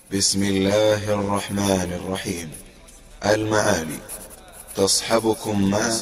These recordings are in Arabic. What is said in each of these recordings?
بسم الله الرحمن الرحيم. المعالي تصحبكم ما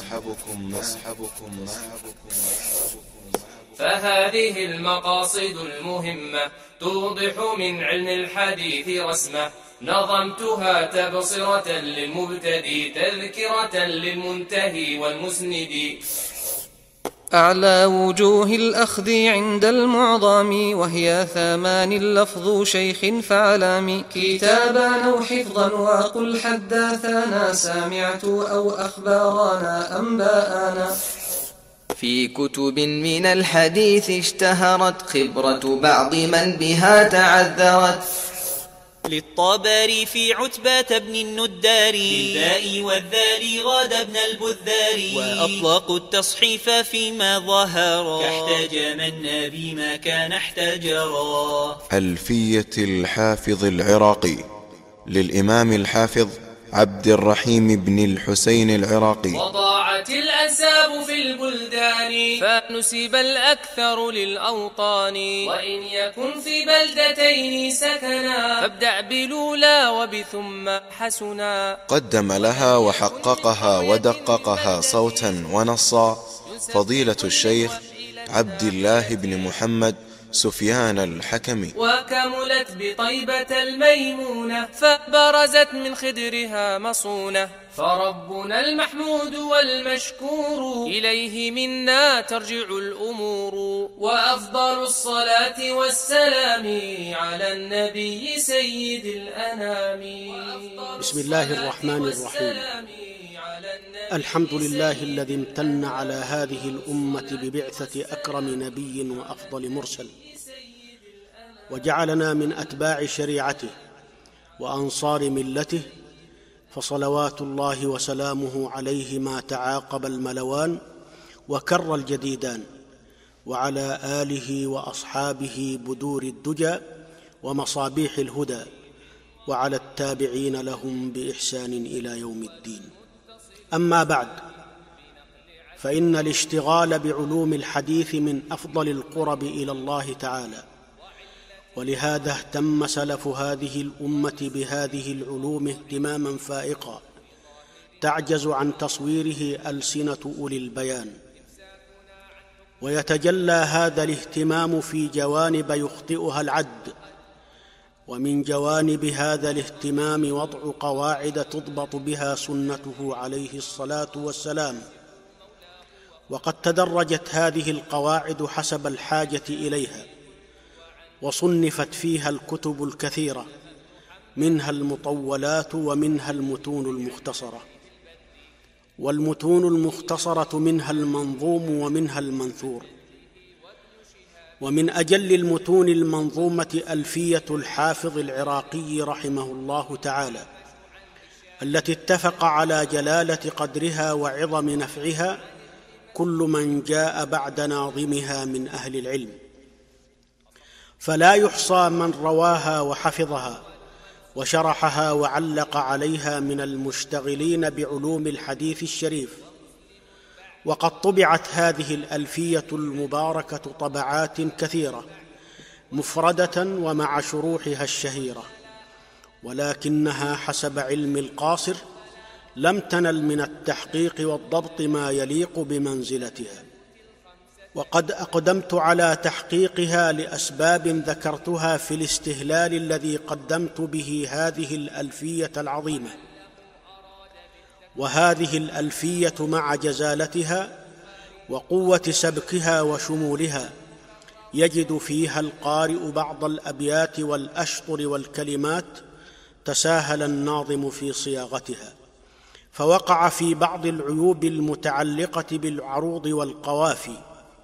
فهذه المقاصد المهمة توضح من علم الحديث رسمة، نظمتها تبصرة للمبتدي تذكرة للمنتهي والمسند. أعلى وجوه الأخذ عند المعظم وهي 8 لفظ شيخ فعلام، كتابا أو حفظا وقل حدثنا سمعت أو أخبارنا أنباءنا. في كتب من الحديث اشتهرت خبرة بعض من بها تعذرت، للطبري في عتبة بن الندار بالباء والذال غاد ابن البذار، وأطلقوا التصحيف فيما ظهر كاحتجم النبي ما كان احتجرا. ألفية الحافظ العراقي للإمام الحافظ عبد الرحيم بن الحسين العراقي. وضاعت الأنساب في البلدان فنسب الأكثر للأوطان، وإن يكن في بلدتين سكنا فابدأ بالأولى وبثم حسنا. قدم لها وحققها ودققها صوتا ونصا فضيلة الشيخ عبد الله بن محمد سفيان الحكمي، وكملت بطيبة الميمونة فبرزت من خدرها مصونة. فربنا المحمود والمشكور إليه منا ترجع الأمور، وأفضل الصلاة والسلام على النبي سيد الأنام. بسم الله الرحمن الرحيم. الحمد لله الذي امتن على هذه الأمة ببعثة أكرم نبي وأفضل مرسل، وجعلنا من أتباع شريعته وأنصار ملته، فصلوات الله وسلامه عليه ما تعاقب الملوان وكر الجديدان، وعلى آله وأصحابه بدور الدجى ومصابيح الهدى، وعلى التابعين لهم بإحسان إلى يوم الدين. أما بعد، فإن الاشتغال بعلوم الحديث من أفضل القرب إلى الله تعالى، ولهذا اهتم سلف هذه الأمة بهذه العلوم اهتماما فائقا تعجز عن تصويره ألسنة أولي البيان. ويتجلى هذا الاهتمام في جوانب يخطئها العد، ومن جوانب هذا الاهتمام وضع قواعد تضبط بها سنته عليه الصلاة والسلام. وقد تدرجت هذه القواعد حسب الحاجة إليها، وصنفت فيها الكتب الكثيرة، منها المطولات ومنها المتون المختصرة. والمتون المختصرة منها المنظوم ومنها المنثور. ومن أجل المتون المنظومة ألفية الحافظ العراقي رحمه الله تعالى، التي اتفق على جلالة قدرها وعظم نفعها كل من جاء بعد ناظمها من أهل العلم، فلا يحصى من رواها وحفظها وشرحها وعلق عليها من المشتغلين بعلوم الحديث الشريف. وقد طبعت هذه الألفية المباركة طبعات كثيرة مفردة ومع شروحها الشهيرة، ولكنها حسب علم القاصر لم تنل من التحقيق والضبط ما يليق بمنزلتها. وقد أقدمت على تحقيقها لأسباب ذكرتها في الاستهلال الذي قدمت به هذه الألفية العظيمة. وهذه الألفية مع جزالتها وقوة سبكها وشمولها يجد فيها القارئ بعض الأبيات والأشطر والكلمات تساهل الناظم في صياغتها، فوقع في بعض العيوب المتعلقة بالعروض والقوافي.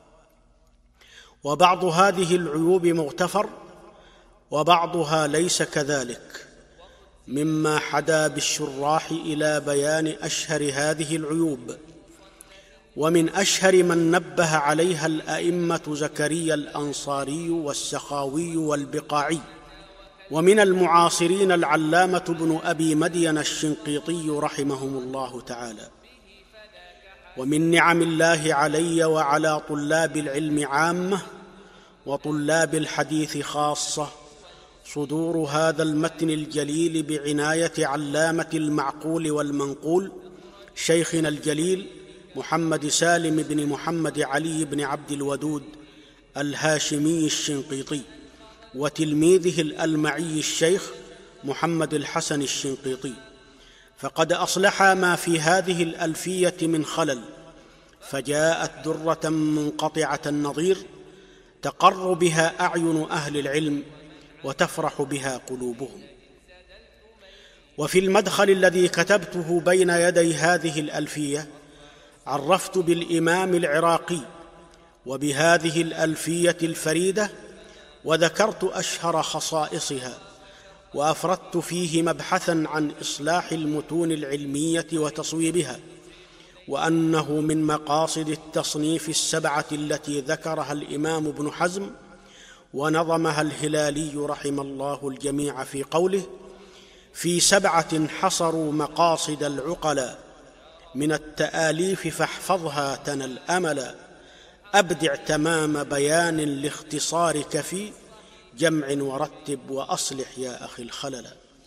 وبعض هذه العيوب مغتفر، وبعضها ليس كذلك، مما حدا بالشراح إلى بيان أشهر هذه العيوب. ومن أشهر من نبه عليها الأئمة زكريا الأنصاري والسخاوي والبقاعي، ومن المعاصرين العلامة ابن أبي مدين الشنقيطي رحمهم الله تعالى. ومن نعم الله علي وعلى طلاب العلم عامة وطلاب الحديث خاصة صدور هذا المتن الجليل بعناية علامة المعقول والمنقول شيخنا الجليل محمد سالم بن محمد علي بن عبد الودود الهاشمي الشنقيطي، وتلميذه الألمعي الشيخ محمد الحسن الشنقيطي، فقد أصلح ما في هذه الألفية من خلل، فجاءت درة منقطعة النظير تقر بها أعين أهل العلم وتفرح بها قلوبهم. وفي المدخل الذي كتبته بين يدي هذه الألفية عرفت بالإمام العراقي وبهذه الألفية الفريدة، وذكرت أشهر خصائصها، وأفردت فيه مبحثا عن إصلاح المتون العلمية وتصويبها، وأنه من مقاصد التصنيف السبعة التي ذكرها الإمام ابن حزم ونظمها الهلالي رحم الله الجميع في قوله: في 7 حصروا مقاصد العقلاء، من التآليف فاحفظها تنى الأملا، أبدع تمام بيان لاختصارك في جمع ورتب وأصلح يا أخي الخلل.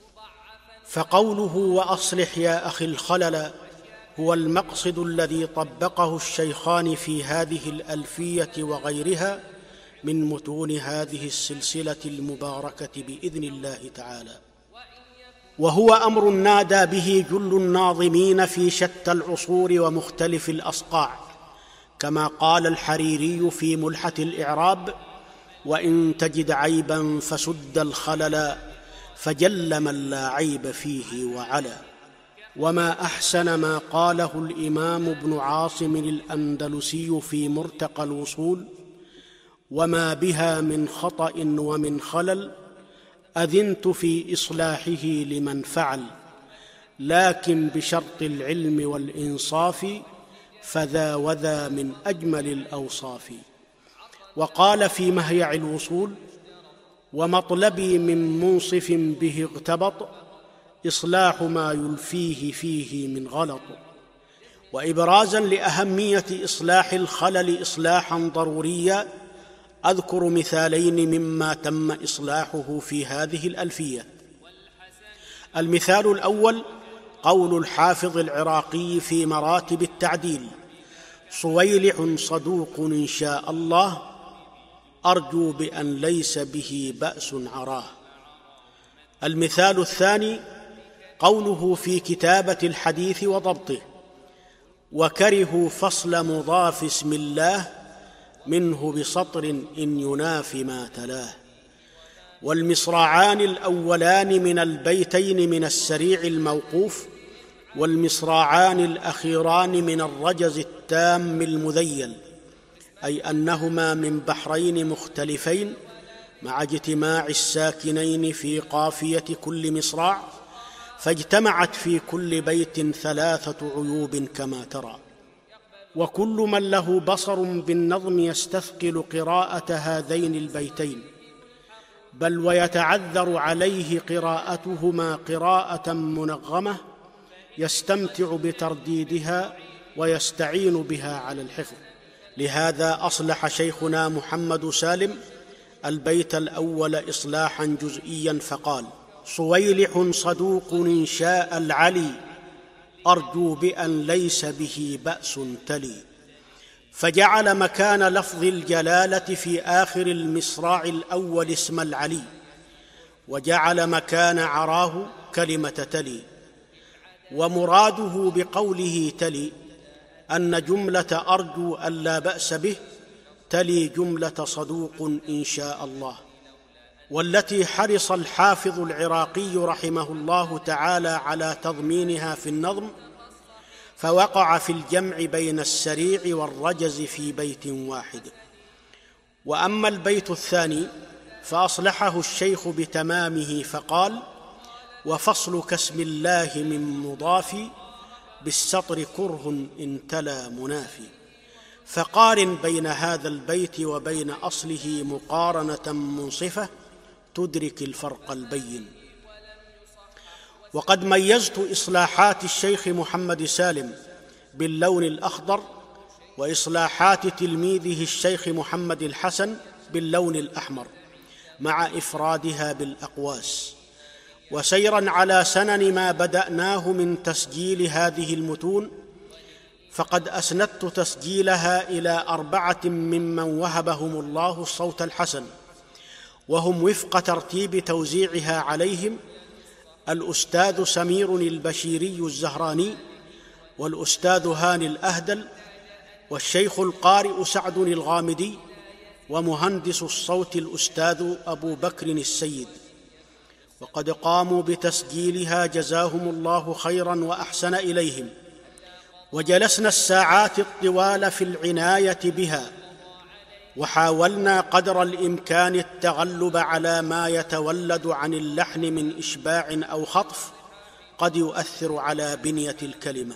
فقوله وأصلح يا أخي الخلل هو المقصد الذي طبقه الشيخان في هذه الألفية وغيرها من متون هذه السلسلة المباركة بإذن الله تعالى، وهو أمر نادى به جل الناظمين في شتى العصور ومختلف الأصقاع، كما قال الحريري في ملحة الإعراب: وإن تجد عيبا فسد الخلل، فجل من لا عيب فيه وعلا. وما أحسن ما قاله الإمام ابن عاصم الأندلسي في مرتقى الوصول: وما بها من خطأ ومن خلل أذنت في إصلاحه لمن فعل، لكن بشرط العلم والإنصاف، فذا وذا من أجمل الأوصاف. وقال في مهيع الوصول: ومطلبي من منصف به اغتبط، إصلاح ما يلفيه فيه من غلط. وإبرازا لأهمية إصلاح الخلل إصلاحا ضروريا أذكر مثالين مما تم إصلاحه في هذه الألفية. المثال الأول قول الحافظ العراقي في مراتب التعديل: صويلح صدوق إن شاء الله، أرجو بأن ليس به بأس عراه. المثال الثاني قوله في كتابة الحديث وضبطه: وكرهوا فصل مضاف اسم الله منه بسطر إن ينافي ما تلاه. والمصراعان الأولان من البيتين من السريع الموقوف، والمصراعان الأخيران من الرجز التام المذيل، أي أنهما من بحرين مختلفين مع اجتماع الساكنين في قافية كل مصراع، فاجتمعت في كل بيت 3 عيوب كما ترى. وكل من له بصر بالنظم يستثقل قراءة هذين البيتين، بل ويتعذر عليه قراءتهما قراءة منغمة، يستمتع بترديدها ويستعين بها على الحفظ. لهذا أصلح شيخنا محمد سالم البيت الأول إصلاحا جزئيا فقال: صويلح صدوق إن شاء العلي، أرجو بأن ليس به بأس تلي. فجعل مكان لفظ الجلالة في آخر المصراع الأول اسم العلي، وجعل مكان عراه كلمة تلي. ومراده بقوله تلي أن جملة أرجو أن لا بأس به تلي جملة صدوق إن شاء الله، والتي حرص الحافظ العراقي رحمه الله تعالى على تضمينها في النظم، فوقع في الجمع بين السريع والرجز في بيت واحد. وأما البيت الثاني فأصلحه الشيخ بتمامه فقال: وفصل كاسم الله من مضاف، بالسطر كره إن تلا منافي. فقارن بين هذا البيت وبين أصله مقارنة منصفة تدرك الفرق البين. وقد ميزت إصلاحات الشيخ محمد سالم باللون الأخضر، وإصلاحات تلميذه الشيخ محمد الحسن باللون الأحمر، مع إفرادها بالأقواس، وسيرا على سنن ما بدأناه من تسجيل هذه المتون، فقد أسندت تسجيلها إلى 4 ممن وهبهم الله الصوت الحسن، وهم وفق ترتيب توزيعها عليهم: الأستاذ سمير البشيري الزهراني، والأستاذ هاني الأهدل، والشيخ القارئ سعد الغامدي، ومهندس الصوت الأستاذ أبو بكر السيد. وقد قاموا بتسجيلها جزاهم الله خيرا وأحسن إليهم، وجلسنا الساعات الطوال في العناية بها، وحاولنا قدر الإمكان التغلب على ما يتولد عن اللحن من إشباع أو خطف قد يؤثر على بنية الكلمة.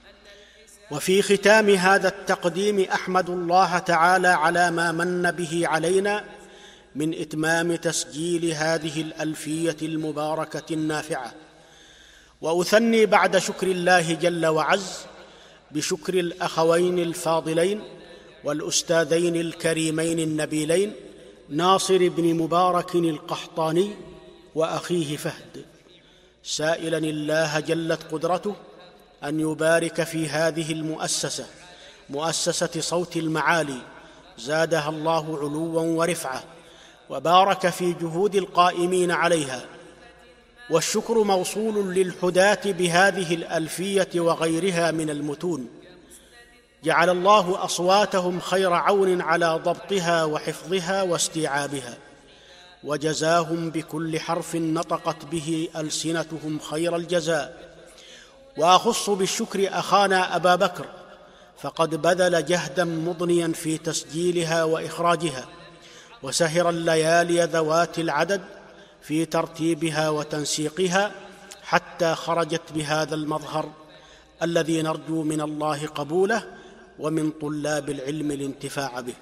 وفي ختام هذا التقديم أحمد الله تعالى على ما من به علينا من إتمام تسجيل هذه الألفية المباركة النافعة، وأثني بعد شكر الله جل وعز بشكر الأخوين الفاضلين والأستاذين الكريمين النبيلين ناصر بن مبارك القحطاني وأخيه فهد، سائلا الله جلت قدرته أن يبارك في هذه المؤسسة، مؤسسة صوت المعالي، زادها الله علوا ورفعة، وبارك في جهود القائمين عليها. والشكر موصول للحداة بهذه الألفية وغيرها من المتون، جعل الله أصواتهم خير عون على ضبطها وحفظها واستيعابها، وجزاهم بكل حرف نطقت به ألسنتهم خير الجزاء. وأخص بالشكر أخانا أبا بكر، فقد بذل جهدا مضنيا في تسجيلها وإخراجها، وسهر الليالي ذوات العدد في ترتيبها وتنسيقها، حتى خرجت بهذا المظهر الذي نرجو من الله قبوله ومن طلاب العلم الانتفاع به.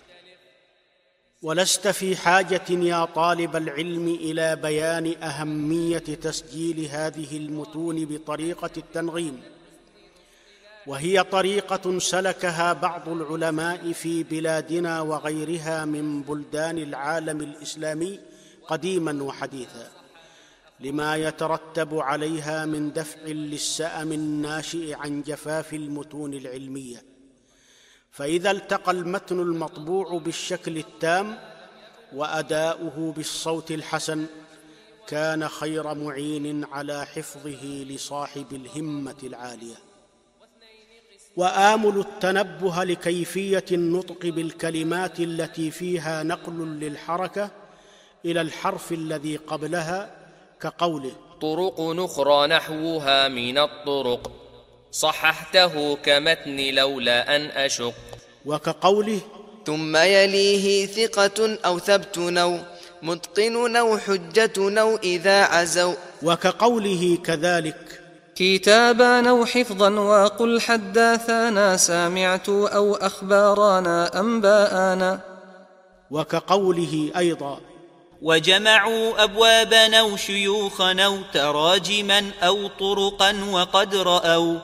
ولست في حاجة يا طالب العلم إلى بيان أهمية تسجيل هذه المتون بطريقة التنغيم، وهي طريقة سلكها بعض العلماء في بلادنا وغيرها من بلدان العالم الإسلامي قديما وحديثا، لما يترتب عليها من دفع للسأم الناشئ عن جفاف المتون العلمية. فإذا التقى المتن المطبوع بالشكل التام وأداؤه بالصوت الحسن، كان خير معين على حفظه لصاحب الهمة العالية. وآمل التنبه لكيفية النطق بالكلمات التي فيها نقل للحركة إلى الحرف الذي قبلها، كقوله: طرق نخرى نحوها من الطرق، صححته كمتن لولا أن أشق. وكقوله: ثم يليه ثقة أو ثبت نو متقن نو حجة نو إذا عزوا. وكقوله كذلك: كتابا أو حفظا وقل حدثنا سامعت أو أخبارنا أنباءنا. وكقوله أيضا: وجمعوا أبوابا أو شيوخا أو تراجما أو طرقا وقد رأوا.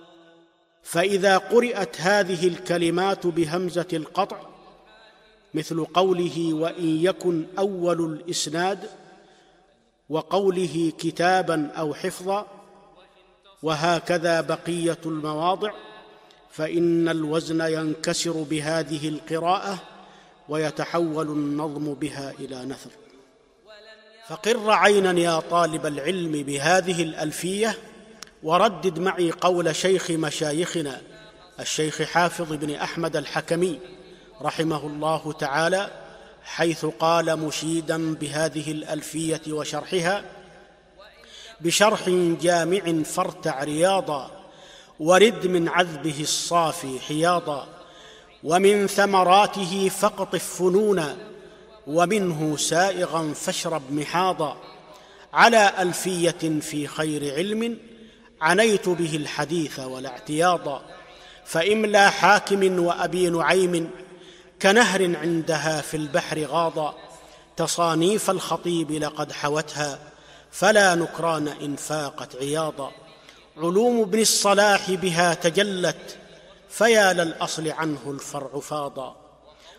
فإذا قرأت هذه الكلمات بهمزة القطع، مثل قوله: وإن يكن أول الإسناد، وقوله: كتابا أو حفظا، وهكذا بقية المواضع، فإن الوزن ينكسر بهذه القراءة ويتحول النظم بها إلى نثر. فقر عينا يا طالب العلم بهذه الألفية، وردد معي قول شيخ مشايخنا الشيخ حافظ بن أحمد الحكمي رحمه الله تعالى، حيث قال مشيدا بهذه الألفية وشرحها: بشرح جامع فارتع رياضا، ورد من عذبه الصافي حياضا، ومن ثمراته فاقطف فنونا، ومنه سائغا فاشرب محاضا، على ألفية في خير علم، عنيت به الحديث ولا اعتياضا، فإملا حاكم وأبي نعيم، كنهر عندها في البحر غاضا، تصانيف الخطيب لقد حوتها، فلا نكران إن فاقت عياضا، علوم ابن الصلاح بها تجلت، فيا للأصل عنه الفرع فاضا،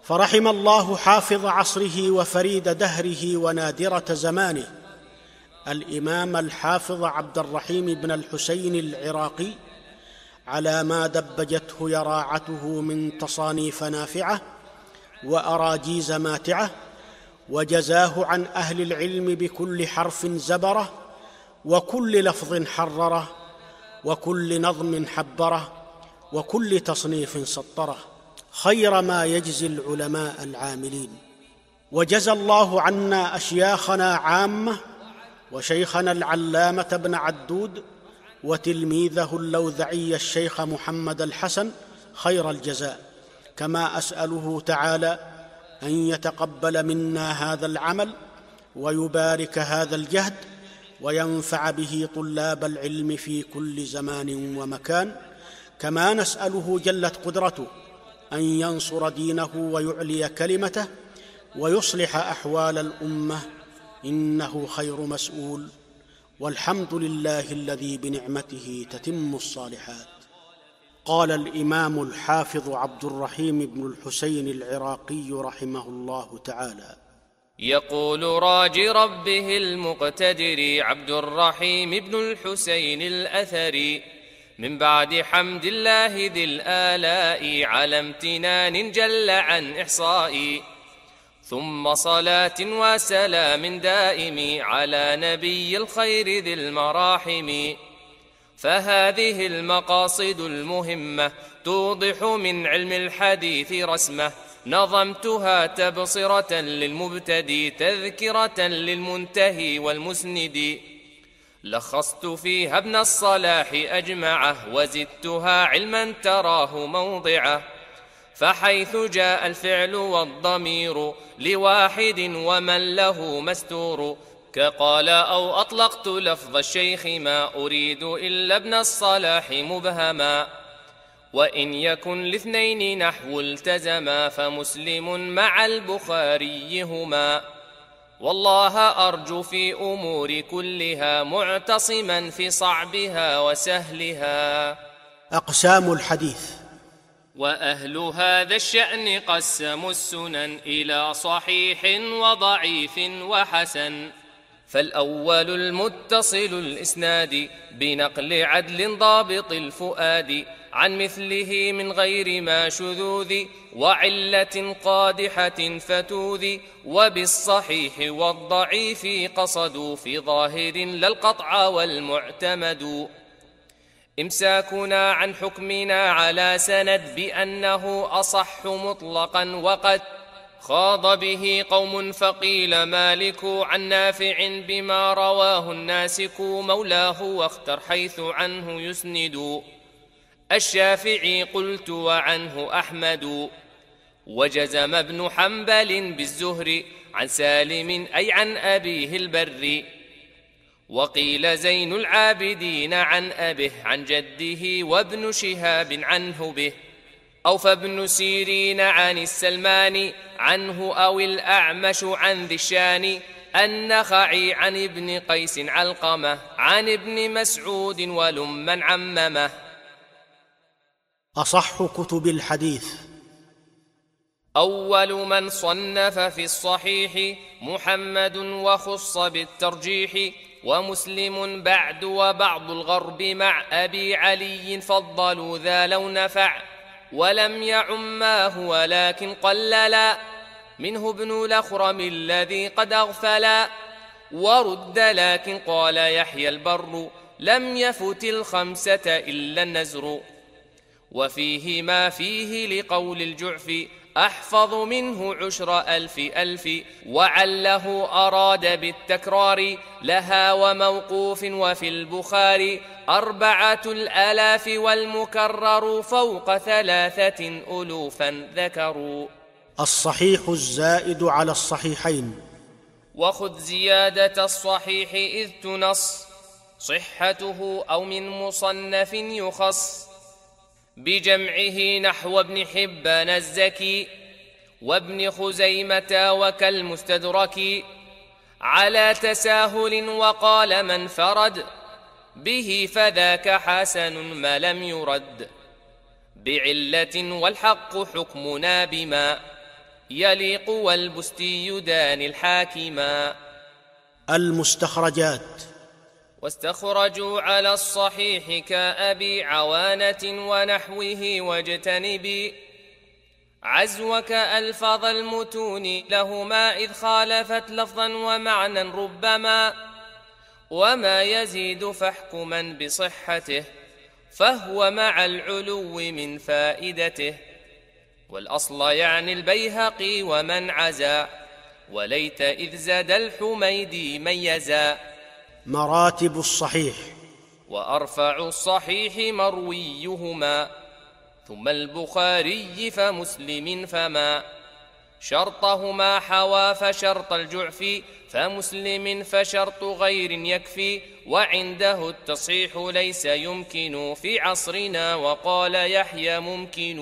فرحم الله حافظ عصره وفريد دهره ونادرة زمانه الإمام الحافظ عبد الرحيم بن الحسين العراقي على ما دبجته يراعته من تصانيف نافعة وأراجيز ماتعة، وجزاه عن أهل العلم بكل حرف زبره، وكل لفظ حرره، وكل نظم حبره، وكل تصنيف سطره، خير ما يجزي العلماء العاملين. وجزى الله عنا أشياخنا عامة، وشيخنا العلامة بن عدود، وتلميذه اللوذعي الشيخ محمد الحسن خير الجزاء، كما أسأله تعالى أن يتقبل منا هذا العمل ويبارك هذا الجهد وينفع به طلاب العلم في كل زمان ومكان، كما نسأله جلت قدرته أن ينصر دينه ويعلي كلمته ويصلح أحوال الأمة، إنه خير مسؤول، والحمد لله الذي بنعمته تتم الصالحات. قال الإمام الحافظ عبد الرحيم بن الحسين العراقي رحمه الله تعالى: يقول راجي ربه المقتدر عبد الرحيم بن الحسين الأثري: من بعد حمد الله ذي الآلاء على امتنان جل عن إحصائي، ثم صلاة وسلام دائم على نبي الخير ذي المراحم، فهذه المقاصد المهمة توضح من علم الحديث رسمه، نظمتها تبصرة للمبتدي تذكرة للمنتهي والمسند، لخصت فيها ابن الصلاح أجمعه وزدتها علما تراه موضعه، فحيث جاء الفعل والضمير لواحد ومن له مستور، كقال أو أطلقت لفظ الشيخ ما أريد إلا ابن الصلاح مبهما، وإن يكن لاثنين نحو التزما فمسلم مع البخاري هما، والله أرجو في أمور كلها معتصما في صعبها وسهلها. أقسام الحديث. وأهل هذا الشأن قسموا السنن إلى صحيح وضعيف وحسن، فالأول المتصل الإسناد بنقل عدل ضابط الفؤاد عن مثله من غير ما شذوذ وعلة قادحة فتوذ، وبالصحيح والضعيف قصدوا في ظاهر لا القطع والمعتمد، إمساكنا عن حكمنا على سند بأنه أصح مطلقا، وقد خاض به قوم فقيل مالك عن نافع بما رواه الناسك مولاه، واختر حيث عنه يسند، الشافعي قلت وعنه أحمد، وجزم ابن حنبل بالزهر عن سالم أي عن أبيه البر، وقيل زين العابدين عن أبيه عن جده، وابن شهاب عنه به، أو فابن سيرين عن السلمان عنه، أو الأعمش عن ذي الشان، النخعي عن ابن قيس علقمة عن ابن مسعود ولمن عممه. أصح كتب الحديث. أول من صنف في الصحيح محمد وخص بالترجيح، ومسلم بعد، وبعض الغرب مع أبي علي فضلوا ذا لو نفع، ولم يعماه ولكن قللا منه ابن الأخرم الذي قد أغفلا، ورد لكن قال يحيى البر لم يفت الخمسة إلا النزر، وفيه ما فيه لقول الجعف أحفظ منه 10,000 وعله أراد بالتكرار لها وموقوف، وفي البخاري 4,000 والمكرر فوق 3 ألوفا ذكروا. الصحيح الزائد على الصحيحين. وخذ زيادة الصحيح إذ تنص صحته أو من مصنف يخص، بجمعه نحو ابن حبان الزكي وابن خزيمة وكالمستدرك، على تساهل وقال من فرد به فذاك حسن ما لم يرد، بعلة والحق حكمنا بما يليق والبستي دان الحاكما. المستخرجات: واستخرجوا على الصحيح كأبي عوانة ونحوه واجتنبي عزوك ألفاظ المتون لهما إذ خالفت لفظا ومعنى ربما، وما يزيد فاحكما بصحته فهو مع العلو من فائدته. والأصل يعني البيهقي ومن عزا وليت إذ زاد الحميدي ميزا. مراتب الصحيح: وأرفع الصحيح مرويهما ثم البخاري فمسلم فما شرطهما حوا فشرط الجعف فمسلم فشرط غير يكفي وعنده التصحيح ليس يمكن في عصرنا وقال يحيى ممكن.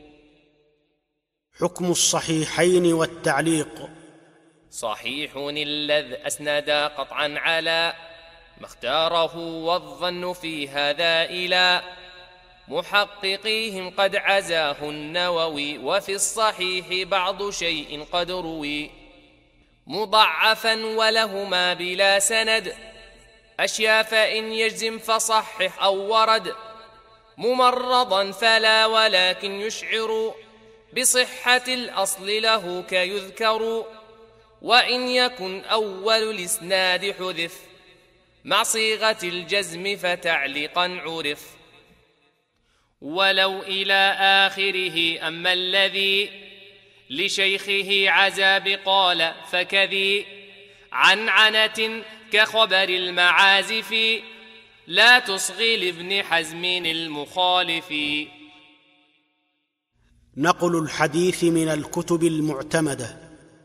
حكم الصحيحين والتعليق: صحيح الذ أسند قطعا على ما اختاره والظن في هذا إلى محققيهم قد عزاه النووي وفي الصحيح بعض شيء قد روي مضعفا ولهما بلا سند أشياء فإن يجزم فصحح أو ورد ممرضا فلا ولكن يشعر بصحة الأصل له كيذكر وإن يكن أول الإسناد حذف مع صيغة الجزم فتعليقا عرف ولو إلى آخره. أما الذي لشيخه عزا بقال فكذي عنعنة كخبر المعازف لا تصغي لابن حزم المخالف. نقل الحديث من الكتب المعتمدة: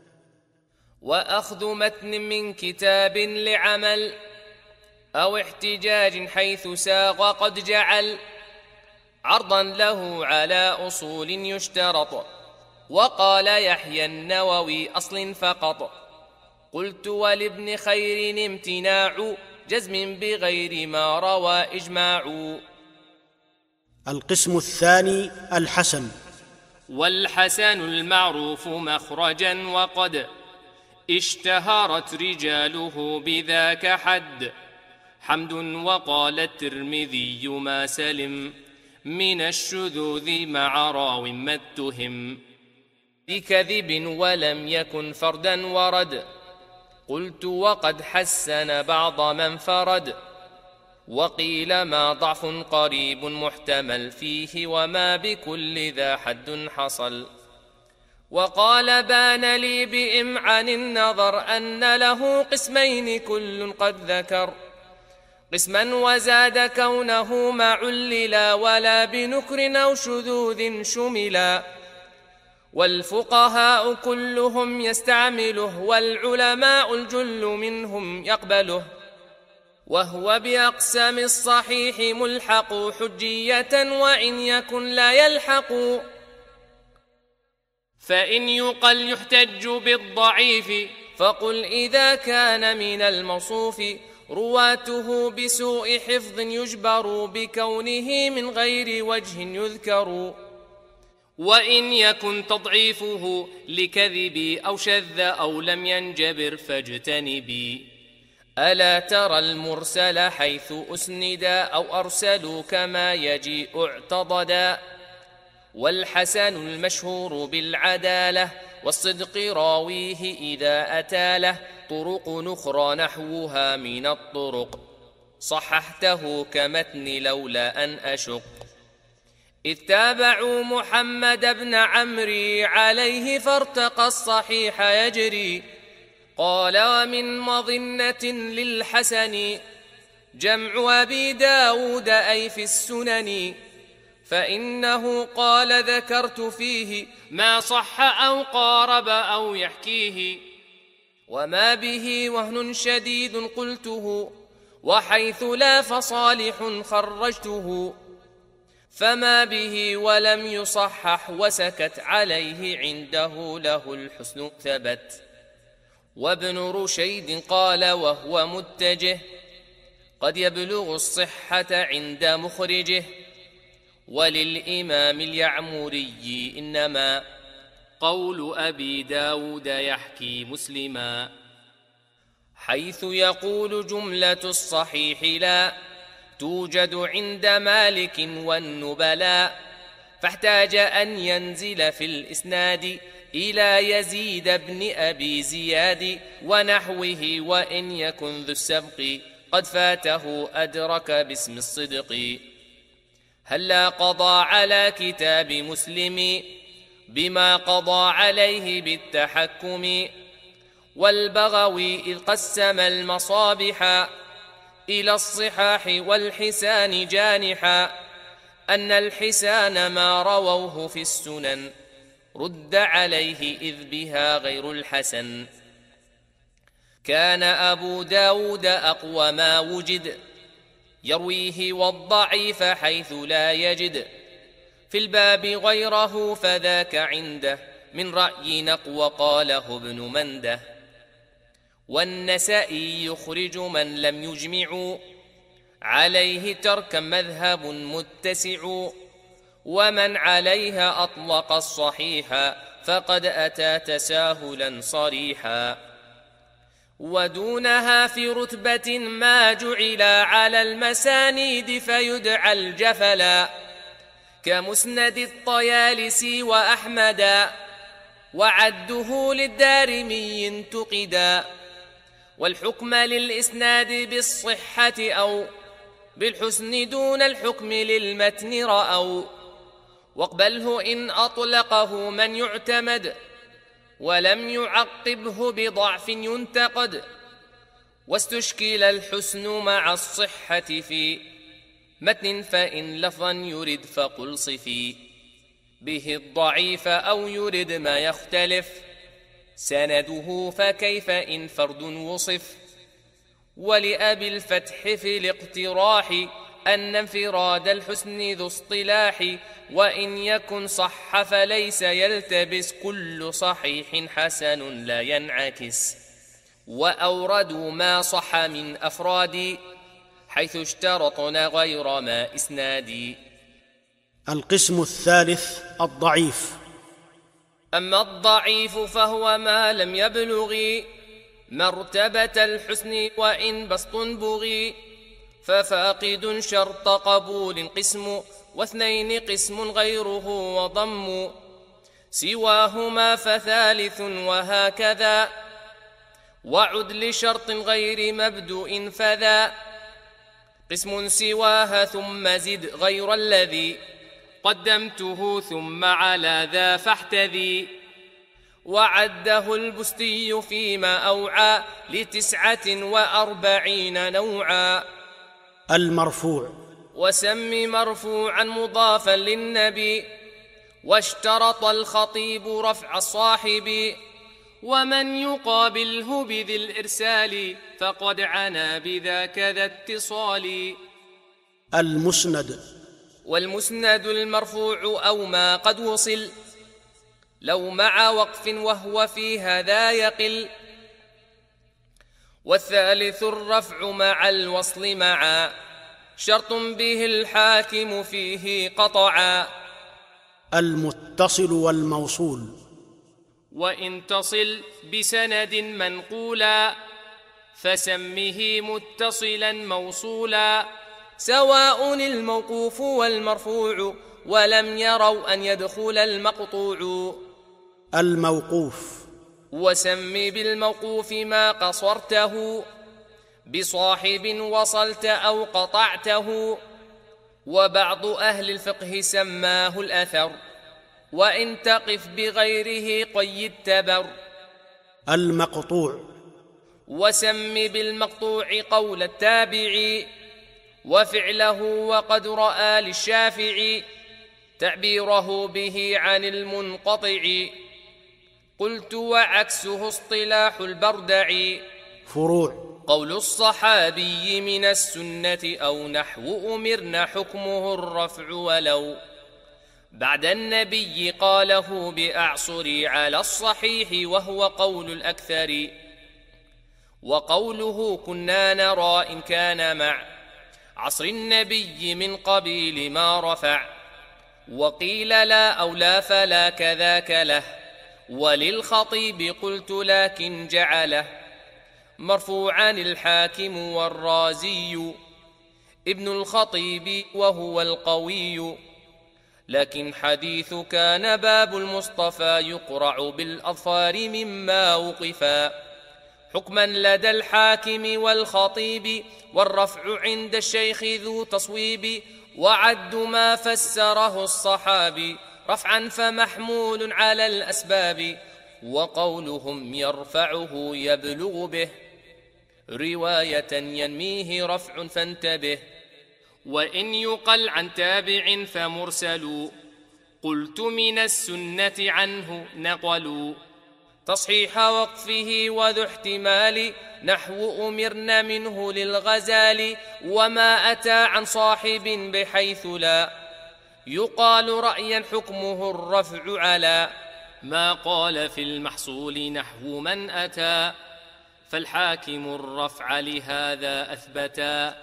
وأخذ متن من كتاب لعمل أو احتجاج حيث ساغ قد جعل عرضا له على أصول يشترط وقال يحيى النووي أصل فقط. قلت ولابن خير امتناع جزم بغير ما روى إجماع. القسم الثاني: الحسن. والحسن المعروف مخرجا وقد اشتهرت رجاله بذاك حد حمد. وقال الترمذي ما سلم من الشذوذ مع راو ما اتهم بكذب ولم يكن فردا ورد. قلت وقد حسن بعض من فرد وقيل ما ضعف قريب محتمل فيه وما بكل ذا حد حصل. وقال بان لي بإمعان النظر أن له قسمين كل قد ذكر قسما وزاد كونه ما عللا ولا بنكر أو شذوذ شملا. والفقهاء كلهم يستعمله والعلماء الجل منهم يقبله وهو بأقسام الصحيح ملحق حجية وإن يكن لا يلحق. فإن يقل يحتج بالضعيف فقل إذا كان من الموصوف رواته بسوء حفظ يجبر بكونه من غير وجه يذكر. وإن يكن تضعيفه لكذب أو شذ أو لم ينجبر فاجتنبي. ألا ترى المرسل حيث أسندا أو أرسلوا كما يجيء اعتضدا. والحسن المشهور بالعدالة والصدق راويه إذا أتى له طرق نخرى نحوها من الطرق صححته كمتن لولا أن أشق. إذ تابعوا محمد بن عمرو عليه فارتقى الصحيح يجري. قال ومن مظنة للحسن جمع أبي داود أي في السنن فإنه قال ذكرت فيه ما صح أو قارب أو يحكيه وما به وهن شديد قلته وحيث لا فصالح خرجته فما به ولم يصحح وسكت عليه عنده له الحسن ثبت. وابن رشيد قال وهو متجه قد يبلغ الصحة عند مخرجه. وللإمام اليعمري إنما قول أبي داود يحكي مسلما، حيث يقول جملة الصحيح لا توجد عند مالك والنبلاء، فاحتاج أن ينزل في الإسناد إلى يزيد بن أبي زياد ونحوه، وإن يكن ذو السبق قد فاته أدرك باسم الصدق. هلا قضى على كتاب مسلم بما قضى عليه بالتحكم، والبغوي إذ قسم المصابح إلى الصحاح والحسان جانحا، أن الحسان ما رووه في السنن رد عليه إذ بها غير الحسن. كان أبو داود أقوى ما وجد يرويه والضعيف حيث لا يجد، في الباب غيره فذاك عنده من رأي نقوى قاله ابن منده. والنسائي يخرج من لم يجمع عليه تركا مذهب متسع، ومن عليها أطلق الصحيح فقد أتى تساهلا صريحا. ودونها في رتبة ما جعل على المسانيد فيدعى الجفلا، كمسند الطيالسي وأحمدا، وعده للدارمي انتقدا. والحكم للإسناد بالصحة أو بالحسن دون الحكم للمتن رأوا، واقبله إن أطلقه من يعتمد ولم يعقبه بضعف ينتقد. واستشكل الحسن مع الصحة في متن، فإن لفظا يرد فقل صفي به الضعيف، أو يرد ما يختلف سنده فكيف إن فرد وصف. ولأبي الفتح في الاقتراح أن انفراد الحسن ذو اصطلاح، وإن يكن صح فليس يلتبس كل صحيح حسن لا ينعكس. وأوردوا ما صح من أفراد حيث اشترطنا غير ما إسنادي. القسم الثالث الضعيف. أما الضعيف فهو ما لم يبلغ مرتبة الحسن وإن بسط بغي، ففاقد شرط قبول قسم، واثنين قسم غيره وضم، سواهما فثالث وهكذا، وعد لشرط غير مبدوء فذا قسم سواها ثم زد غير الذي قدمته ثم على ذا فاحتذي. وعده البستي فيما أوعى ل49 نوعا. المرفوع. وسم مرفوعا مضافا للنبي، واشترط الخطيب رفع الصاحب، ومن يقابله بذي الإرسال فقد عنا بذاك ذا اتصال. المسند. والمسند المرفوع أو ما قد وصل لو مع وقف وهو في هذا يقل. والثالث الرفع مع الوصل معا، شرط به الحاكم فيه قطعا. المتصل والموصول. وإن تصل بسند منقولا فسمه متصلا موصولا، سواء الموقوف والمرفوع ولم يروا أن يدخل المقطوع. الموقوف. وسم بالموقوف ما قصرته بصاحب وصلت أو قطعته، وبعض أهل الفقه سماه الأثر، وإن تقف بغيره قيد تبر. المقطوع. وسم بالمقطوع قول التابعي وفعله، وقد رأى للشافعي تعبيره به عن المنقطع. قلت وعكسه اصطلاح البردعي. فروع. قول الصحابي من السنة أو نحو أمرنا حكمه الرفع، ولو بعد النبي قاله بأعصر على الصحيح وهو قول الأكثر. وقوله كنا نرى إن كان مع عصر النبي من قبيل ما رفع، وقيل لا أو لا فلا كذاك له، وللخطيب قلت لكن جعله مرفوعا الحاكم والرازي ابن الخطيب وهو القوي. لكن حديث كان باب المصطفى يقرع بالأظفار مما وقفا حكما لدى الحاكم والخطيب، والرفع عند الشيخ ذو تصويب، وعد ما فسره الصحابي رفعا فمحمول على الأسباب، وقولهم يرفعه يبلغ به رواية ينميه رفع فانتبه. وإن يقل عن تابع فمرسل قلت من السنة عنه نقلوا تصحيح وقفه وذو احتمال نحو أمرن منه للغزال، وما أتى عن صاحب بحيث لا يقال رأيا حكمه الرفع على ما قال في المحصول نحو من أتى، فالحاكم الرفع لهذا أثبتا.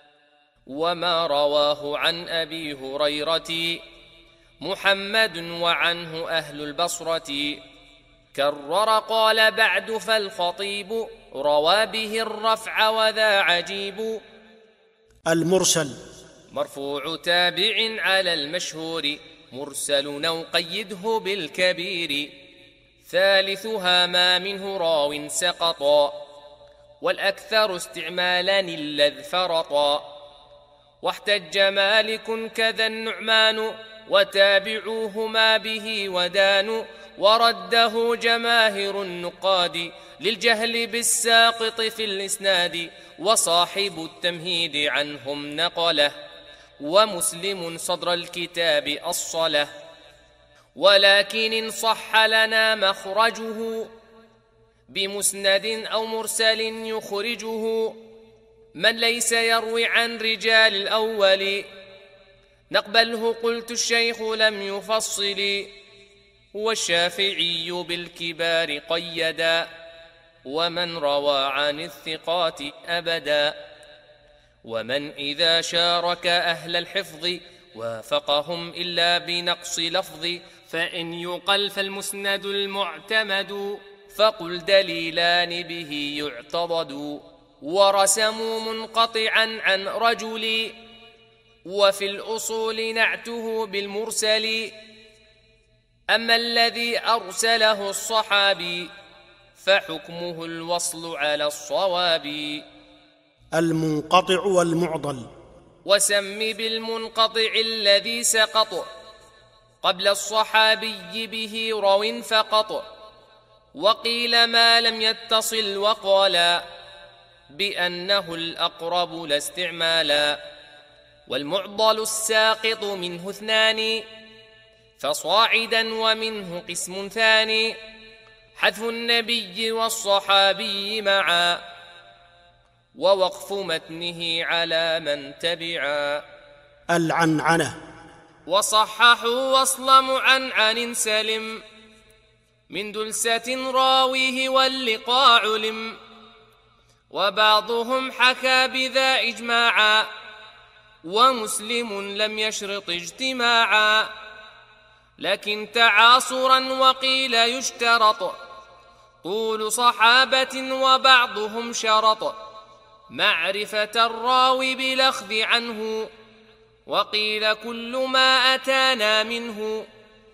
وما رواه عن أبي هريرة محمد وعنه أهل البصرة كرر قال بعد فالخطيب روى به الرفع وذا عجيب. المرسل مرفوع تابع على المشهور مرسل أو قيده بالكبير، ثالثها ما منه راو سقطا والأكثر استعمالا الذ فرطا. واحتج مالك كذا النعمان وتابعوهما به ودانوا، ورده جماهر النقاد للجهل بالساقط في الإسناد، وصاحب التمهيد عنهم نقله ومسلم صدر الكتاب أصله. ولكن إن صح لنا مخرجه بمسند أو مرسل يخرجه من ليس يروي عن رجال الأول نقبله. قلت الشيخ لم يفصل والشافعي بالكبار قيدا، ومن روى عن الثقات أبدا. ومن إذا شارك أهل الحفظ وافقهم إلا بنقص لفظ، فإن يقل فالمسند المعتمد فقل دليلان به يعتضد. ورسموا منقطعا عن رجل وفي الأصول نعته بالمرسل، أما الذي أرسله الصحابي فحكمه الوصل على الصواب. المنقطع والمعضل. وسم بالمنقطع الذي سقط قبل الصحابي به رو فقط، وقيل ما لم يتصل وقالا بأنه الأقرب لا استعمالا. والمعضل الساقط منه اثنان فصاعدا، ومنه قسم ثاني حذف النبي والصحابي معا، ووقف متنه على من تبعا. العنعنة. وصححوا وصل معنعن سلم من دلسة راويه واللقاء علم، وبعضهم حكى بذا إجماعا ومسلم لم يشرط اجتماعا، لكن تعاصرا وقيل يشترط طول صحابة، وبعضهم شرط معرفة الراوي بالأخذ عنه، وقيل كل ما أتانا منه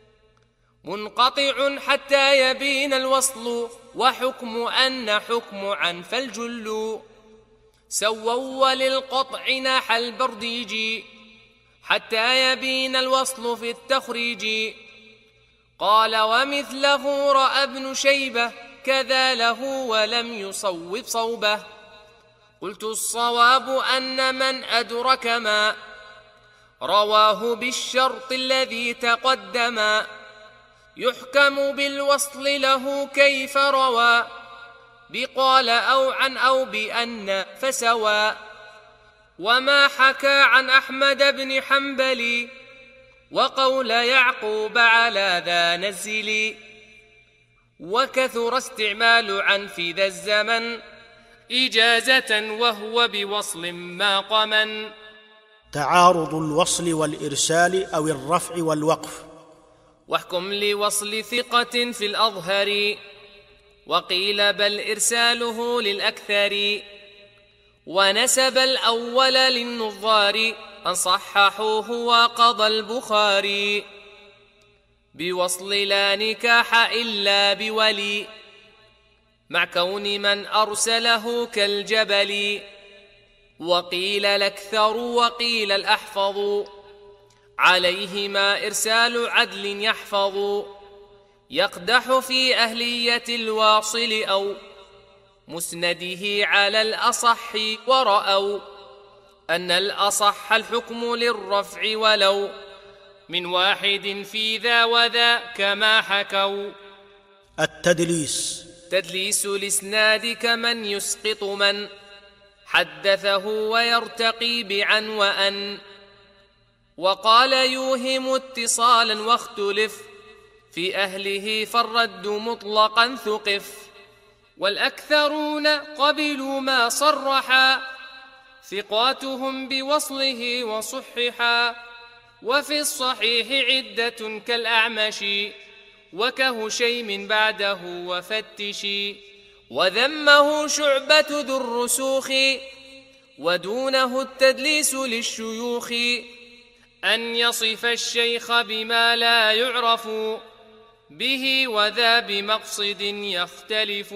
منقطع حتى يبين الوصل، وحكم أن حكم عن فالجل سووا وللقطع ناح البرديج حتى يبين الوصل في التخريج. قال ومثله رأى ابن شيبة كذا له ولم يصوب صوبه. قلت الصواب أن من أدرك ما رواه بالشرط الذي تقدما يحكم بالوصل له كيف روى بقال أو عن أو بأن فسوى. وما حكى عن أحمد بن حنبل وقول يعقوب على ذا نزل، وكثر استعمال عن في ذا الزمن إجازة وهو بوصل ما قمن. تعارض الوصل والإرسال أو الرفع والوقف. واحكم لوصل ثقة في الأظهر، وقيل بل إرساله للأكثر، ونسب الأول للنظار أن صححوه وقضى البخاري، بوصل لا نكاح إلا بولي، مع كون من أرسله كالجبل، وقيل الأكثر وقيل الأحفظ، عليهما إرسال عدل يحفظ، يقدح في أهلية الواصل أو مسنده على الأصح، ورأوا أن الأصح الحكم للرفع ولو من واحد في ذا وذا كما حكوا. التدليس: تدليس الإسناد كمن يسقط من حدثه ويرتقي بعن وأن، وقال يوهم اتصالا واختلف في أهله فالرد مطلقا ثقف، والأكثرون قبلوا ما صرحا ثقاتهم بوصله وصححا، وفي الصحيح عدة كالأعمش وكهشيم بعده وفتش، وذمه شعبة ذو الرسوخ ودونه التدليس للشيوخ، أن يصف الشيخ بما لا يعرف به وذا بمقصد يختلف،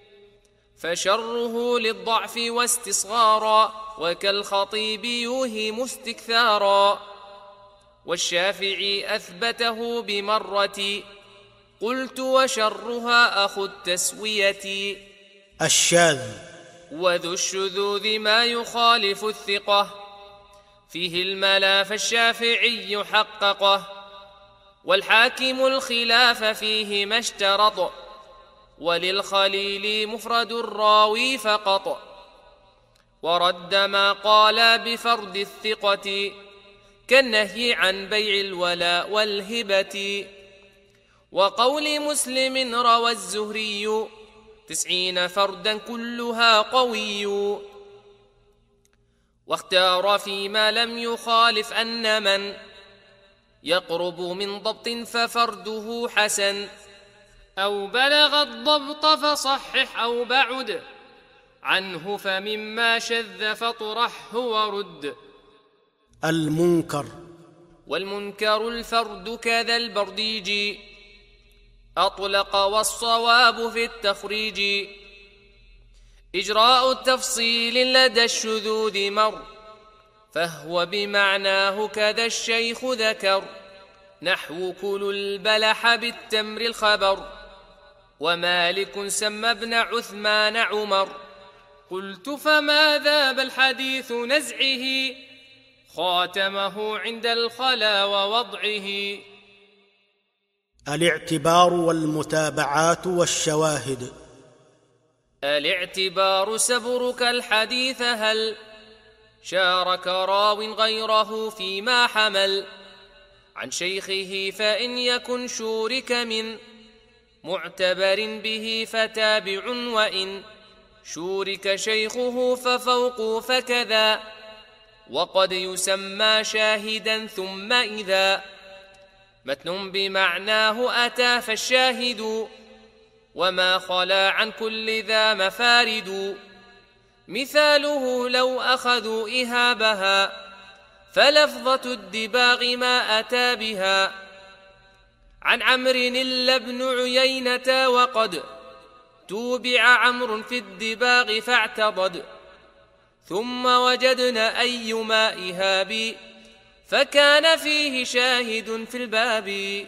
فشره للضعف واستصغارا، وكالخطيب يوهم استكثارا، والشافعي أثبته بمرة، قلت وشرها أخو التسوية. الشاذ: وذو الشذوذ ما يخالف الثقة، فيه الملا فالشافعي حققه، والحاكم الخلاف فيه ما اشترط، وللخليل مفرد الراوي فقط، ورد ما قال بفرد الثقة، كالنهي عن بيع الولاء والهبة، وقول مسلم روى الزهري 90 فردا كلها قوي، واختار فيما لم يخالف أن من يقرب من ضبط ففرده حسن، أو بلغ الضبط فصحح أو بعد عنه، فمما شذ فاطرحه ورد. المنكر: والمنكر الفرد كذا البرديج أطلق، والصواب في التخريج إجراء التفصيل لدى الشذوذ مر، فهو بمعناه كذا الشيخ ذكر، نحو كل البلح بالتمر الخبر، ومالك سمى ابن عثمان عمر، قلت فما ذاب الحديث نزعه خاتمه عند الخلا ووضعه. الاعتبار والمتابعات والشواهد: الاعتبار سبرك الحديث هل شارك راو غيره فيما حمل عن شيخه، فإن يكن شورك من معتبر به فتابع، وإن شورك شيخه ففوق فكذا، وقد يسمى شاهدا. ثم إذا متن بمعناه أتى فالشاهد، وما خلا عن كل ذا مفارد، مثاله لو أخذوا إهابها فلفظة الدباغ ما أتى بها، عن عمرو إلا بن عيينة وقد توبع عمرو في الدباغ فاعتضد، ثم وجدنا أيما إهاب فكان فيه شاهد في الباب.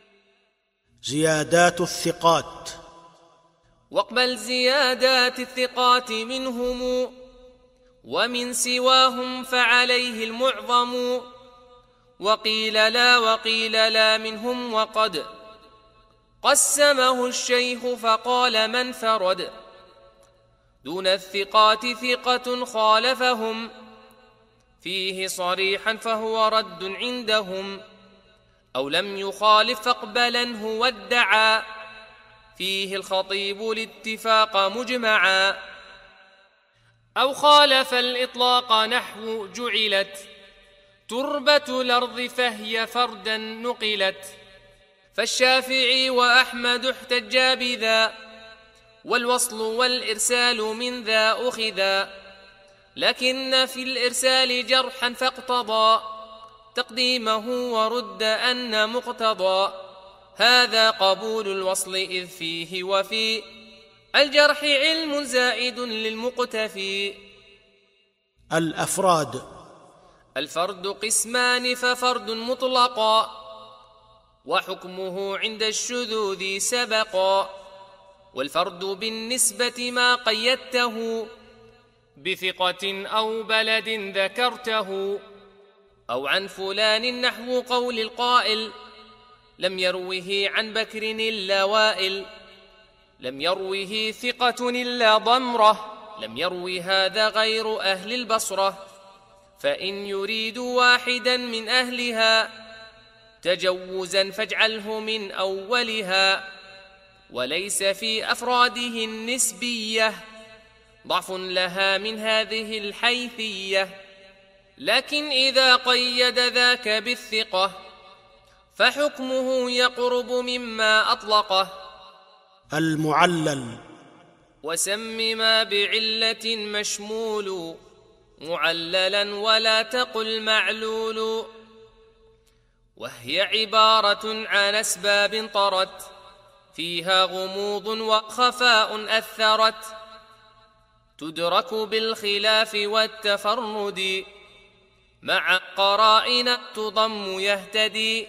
زيادات الثقات: واقبل زيادات الثقات منهم ومن سواهم فعليه المعظم، وقيل لا منهم، وقد قسمه الشيخ فقال من فرد دون الثقات ثقة خالفهم فيه صريحا فهو رد عندهم، أو لم يخالف فاقبلنه وادعى فيه الخطيب الاتفاق مجمعا، أو خالف الإطلاق نحو جعلت تربة الأرض فهي فردا نقلت، فالشافعي وأحمد احتجا بذا، والوصل والإرسال من ذا أخذا، لكن في الإرسال جرحا فاقتضى تقديمه ورد أن مقتضى، هذا قبول الوصل إذ فيه وفي الجرح علم زائد للمقتفي. الأفراد: الفرد قسمان، ففرد مطلقا وحكمه عند الشذوذ سبقا، والفرد بالنسبة ما قيدته بثقة أو بلد ذكرته، أو عن فلان نحو قول القائل لم يروه عن بكر إلا وائل، لم يروه ثقة إلا ضمرة، لم يروي هذا غير أهل البصرة، فإن يريد واحدا من أهلها تجوزا فاجعله من أولها، وليس في أفراده النسبية ضعف لها من هذه الحيثية، لكن إذا قيد ذاك بالثقة فحكمه يقرب مما أطلقه. المعلل: وسم ما بعلة مشمول معللا ولا تقل معلول، وهي عبارة عن أسباب طرت فيها غموض وخفاء أثرت، تدرك بالخلاف والتفرد مع قرائن تضم يهتدي،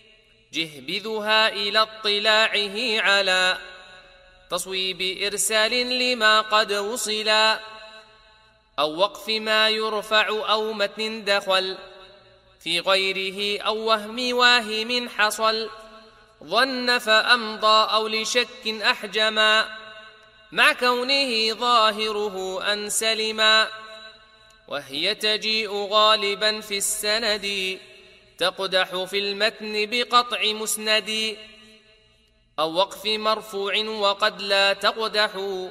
جهبذها إلى اطلاعه على تصويب إرسال لما قد وصلا، أو وقف ما يرفع أو متن دخل في غيره، أو وهم واهم حصل ظن فأمضى، أو لشك أحجما مع كونه ظاهره أن سلما، وهي تجيء غالبا في السند تقدح في المتن بقطع مسند، أو وقف مرفوع وقد لا تقدح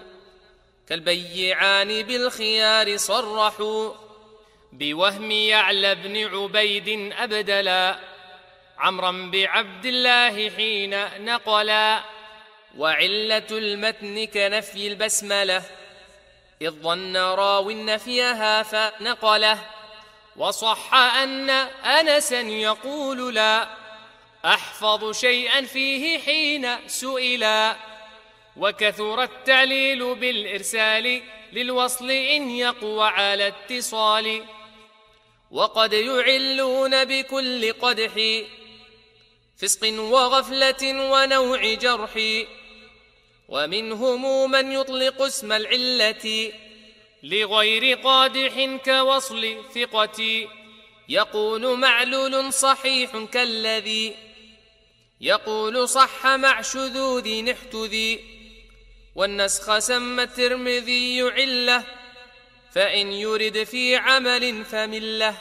كالبيعان بالخيار صرحوا، بوهم يعلى بن عبيد أبدلا عمرا بعبد الله حين نقلا، وعلة المتن كنفي البسملة إذ ظن راو نفيها فنقله، وصح أن أنسا يقول لا أحفظ شيئا فيه حين سئلا، وكثر التعليل بالإرسال للوصل إن يقوى على اتصال، وقد يعلون بكل قدح فسق وغفلة ونوع جرح، ومنهم من يطلق اسم العلة لغير قادح كوصل ثقة، يقول معلول صحيح كالذي يقول صح مع شذوذ احتذي، والنسخ سمى الترمذي علة فإن يرد في عمل فمله.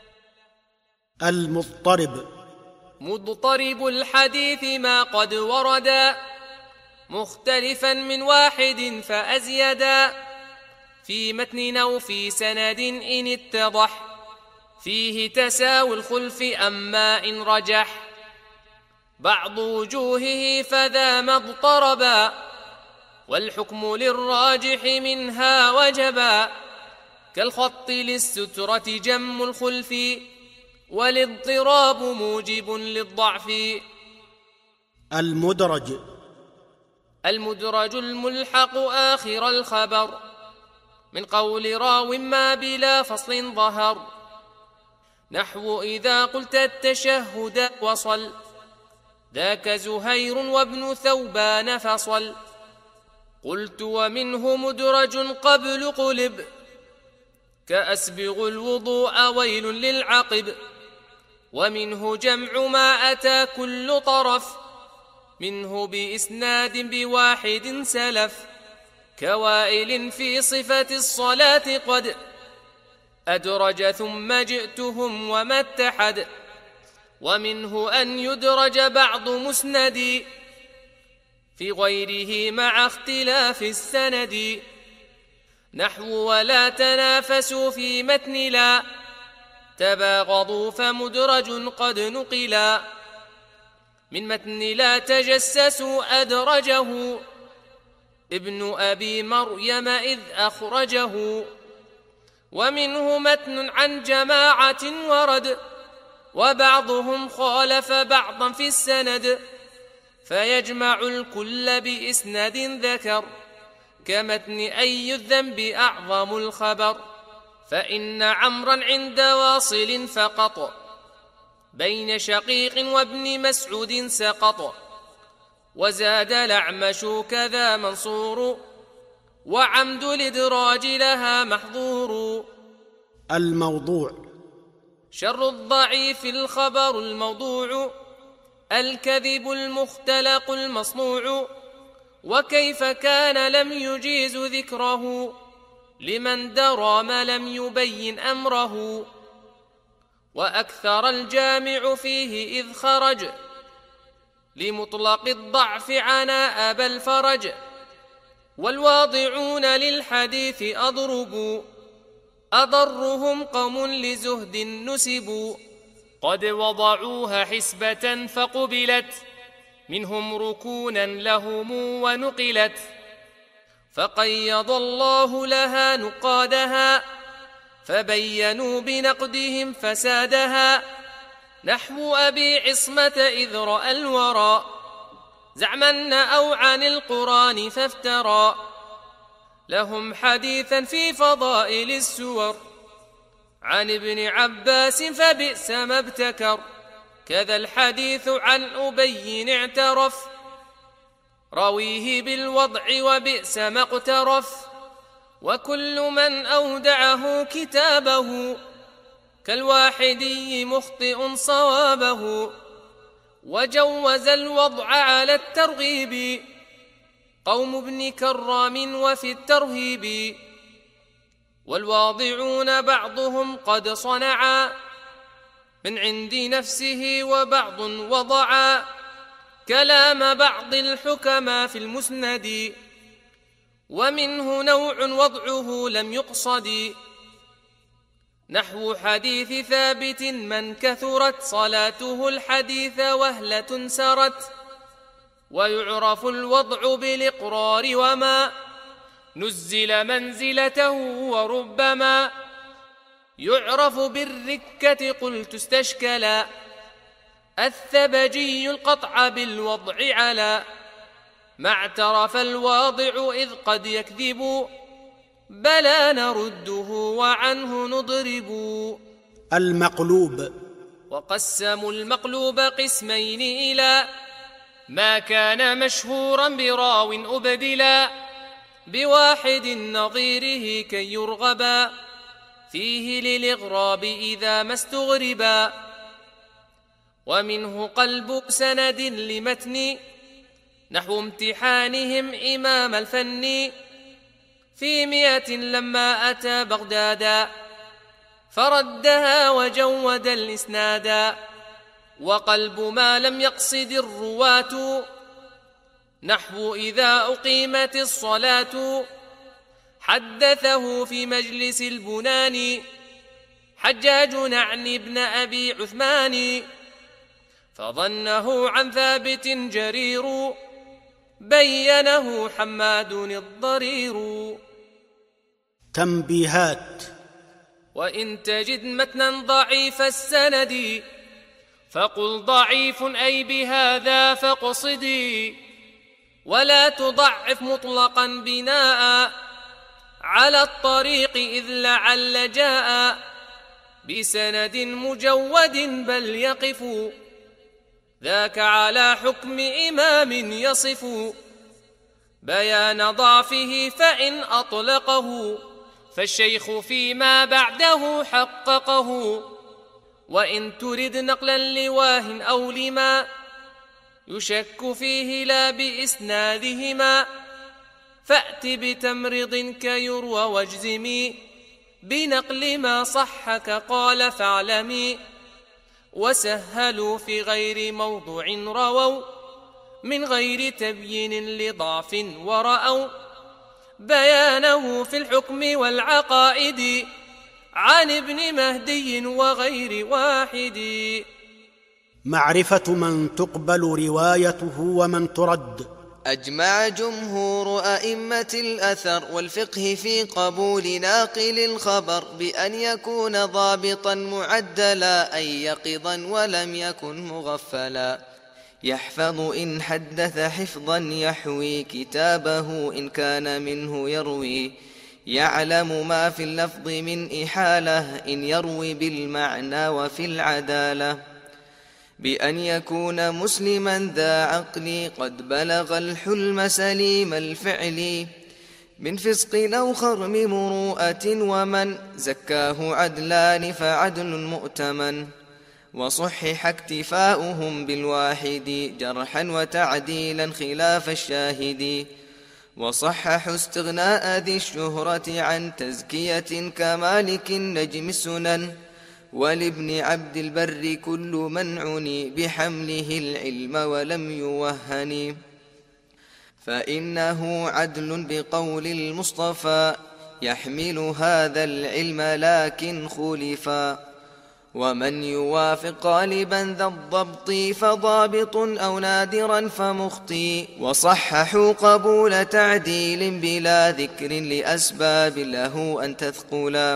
المضطرب: مضطرب الحديث ما قد وردا مختلفا من واحد فأزيدا، في متن أو في سند إن اتضح فيه تساوي الخلف، أما إن رجح بعض وجوهه فذا ما اضطربا، والحكم للراجح منها وجبا، كالخط للسترة جم الخلف، والاضطراب موجب للضعف. المدرج: المدرج الملحق آخر الخبر من قول راو ما بلا فصل ظهر، نحو إذا قلت التشهد وصل ذاك زهير وابن ثوبان فصل، قلت ومنه مدرج قبل قلب كأسبغ الوضوء ويل للعقب، ومنه جمع ما أتى كل طرف منه بإسناد بواحد سلف، كوائل في صفة الصلاة قد أدرج ثم جئتهم وما اتحد، ومنه أن يدرج بعض مسند في غيره مع اختلاف السند، نحو ولا تنافسوا في متن لا تباغضوا فمدرج قد نقلا، من متن لا تجسسوا أدرجه ابن أبي مريم إذ أخرجه. ومنه متن عن جماعة ورد، وبعضهم خالف بعضا في السند، فيجمع الكل بإسناد ذكر، كمتن أي الذنب أعظم الخبر. فإن عمرا عند واصل فقط، بين شقيق وابن مسعود سقط. وزاد الأعمش كذا منصور، وعمد الإدراج لها محظور. الموضوع: شر الضعيف الخبر الموضوع، الكذب المختلق المصنوع. وكيف كان لم يجيز ذكره، لمن درى ما لم يبين أمره. وأكثر الجامع فيه إذ خرج، لمطلق الضعف عنا أبا الفرج. والواضعون للحديث أضربوا، أضرهم قوم لزهد نسبوا. قد وضعوها حسبة فقبلت، منهم ركونا لهم ونقلت. فقيض الله لها نقادها، فبينوا بنقدهم فسادها. نحو أبي عصمة إذ رأى الورى، زعما أو عن القرآن فافترى. لهم حديثا في فضائل السور، عن ابن عباس فبئس ما ابتكر. كذا الحديث عن أبي اعترف، رويه بالوضع وبئس ما اقترف. وكل من أودعه كتابه، كالواحدي مخطئ صوابه. وجوز الوضع على الترغيب، قوم ابن كرام وفي الترهيب. والواضعون بعضهم قد صنعا، من عند نفسه وبعض وضعا، كلام بعض الحكما في المسند. ومنه نوع وضعه لم يقصد، نحو حديث ثابت من كثرت صلاته الحديث وهلة سرت. ويعرف الوضع بالإقرار وما نزل منزلته. وربما يعرف بالركة قلت استشكلا، الثبجي القطع بالوضع على ما اعترف الواضع إذ قد يكذب. بلى نرده وعنه نضرب. المقلوب: وقسموا المقلوب قسمين إلى ما كان مشهورا براو أبدلا، بواحد نظيره كي يرغبا فيه للإغراب إذا ما استغربا. ومنه قلب سند لمتن، نحو امتحانهم إمام الفن في 100 لما أتى بغدادا، فردها وجود الإسنادا. وقلب ما لم يقصد الرواة، نحو إذا أقيمت الصلاة، حدثه في مجلس البنان حجاج عن ابن أبي عثمان، فظنه عن ثابت جرير، بينه حماد الضرير. تنبيهات: وإن تجد متنا ضعيف السند، فقل ضعيف أي بهذا فاقصدي، ولا تضعف مطلقا بناء على الطريق إذ لعل جاء بسند مجود بل يقف، ذاك على حكم إمام يصف بيان ضعفه فإن أطلقه، فالشيخ فيما بعده حققه. وإن ترد نقلا لواه أو لما يشك فيه لا بإسنادهما، فأت بتمرض كيروى واجزمي بنقل ما صحك قال فاعلمي. وسهلوا في غير موضوع رووا من غير تبيين لضعف، ورأوا بيانه في الحكم والعقائد عن ابن مهدي وغير واحد. معرفة من تقبل روايته ومن ترد. أجمع جمهور أئمة الأثر والفقه في قبول ناقل الخبر بأن يكون ضابطا معدلا أي يقظا ولم يكن مغفلا، يحفظ إن حدث حفظا يحوي كتابه إن كان منه يروي، يعلم ما في اللفظ من إحالة إن يروي بالمعنى وفي العدالة، بأن يكون مسلما ذا عقل قد بلغ الحلم سليم الفعل، من فسق أو خرم مروءة، ومن زكاه عدلان فعدل مؤتمن، وصحح اكتفاؤهم بالواحد جرحا وتعديلا خلاف الشاهد، وصححوا استغناء ذي الشهرة عن تزكية كمالك النجم السنن، ولابن عبد البر كل من عني بحمله العلم ولم يوهن، فإنه عدل بقول المصطفى يحمل هذا العلم لكن خلفا، ومن يوافق غالبا ذا الضبط فضابط أو نادرا فمخطي، وصححوا قبول تعديل بلا ذكر لأسباب له أن تثقلا،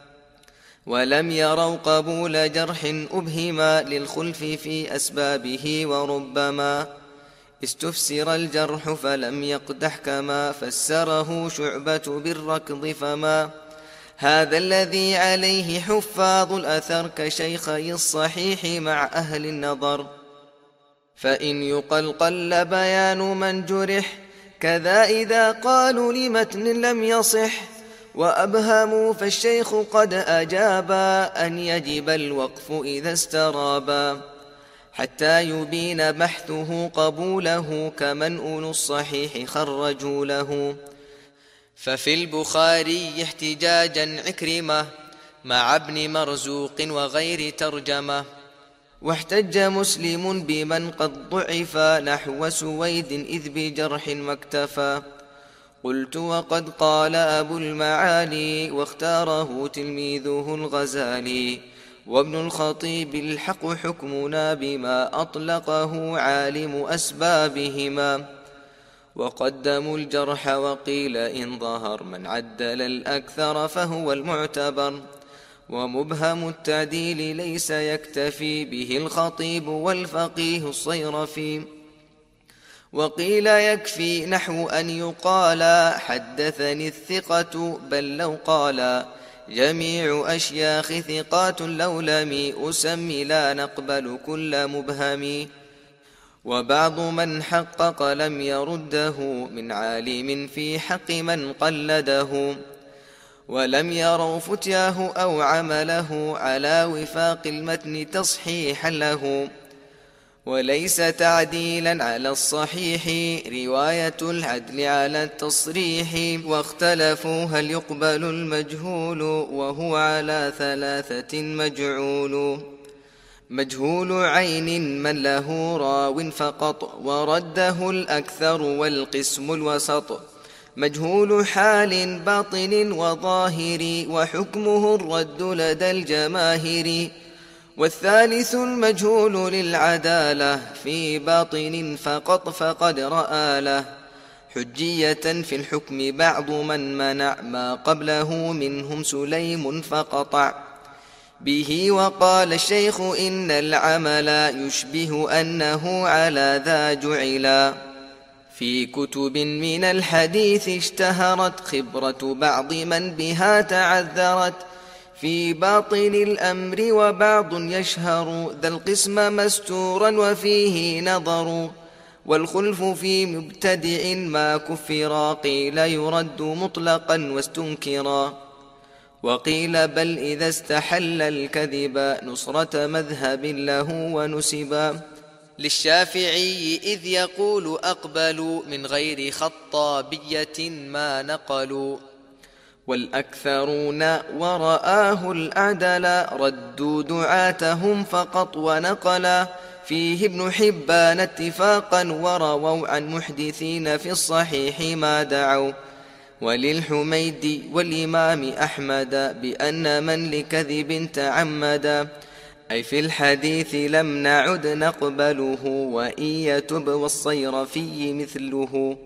ولم يروا قبول جرح أبهما للخلف في أسبابه، وربما استفسر الجرح فلم يقدح كما فسره شعبة بالركض، فما هذا الذي عليه حفاظ الأثر كشيخي الصحيح مع أهل النظر، فإن يقل قل بيان من جرح، كذا إذا قالوا لمتن لم يصح، وأبهموا فالشيخ قد أجابا أن يجب الوقف إذا استرابا، حتى يبين بحثه قبوله كمن أولو الصحيح خرجوا له، ففي البخاري احتجاجا عكرمة مع ابن مرزوق وغير ترجمة، واحتج مسلم بمن قد ضعف نحو سويد إذ بجرح ما اكتفى، قلت وقد قال أبو المعالي واختاره تلميذه الغزالي، وابن الخطيب الحق حكمنا بما أطلقه عالم أسبابهما، وقدموا الجرح وقيل إن ظهر من عدل الأكثر فهو المعتبر، ومبهم التعديل ليس يكتفي به الخطيب والفقيه الصيرفي، وقيل يكفي نحو أن يقال حدثني الثقة، بل لو قال جميع أشياخ ثقات لو لم أسمي لا نقبل كل مبهم، وبعض من حقق لم يرده من عالم في حق من قلده، ولم يروا فتياه أو عمله على وفاق المتن تصحيحا له، وليس تعديلا على الصحيح رواية العدل على التصريح، واختلفوا هل يقبل المجهول وهو على ثلاثة مجعول، مجهول عين من له راو فقط ورده الأكثر والقسم الوسط، مجهول حال باطن وظاهر وحكمه الرد لدى الجماهير، والثالث المجهول للعدالة في باطن فقط فقد رأى له حجية في الحكم بعض من منع ما قبله منهم سليم فقطع به، وقال الشيخ إن العمل يشبه أنه على ذا جعلا، في كتب من الحديث اشتهرت خبرة بعض من بها تعذرت، في باطن الأمر وبعض يشهر ذا القسم مستورا وفيه نظر، والخلف في مبتدع ما كفرا قيل يرد مطلقا واستنكرا، وقيل بل إذا استحل الكذب نصرة مذهب له ونسبا، للشافعي إذ يقول أقبلوا من غير خطابية ما نقلوا، والأكثرون ورآه الأعدل ردوا دعاتهم فقط ونقلا، فيه ابن حبان اتفاقا ورووا عن محدثين في الصحيح ما دعوا، وللحميد والإمام أحمد بأن من لكذب تعمد أي في الحديث لم نعد نقبله، وإن يتب والصيرفي مثله.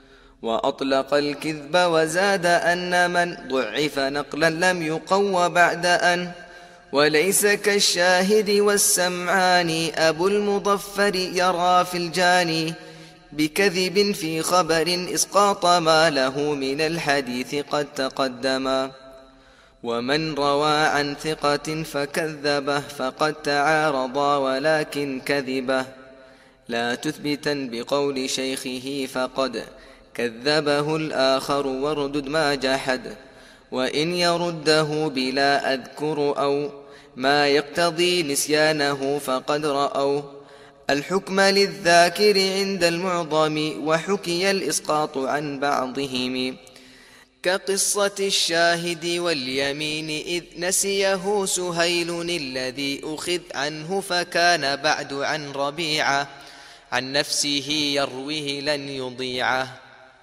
وأطلق الكذب وزاد أن من ضعف نقلا لم يقو بعد أن، وليس كالشاهد والسمعان أبو المظفر يرى في الجاني بكذب في خبر إسقاط ما له من الحديث قد تقدما. ومن روى عن ثقة فكذبه فقد تعارضا ولكن كذبه، لا تثبتا بقول شيخه فقد كذبه الآخر واردد ما جحد. وإن يرده بلا أذكر أو ما يقتضي نسيانه فقد رأوا الحكم للذاكر عند المعظم، وحكي الإسقاط عن بعضهم. كقصة الشاهد واليمين إذ نسيه سهيل الذي أخذ عنه، فكان بعد عن ربيعة عن نفسه يرويه لن يضيعه.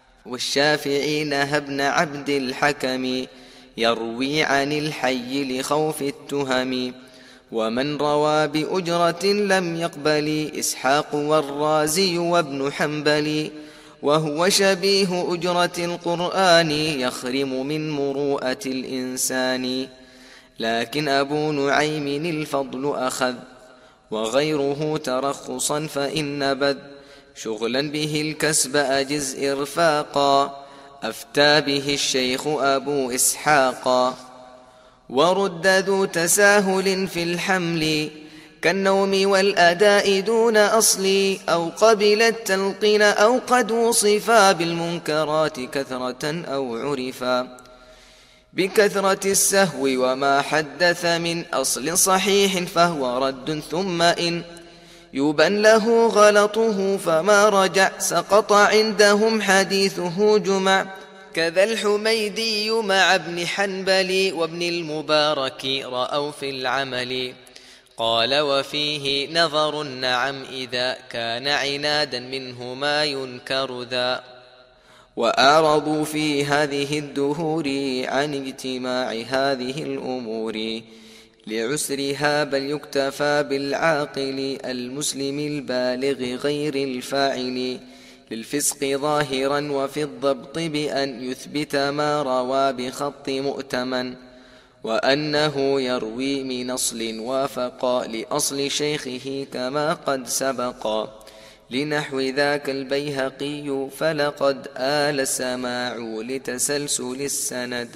والشافعي نهى ابن عبد الحكم يروي عن الحي لخوف التهم. ومن روى بأجرة لم يقبل إسحاق والرازي وابن حنبل، وهو شبيه أجرة القرآن يخرم من مروءة الإنسان. لكن أبو نعيم الفضل أخذ وغيره ترخصا، فإن بذ شغلا به الكسب أجز إرفاقا، أفتى به الشيخ أبو إسحاقا. ورد ذو تساهل في الحمل كالنوم والأداء دون أصل، أو قبل التلقين أو قد وصفا بالمنكرات كثرة أو عرفا. بكثرة السهو وما حدث من أصل صحيح فهو رد، ثم إن يبن له غلطه فما رجع سقط عندهم حديثه جمع. كذا الحميدي مع ابن حنبل وابن المبارك رأوا في العمل. قال وفيه نظر نعم إذا كان عنادا منه ما ينكر ذا. وأعرضوا في هذه الدهور عن اجتماع هذه الأمور لعسرها، بل يكتفى بالعاقل المسلم البالغ غير الفاعل للفسق ظاهرا، وفي الضبط بأن يثبت ما روى بخط مؤتمن، وأنه يروي من أصل وافق لأصل شيخه كما قد سبق. لنحو ذاك البيهقي فلقد آل السماع لتسلسل السند.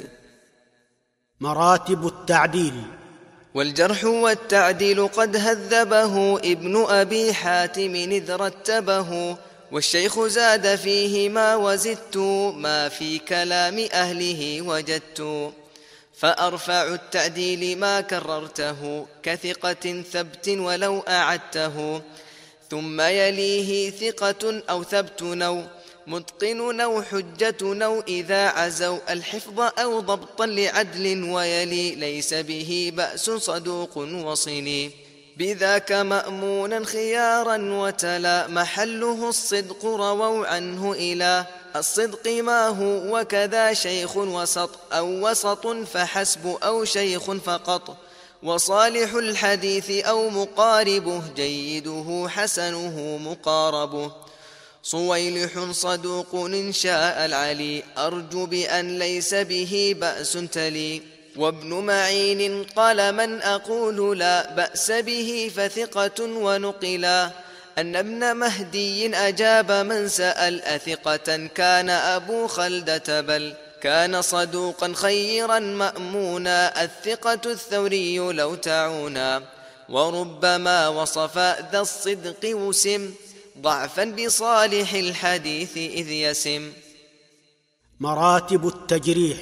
مراتب التعديل. والجرح والتعديل قد هذبه ابن أبي حاتم إذ رتبه، والشيخ زاد فيه ما وزدت ما في كلام أهله وجدت. فأرفع التعديل ما كررته كثقة ثبت ولو أعدته، ثم يليه ثقة أو ثبت نو متقن أو حجة نو إذا عزوا الحفظ أو ضبطا لعدل، ويلي ليس به بأس صدوق وصلي بذاك مأمونا خيارا وتلا محله الصدق رووا عنه إلى الصدق ما هو، وكذا شيخ وسط أو وسط فحسب أو شيخ فقط، وصالح الحديث أو مقاربه جيده حسنه مقاربه. صويلح صدوق إن شاء العلي أرجو بأن ليس به بأس تلي. وابن معين قال من أقول لا بأس به فثقة، ونقلا أن ابن مهدي أجاب من سأل أثقة كان أبو خلدة بل كان صدوقا خيرا مأمونا، الثقة الثوري لو تعونا. وربما وصف ذا الصدق وسم ضعفا بصالح الحديث إذ يسم. مراتب التجريح.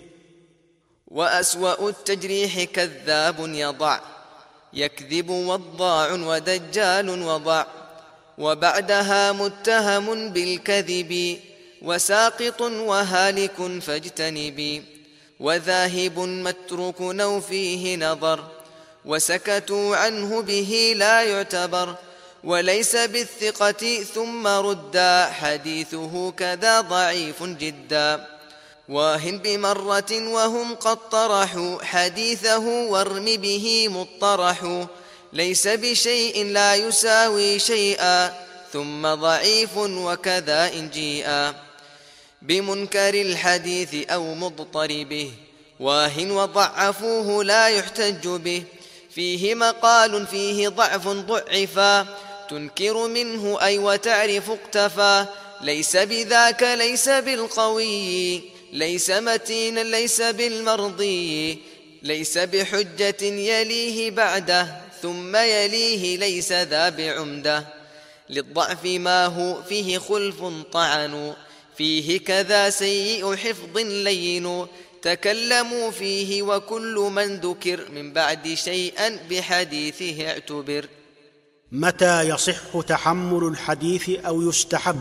وأسوأ التجريح كذاب يضع يكذب وضاع ودجال وضع، وبعدها متهم بالكذب وساقط وهالك فاجتنبي، وذاهب متروك أو فيه نظر وسكتوا عنه به لا يعتبر، وليس بالثقة ثم ردا حديثه كذا ضعيف جدا. واهن بمرة وهم قد طرحوا حديثه وارم به مطرح، ليس بشيء لا يساوي شيئا ثم ضعيف وكذا إن جيء بمنكر الحديث أو مضطربه واه وضعفوه لا يحتج به فيه مقال فيه ضعف ضعفا تنكر منه أي وتعرف اقتفى ليس بذاك ليس بالقوي ليس متينا ليس بالمرضي ليس بحجة يليه بعده ثم يليه ليس ذا بعمده للضعف ما هو فيه خلف طعن فيه كذا سيء حفظ لين تكلموا فيه وكل من ذكر من بعد شيئا بحديثه اعتبر. متى يصح تحمل الحديث أو يستحب؟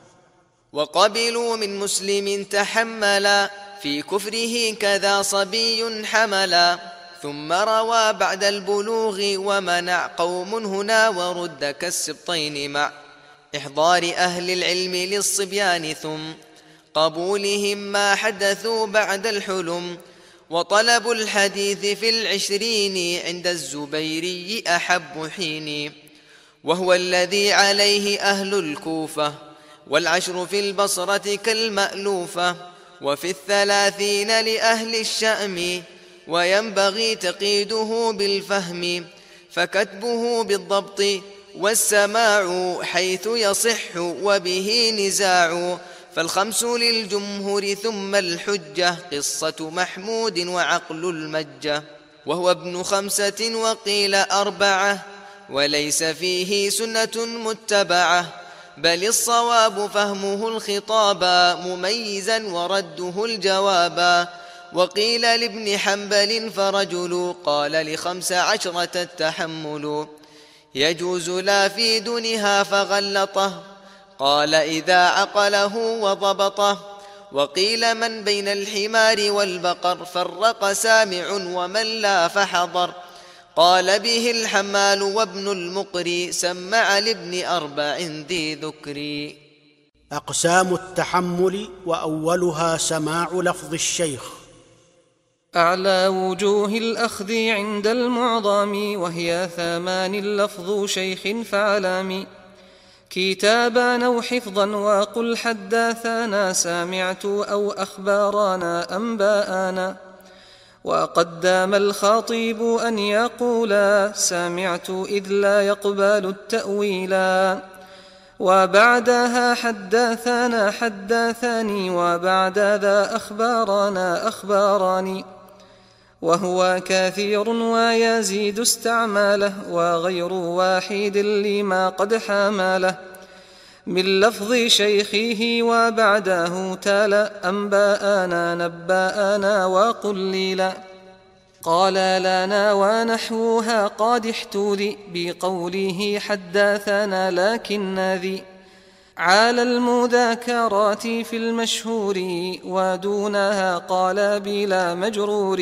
وقبلوا من مسلم تحملا في كفره كذا صبي حملا ثم روى بعد البلوغ ومنع قوم هنا ورد كالسبطين مع إحضار أهل العلم للصبيان ثم قبولهم ما حدثوا بعد الحلم وطلب الحديث في 20 عند الزبيري أحب حين وهو الذي عليه أهل الكوفة والعشر في البصرة كالمألوفة وفي 30 لأهل الشأم وينبغي تقييده بالفهم فكتبه بالضبط والسماع حيث يصح وبه نزاع فالخمس للجمهور ثم الحجة قصة محمود وعقل المجة وهو ابن 5 وقيل 4 وليس فيه سنة متبعة بل الصواب فهمه الخطابا مميزا ورده الجوابا وقيل لابن حنبل فرجل قال ل15 التحمل يجوز لا في دونها فغلطه قال إذا عقله وضبطه وقيل من بين الحمار والبقر فرق سامع ومن لا فحضر قال به الحمال وابن المقري سمع لابن 4 ذي ذكري. أقسام التحمل وأولها سماع لفظ الشيخ. أعلى وجوه الأخذ عند المعظم وهي 8 لفظ شيخ فعلام كتابا أو حفظا وقل حدثنا سمعت أو أخبارنا أنباءنا وقدم الخطيب أن يقولا سمعت إذ لا يقبل التأويلا وبعدها حدثنا حدثني وبعد ذا أخبارنا أخباراني وهو كثير ويزيد استعماله وغير واحد لما قد حمله من لفظ شيخه وبعده تلا أنباءنا نباءنا وقليلا قال لنا ونحوها قد احتذي بقوله حدثنا لكن ذي على المذاكرات في المشهور ودونها قال بلا مجرور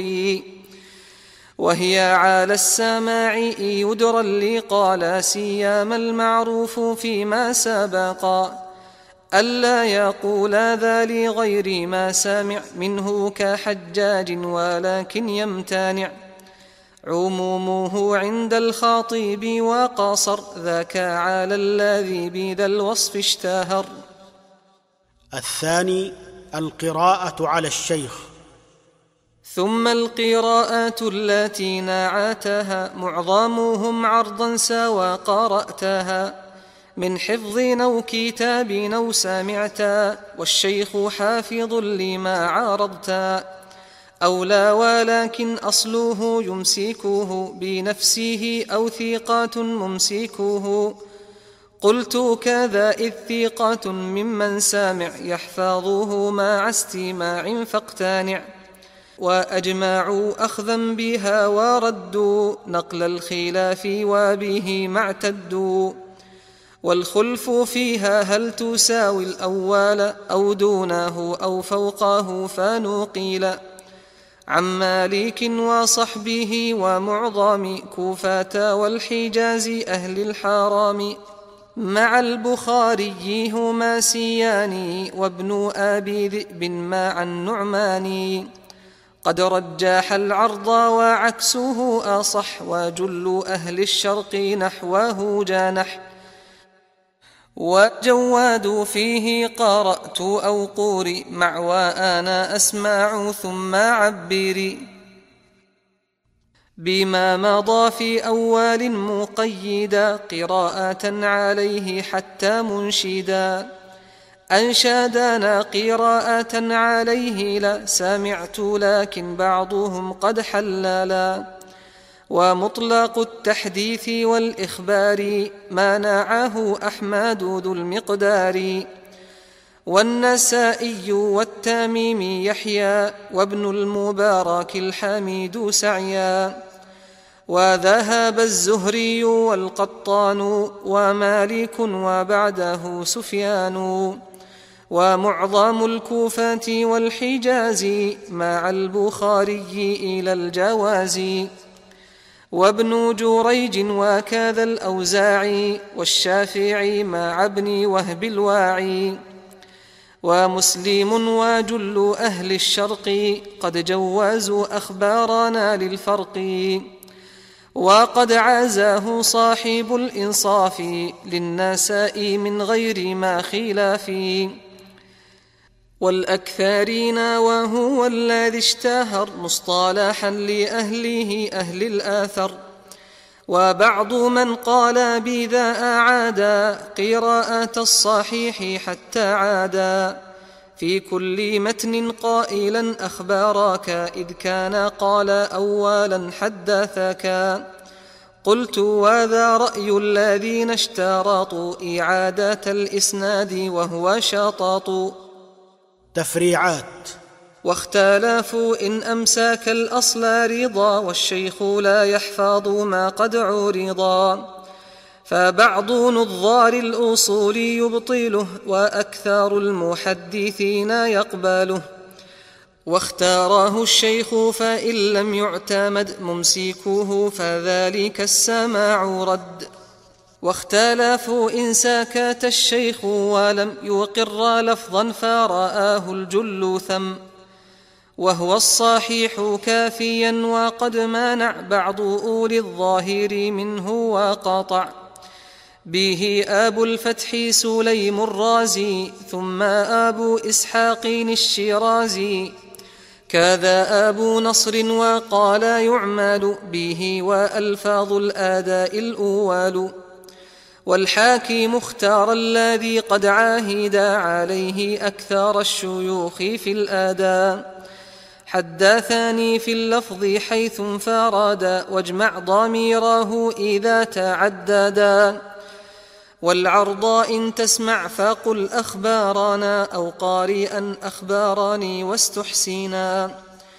وهي على السماع يدرى اللي قال سيما المعروف فيما سبق ألا يقول ذا لغير ما سمع منه كحجاج ولكن يمتنع عمومه عند الخطيب وقصر ذاك على الذي بذا الوصف اشتهر. الثاني القراءة على الشيخ. ثم القراءات التي نعتها معظمهم عرضا سوى قرأتها من حفظ أو كتاب أو سمعتا والشيخ حافظ لما عارضتا أو لا ولكن أصله يمسكه بنفسه أو ثقات ممسكه قلت كذا إذ ثقات ممن سامع يحفظه مع استماع فاقتنع وأجمعوا أخذا بها وردوا نقل الخلاف وبه ما اعتدوا والخلف فيها هل تساوي الأول أو دونه أو فوقه فنقيل عن مالك وصحبه ومعظم كوفة والحجاز أهل الحرام مع البخاري هما سيان وابن أبي ذئب مع النعمان قد رجح العرض وعكسه أصح، وجل أهل الشرق نحوه جانح. وجواد فيه قرأت أو قوري، مع وأنا أسمع ثم عبري. بما مضى في أول مقيدا، قراءة عليه حتى منشدا. أنشادنا قراءة عليه لا سمعت، لكن بعضهم قد حللا. ومطلق التحديث والإخبار، مانعه أحمد ذو المقدار. والنسائي والتميمي يحيى، وابن المبارك الحميد سعيا. وذهب الزهري والقطان، ومالك وبعده سفيان. ومعظم الكوفة والحجاز، مع البخاري إلى الجواز. وابن جريج وكذا الأوزاعي، والشافعي مع ابن وهب الواعي. ومسلم وجل أهل الشرق، قد جوازوا أخبارنا للفرق. وقد عزاه صاحب الإنصاف، للنساء من غير ما خلاف. والأكثرين وهو الذي اشتهر، مصطلحا لأهله أهل الآثر. وبعض من قال بذا أعادا، قراءة الصحيح حتى عادا. في كل متن قائلا أخبارك، إذ كان قال أولا حدثك. قلت وذا رأي الذين اشترطوا إعادة الإسناد، وهو شطط. تفريعات. واختلفوا إن أمساك الأصل رضا، والشيخ لا يحفظ ما قد عرضا. فبعض نظار الأصول يبطله، وأكثر المحدثين يقبله. واختاره الشيخ فإن لم يعتمد ممسكه، فذلك السماع رد. واختلفوا إن سكت الشيخ ولم يقر لفظا، فرآه الجل ثم. وهو الصحيح كافيا، وقد مانع بعض أولي الظاهر منه وقطع. به أبو الفتح سليم الرازي، ثم أبو إسحاق الشيرازي. كذا أبو نصر، وقال يعمل به، وألفاظ الآداء الأول. والحاكم اختار الذي قد عاهد عليه أكثر الشيوخ في الآداء. حدثني في اللفظ حيث انفردا، واجمع ضميره إذا تعددا. والعرض إن تسمع فقل أخبارنا، أو قارئا أخبارني واستحسنا.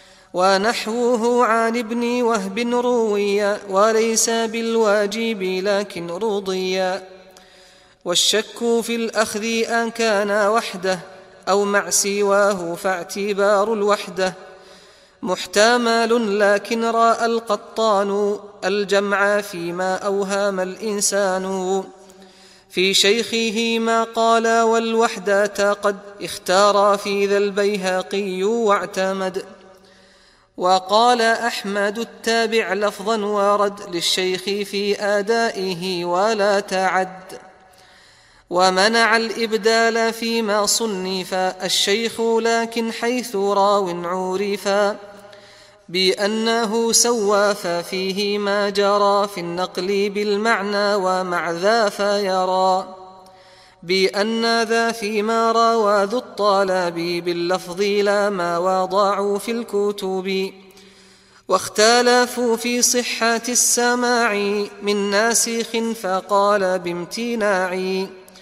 ونحوه عن ابن وهب رويا، وليس بالواجب لكن رضيا. والشك في الأخذ أن كان وحده، أو مع سواه فاعتبار الوحدة. محتمل لكن رأى القطان، الجمع فيما أوهم الإنسان. في شيخه ما قال والوحدة قد اختار، في ذا البيهقي واعتمد. وقال أحمد التابع لفظا ورد، للشيخ في آدائه ولا تعد. ومنع الإبدال فيما صنف الشيخ، لكن حيث راو عورفا بأنه سوى، ففيه ما جرى في النقل بالمعنى، ومع ذا فيرى بأن ذا فيما روى ذو الطلب باللفظ، لا ما وضعوا في الكتب. واختلفوا في صحة السماع من ناسخ، فقال بامتناع.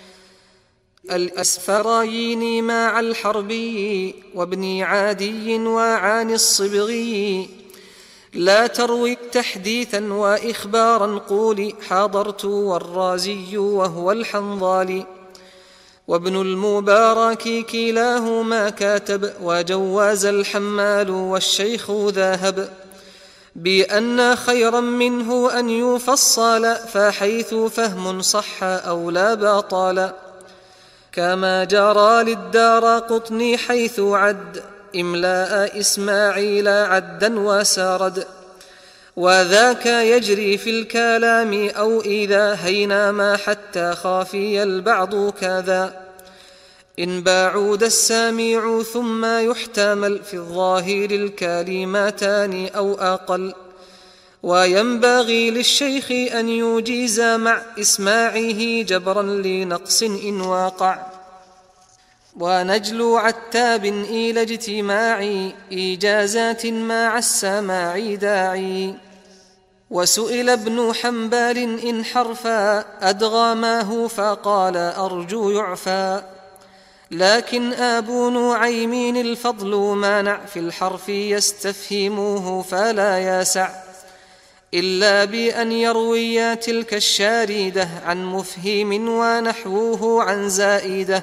الأسفراين مع الحربي، وابن عادي وعن الصبغي. لا تروي تحديثا وإخبارا، قولي حضرت والرازي وهو الحنظالي. وابن المبارك كلاهما كاتب، وجوز الحمال والشيخ ذهب بأن خيرا منه أن يفصل، فحيث فهم صح أو لا باطل. كما جرى للدارقطني حيث عد إملاء إسماعيل عدا وسرد. وذاك يجري في الكلام أو إذا هينما حتى خافي البعض كذا، إن باعود السامع ثم يحتمل في الظاهر الكلمتان أو أقل. وينبغي للشيخ أن يجيز مع إسماعه جبرا لنقص إن واقع. ونجل عتاب إلى اجتماع إيجازات مع السماع داعي. وسئل ابن حنبال إن حرفا أدغماه فقال أرجو يعفى. لكن أبو نعيم الفضل مانع في الحرف يستفهموه فلا يسع، إلا بأن يروي تلك الشاردة عن مفهم ونحوه عن زائدة.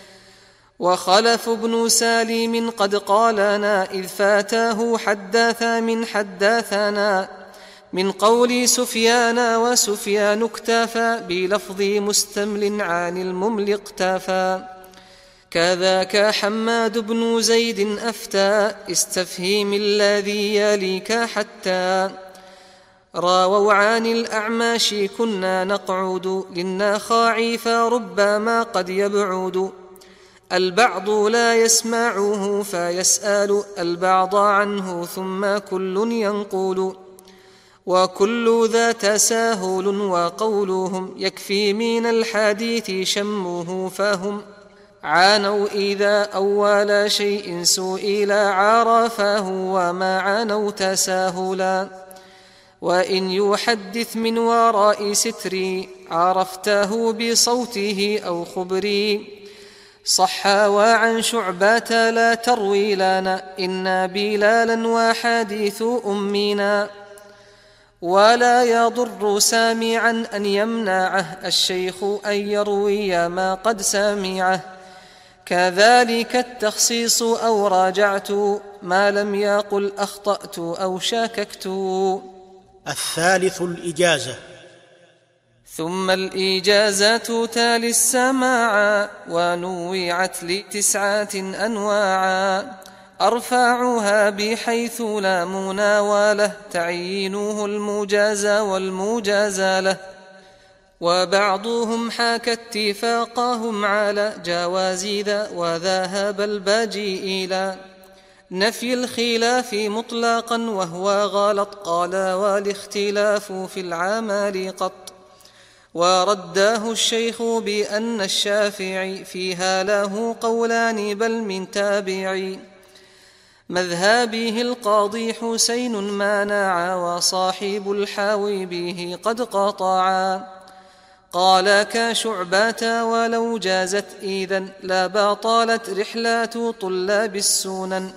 وخلف بن سالم قد قالنا إذ فاتاه حدث من حدثنا من قول سفيان، وسفيان اكتفى بلفظ مستمل عن الممل اقتفى. كذاك حماد بن زيد أفتى استفهيم الذي يليك حتى. راووا عن الأعماش كنا نقعد للنخاع فربما قد يبعد. البعض لا يسمعه فيسأل البعض عنه ثم كل ينقول. وكل ذا تساهل وقولهم يكفي من الحديث شمه فهم عانوا إذا أول شيء سئل عرفه وما عانوا تساهلا. وإن يحدث من وراء ستري عرفته بصوته أو خبري. صح وعن شعبة لا تروي لنا إنا بلالا وحديث أمنا. ولا يضر سامعا أن يمنعه الشيخ أن يروي ما قد سمعه. كذلك التخصيص أو راجعت ما لم يقل أخطأت أو شككت. الثالث الإجازة. ثم الإجازات تالي السماع ونوعت ل9 أنواعا. أرفعها بحيث لا مناوله تعيينه المجازى والمجازى له. وبعضهم حاك اتفاقهم على جواز ذا وذهب الباجي إلى نفي الخلاف مطلقا وهو غلط. قال والاختلاف في العمل قط. ورداه الشيخ بأن الشافعي فيها له قولان بل من تابعي. مذهبه القاضي حسين مانع وصاحب الحاوي به قد قطعا. قال كشعبة ولو جازت إذن لا بطالت رحلات طلاب السنن.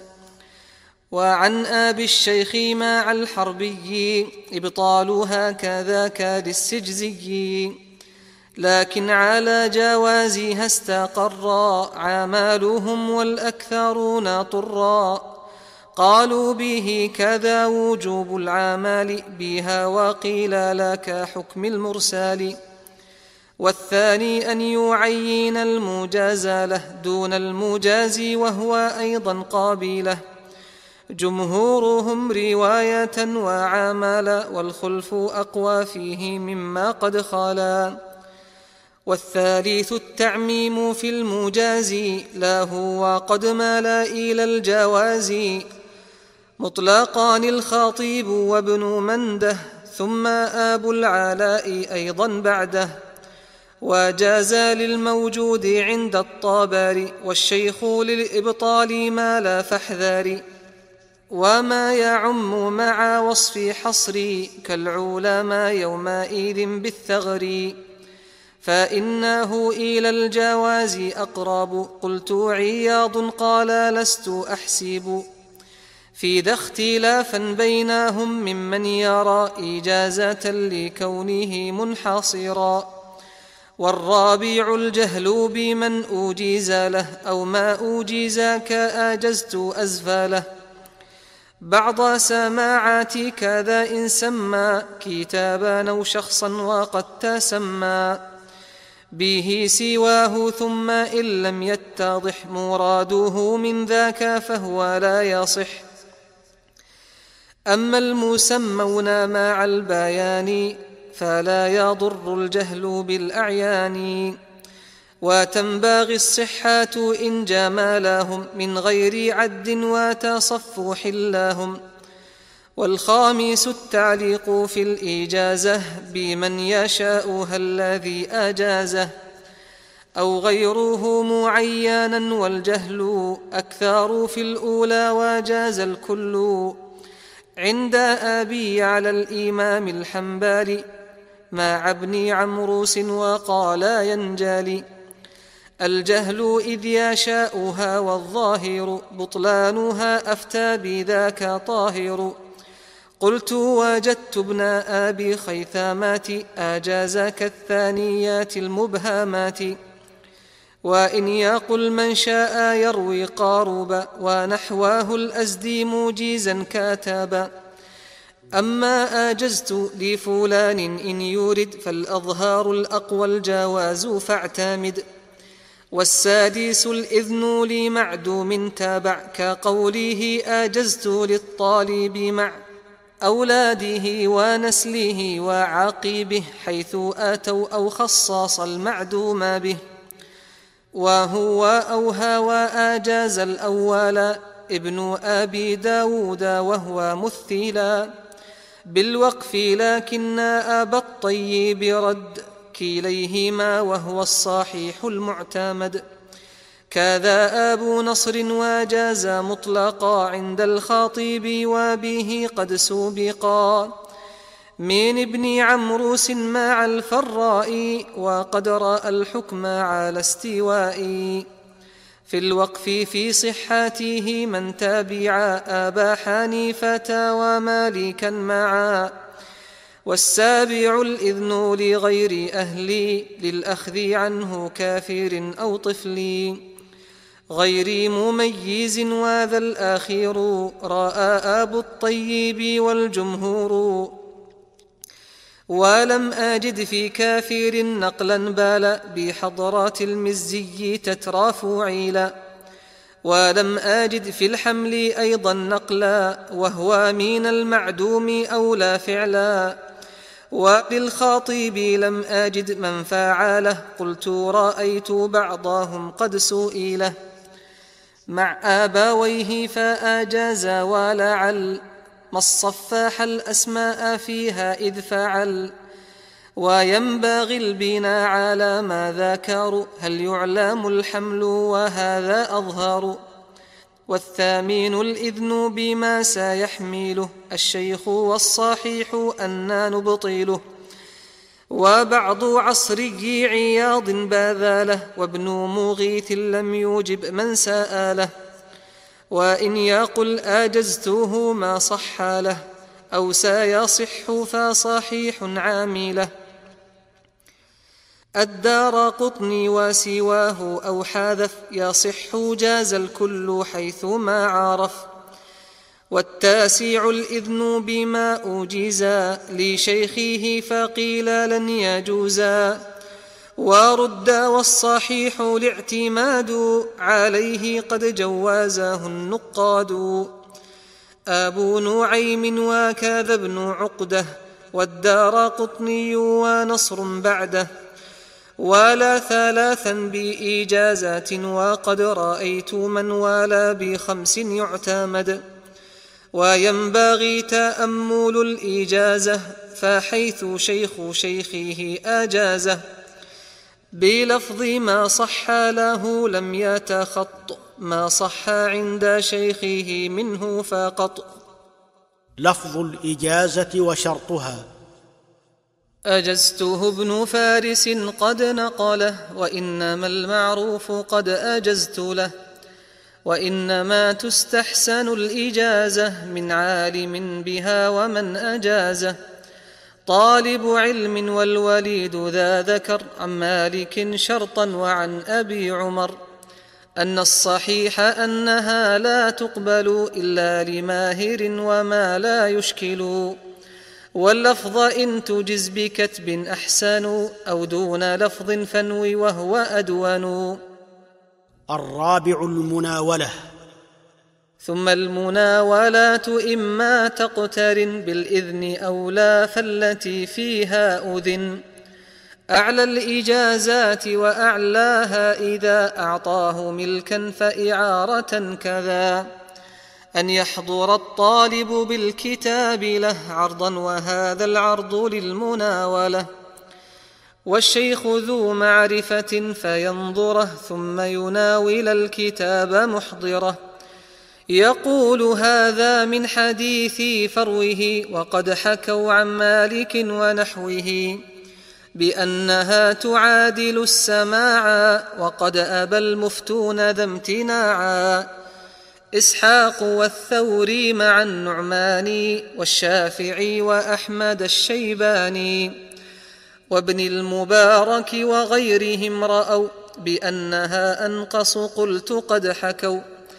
وعن أبي الشيخ مع الحربي إبطالها كذاك للسجزي. لكن على جوازها استقرا عمالهم والأكثرون طرا. قالوا به كذا وجوب العمال بها وقيل لك حكم المرسال. والثاني أن يعين المجازى له دون المجازي وهو أيضا قابله. جمهورهم رواية وعملا والخلف أقوى فيه مما قد خلا. والثالث التعميم في المجازي لا هو قد مال إلى الجواز. مطلقان الخطيب وابن منده ثم أبو العلاء أيضا بعده. وجاز للموجود عند الطبري والشيخ للإبطال ما لا فاحذري. وما يعم مع وصف حصري كالعلماء يومئذ بالثغر. فإنه إلى الجواز أقرب. قلت عياض قال لست أحسب في ذا اختلافا بينهم ممن يرى إجازة لكونه منحصرا. والرابع الجهل بمن أوجيز له أو ما أوجيز كأجزت أزفله. بعض سماعات كذا إن سمى كتابا أو شخصا وقد تسمى به سواه ثم إن لم يتضح مراده من ذاك فهو لا يصح. أما المسمون مع البيان فلا يضر الجهل بالأعيان، وتنبغي الصحات إن جمالهم من غير عد وتصفح لهم. والخامس التعليق في الإجازة بمن يشاءها الذي أجازه أو غيره معينا، والجهل أكثر في الأولى وجاز الكل. عند أبي على الإمام الحنبلي مع ابن عمروس وقال ينجلي. الجهل إذ يشاؤها والظاهر بطلانها أفتى بذاك طاهر. قلت وجدت ابن أبي خيثامات أجاز كالثانيات المبهمات. وإن يقل من شاء يروي قاربا ونحواه الأزدي موجزا كاتبا. أما أجزت لفلان إن يرد فالأظهار الأقوى الجواز فاعتمد. والسادس الإذن لمعدوم تابع كقوله أجزت للطالب مع أولاده ونسله وعقيبه حيث أتوا أو خصص المعدوم به. وهو أوهى وأجاز الأول ابن أبي داود وهو مثلا بالوقف، لكن أبا الطيب رد كليهما وهو الصحيح المعتمد. كذا أبو نصر وجاز مطلقا عند الخطيب وبه قد سبقا من ابن عمروس مع الفراء، وقد رأى الحكم على استواء. في الوقف في صحته من تابع أبا حنيفة ومالكا معا. والسابع الإذن لغير أهلي للأخذ عنه كافر أو طفل غير مميز، وذا الأخير رأى أبو الطيب والجمهور. ولم أجد في كافر نقلا بال بحضرات المزي تترى فعيلا. ولم أجد في الحمل أيضا نقلا وهو من المعدوم أولى فعلا. وللخاطب لم أجد من فعله قلت رأيت بعضهم قد سئله مع آبويه فأجاز ولعل ما الصفاح الأسماء فيها إذ فعل. وينبغي البناء على ما ذكروا هل يعلم الحمل وهذا أظهر. والثامن الإذن بما سيحمله الشيخ والصحيح أن نبطله. وبعض عصري عياض باذله وابن مغيث لم يوجب من سأله. وإن يقل أجزته ما صح له أو سيصح فصحيح عامله. الدارقطني وسواه أو حذف يصح جاز الكل حيث ما عرف. والتاسع الإذن بما أوجزا لشيخه فقيل لن يجوزا. ورد والصحيح الاعتماد عليه قد جوازه النقاد. أبو نعيم وكذا ابن عقدة والدارقطني ونصر بعده. ولا ثلاثا بإجازات وقد رأيت من ولا بخمس يعتمد. وينبغي تأمل الإجازة فحيث شيخ شيخه أجازه بلفظ ما صح له لم يتخط ما صح عند شيخه منه فقط. لفظ الإجازة وشرطها: أجزته ابن فارس قد نقله وإنما المعروف قد أجزت له. وإنما تستحسن الإجازة من عالم بها ومن أجازه طالب علم. والوليد ذا ذكر عن مالك شرطا وعن أبي عمر أن الصحيح أنها لا تقبل إلا لماهر وما لا يشكل. واللفظ إن تجز بكتب أحسن أو دون لفظ فانوي وهو أدون. الرابع المناولة. ثم المناولات إما تقترن بالإذن أو لا، فالتي فيها أذن أعلى الإجازات وأعلاها إذا أعطاه ملكا فإعارة كذا، أن يحضر الطالب بالكتاب له عرضا وهذا العرض للمناولة، والشيخ ذو معرفة فينظره ثم يناول الكتاب محضره، يقول هذا من حديثي فروه، وقد حكوا عن مالك ونحوه بأنها تعادل السماعا، وقد أبى المفتون ذا امتناعا، إسحاق والثوري مع النعماني والشافعي وأحمد الشيباني وابن المبارك وغيرهم رأوا بأنها أنقص، قلت قد حكوا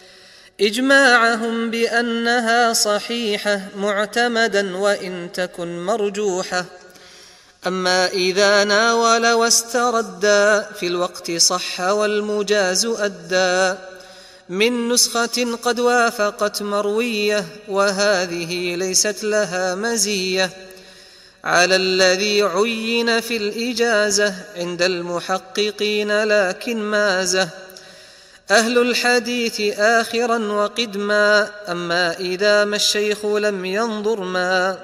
إجماعهم بأنها صحيحة معتمدا وإن تكن مرجوحة. أما إذا ناول واستردا في الوقت صح والمجاز أدى، من نسخة قد وافقت مروية وهذه ليست لها مزية، على الذي عين في الإجازة عند المحققين لكن مازه أهل الحديث آخرا وقدما. أما إذا ما الشيخ لم ينظر ما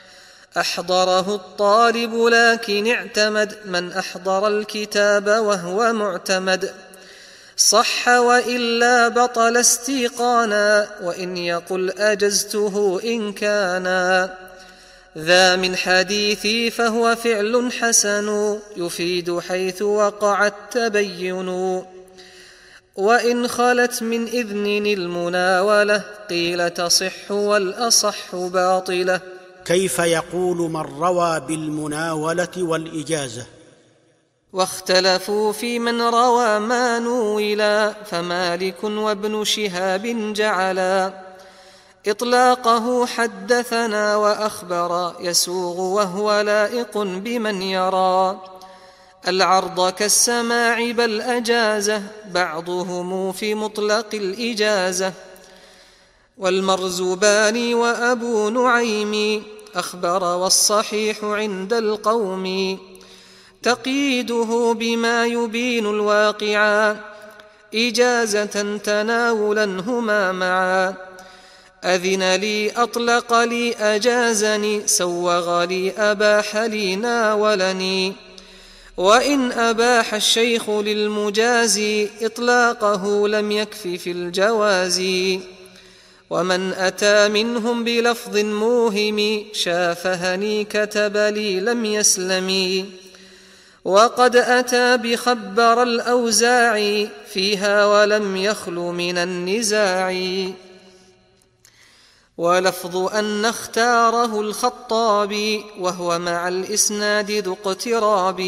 أحضره الطالب لكن اعتمد، من أحضر الكتاب وهو معتمد صح وإلا بطل استيقانا، وإن يقل أجزته إن كانا ذا من حديثي فهو فعل حسن، يفيد حيث وقع التبين، وإن خلت من إذن المناولة قيل تصح والأصح باطلة. كيف يقول من روى بالمناولة والإجازة؟ واختلفوا في من روى ما نولا، فمالك وابن شهاب جعلا إطلاقه حدثنا وأخبرا، يسوغ وهو لائق بمن يرى العرض كالسماع بل أجازه بعضهم في مطلق الإجازة. والمرزباني وأبو نعيم أخبر، والصحيح عند القوم تقييده بما يبين الواقعا، إجازة تناولا هما معا، أذن لي أطلق لي أجازني، سوغ لي أباح لي ناولني، وإن أباح الشيخ للمجازي إطلاقه لم يكف في الجواز. ومن أتى منهم بلفظ موهم شافهني كتب لي لم يسلمي، وقد أتى بخبر الأوزاعي فيها ولم يخل من النزاع. ولفظ أن اختاره الخطابي وهو مع الإسناد ذو اقتراب،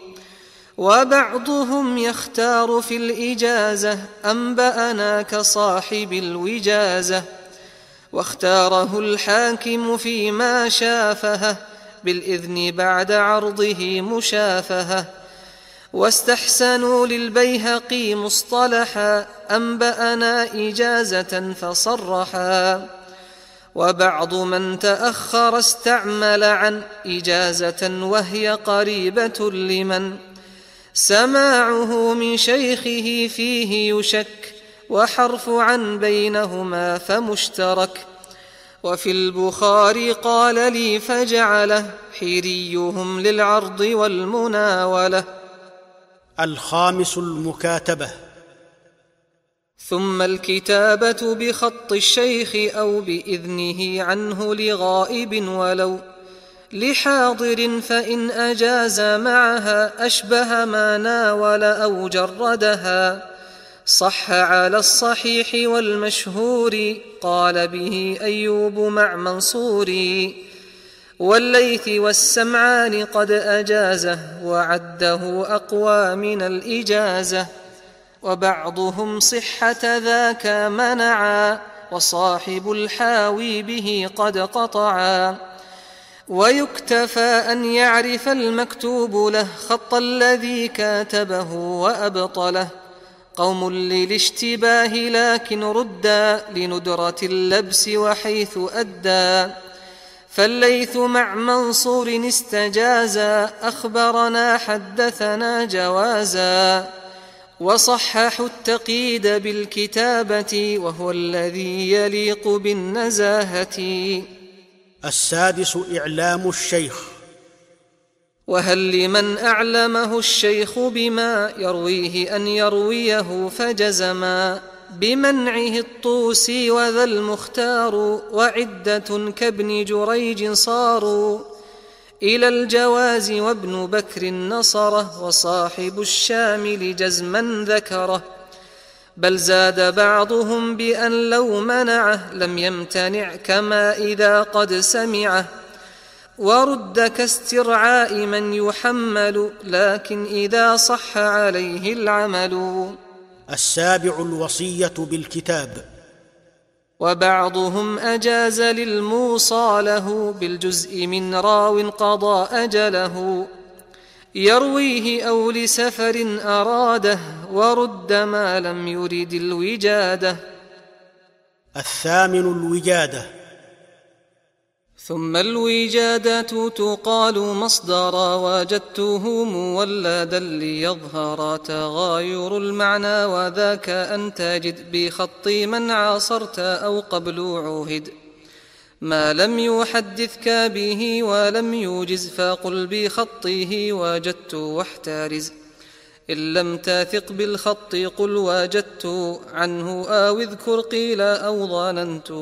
وبعضهم يختار في الإجازة أنبأنا كصاحب الوجازة، واختاره الحاكم فيما شافه بالإذن بعد عرضه مشافهة، واستحسنوا للبيهقي مصطلحا أنبأنا إجازة فصرحا، وبعض من تأخر استعمل عن إجازة وهي قريبة لمن سماعه من شيخه فيه يشك، وحرف عن بينهما فمشترك. وفي البخاري قال لي فجعله حيريهم للعرض والمناولة. الخامس المكاتبة. ثم الكتابة بخط الشيخ أو بإذنه عنه لغائب ولو لحاضر، فإن أجاز معها أشبه ما ناول أو جردها، صح على الصحيح والمشهور، قال به أيوب مع منصور، والليث والسمعان قد أجازه، وعده أقوى من الإجازة. وبعضهم صحة ذاك منعا، وصاحب الحاوي به قد قطعا، ويكتفى أن يعرف المكتوب له خط الذي كاتبه وأبطله. قوم للاشتباه لكن ردا لندرة اللبس وحيث أدى. فالليث مع منصور استجازا أخبرنا حدثنا جوازا. وصححوا التقييد بالكتابة وهو الذي يليق بالنزاهة. السادس إعلام الشيخ. وهل لمن أعلمه الشيخ بما يرويه أن يرويه فجزما بمنعه الطوسي وذا المختار وعدة كابن جريج صاروا إلى الجواز وابن بكر نصره وصاحب الشامل جزما ذكره. بل زاد بعضهم بأن لو منعه لم يمتنع كما إذا قد سمعه. ورد كاسترعاء من يحمل لكن إذا صح عليه العمل. السابع الوصية بالكتاب. وبعضهم أجاز للموصى له بالجزء من راو قضى أجله يرويه أو لسفر أراده ورد ما لم يرد الوجادة. الثامن الوجادة. ثم الوجادة تقال مصدرا وجدته مولدا ليظهر تغاير المعنى وذاك أن تجد بخط من عاصرت أو قبل عهد ما لم يحدثك به ولم يوجز فقل بخطه وجدت واحترز. إن لم تثق بالخط قل وجدت عنه أو اذكر قيل أو ظننت.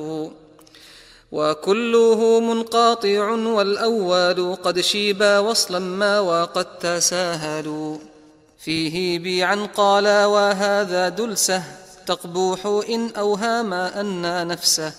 وكله منقاطع والأول قد شيب وصلا ما وقد تساهلوا فيه بعن قال وهذا دلسه تقبوح إن أوهام أن نفسه.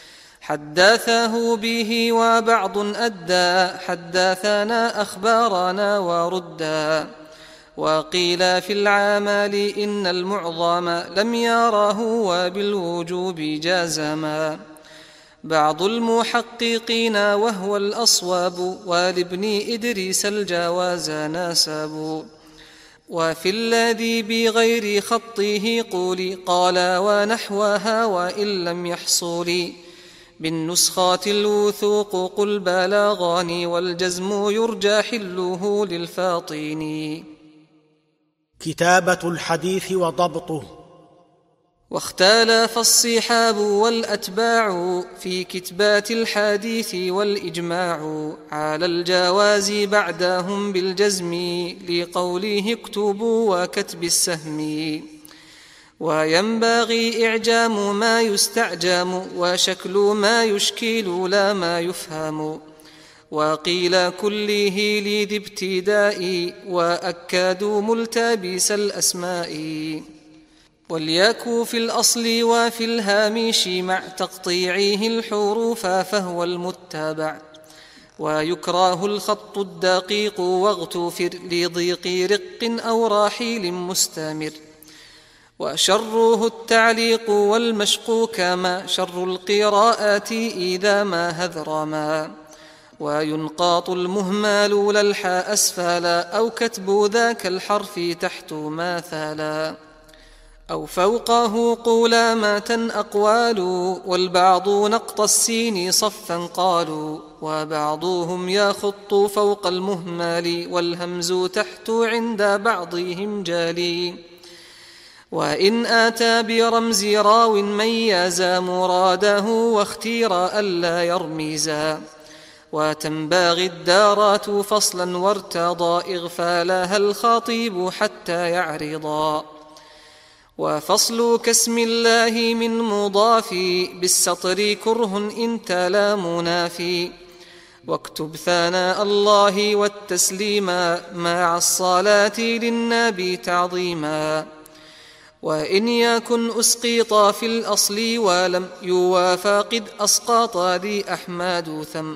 حدثه به وبعض أدى حدثنا أخبارنا وردا. وقيل في العمل إن المعظم لم يره وبالوجوب جازما بعض المحققين وهو الأصواب ولابن إدريس الجواز ناسب. وفي الذي بغير خطه قولي قال ونحوها وإن لم يحصل بالنسخات الوثوق قل بلاغان والجزم يرجى حله للفاطين. كتابة الحديث وضبطه. واختلف الصحاب والأتباع في كتبات الحديث والإجماع على الجواز بعدهم بالجزم لقوله اكتبوا وكتب السهم. وينبغي إعجام ما يستعجم وشكل ما يشكل لا ما يفهم. وقيل كله لذي ابتداء وأكدوا ملتبس الأسماء. وليكن في الأصل وفي الهامش مع تقطيعه الحروف فهو المتبع. ويكره الخط الدقيق واغتفر لضيق رق أو راحيل مستمر. وشره التعليق والمشق كما شر القراءات إذا ما هذرما. وينقاط المهمال للحاء أسفلا أو كتب ذاك الحرف تحت مثلا أو فوقه قلامة أقوال. والبعض نقط السين صفا قالوا وبعضهم يخط فوق المهمال والهمز تحت عند بعضهم جالي. وإن آتى برمز راو ميز مراده واختير ألا يرميزا. وتنبغي الدارات فصلا وارتضى إغفالها الخطيب حتى يعرضا. وفصل كاسم الله من مضاف بالسطر كره إن تلا منافي. واكتب ثناء الله والتسليما مع الصلاة للنبي تعظيما. وإن يكن أسقط في الأصل ولم يوافق قد أسقط ذي أحمد ثم.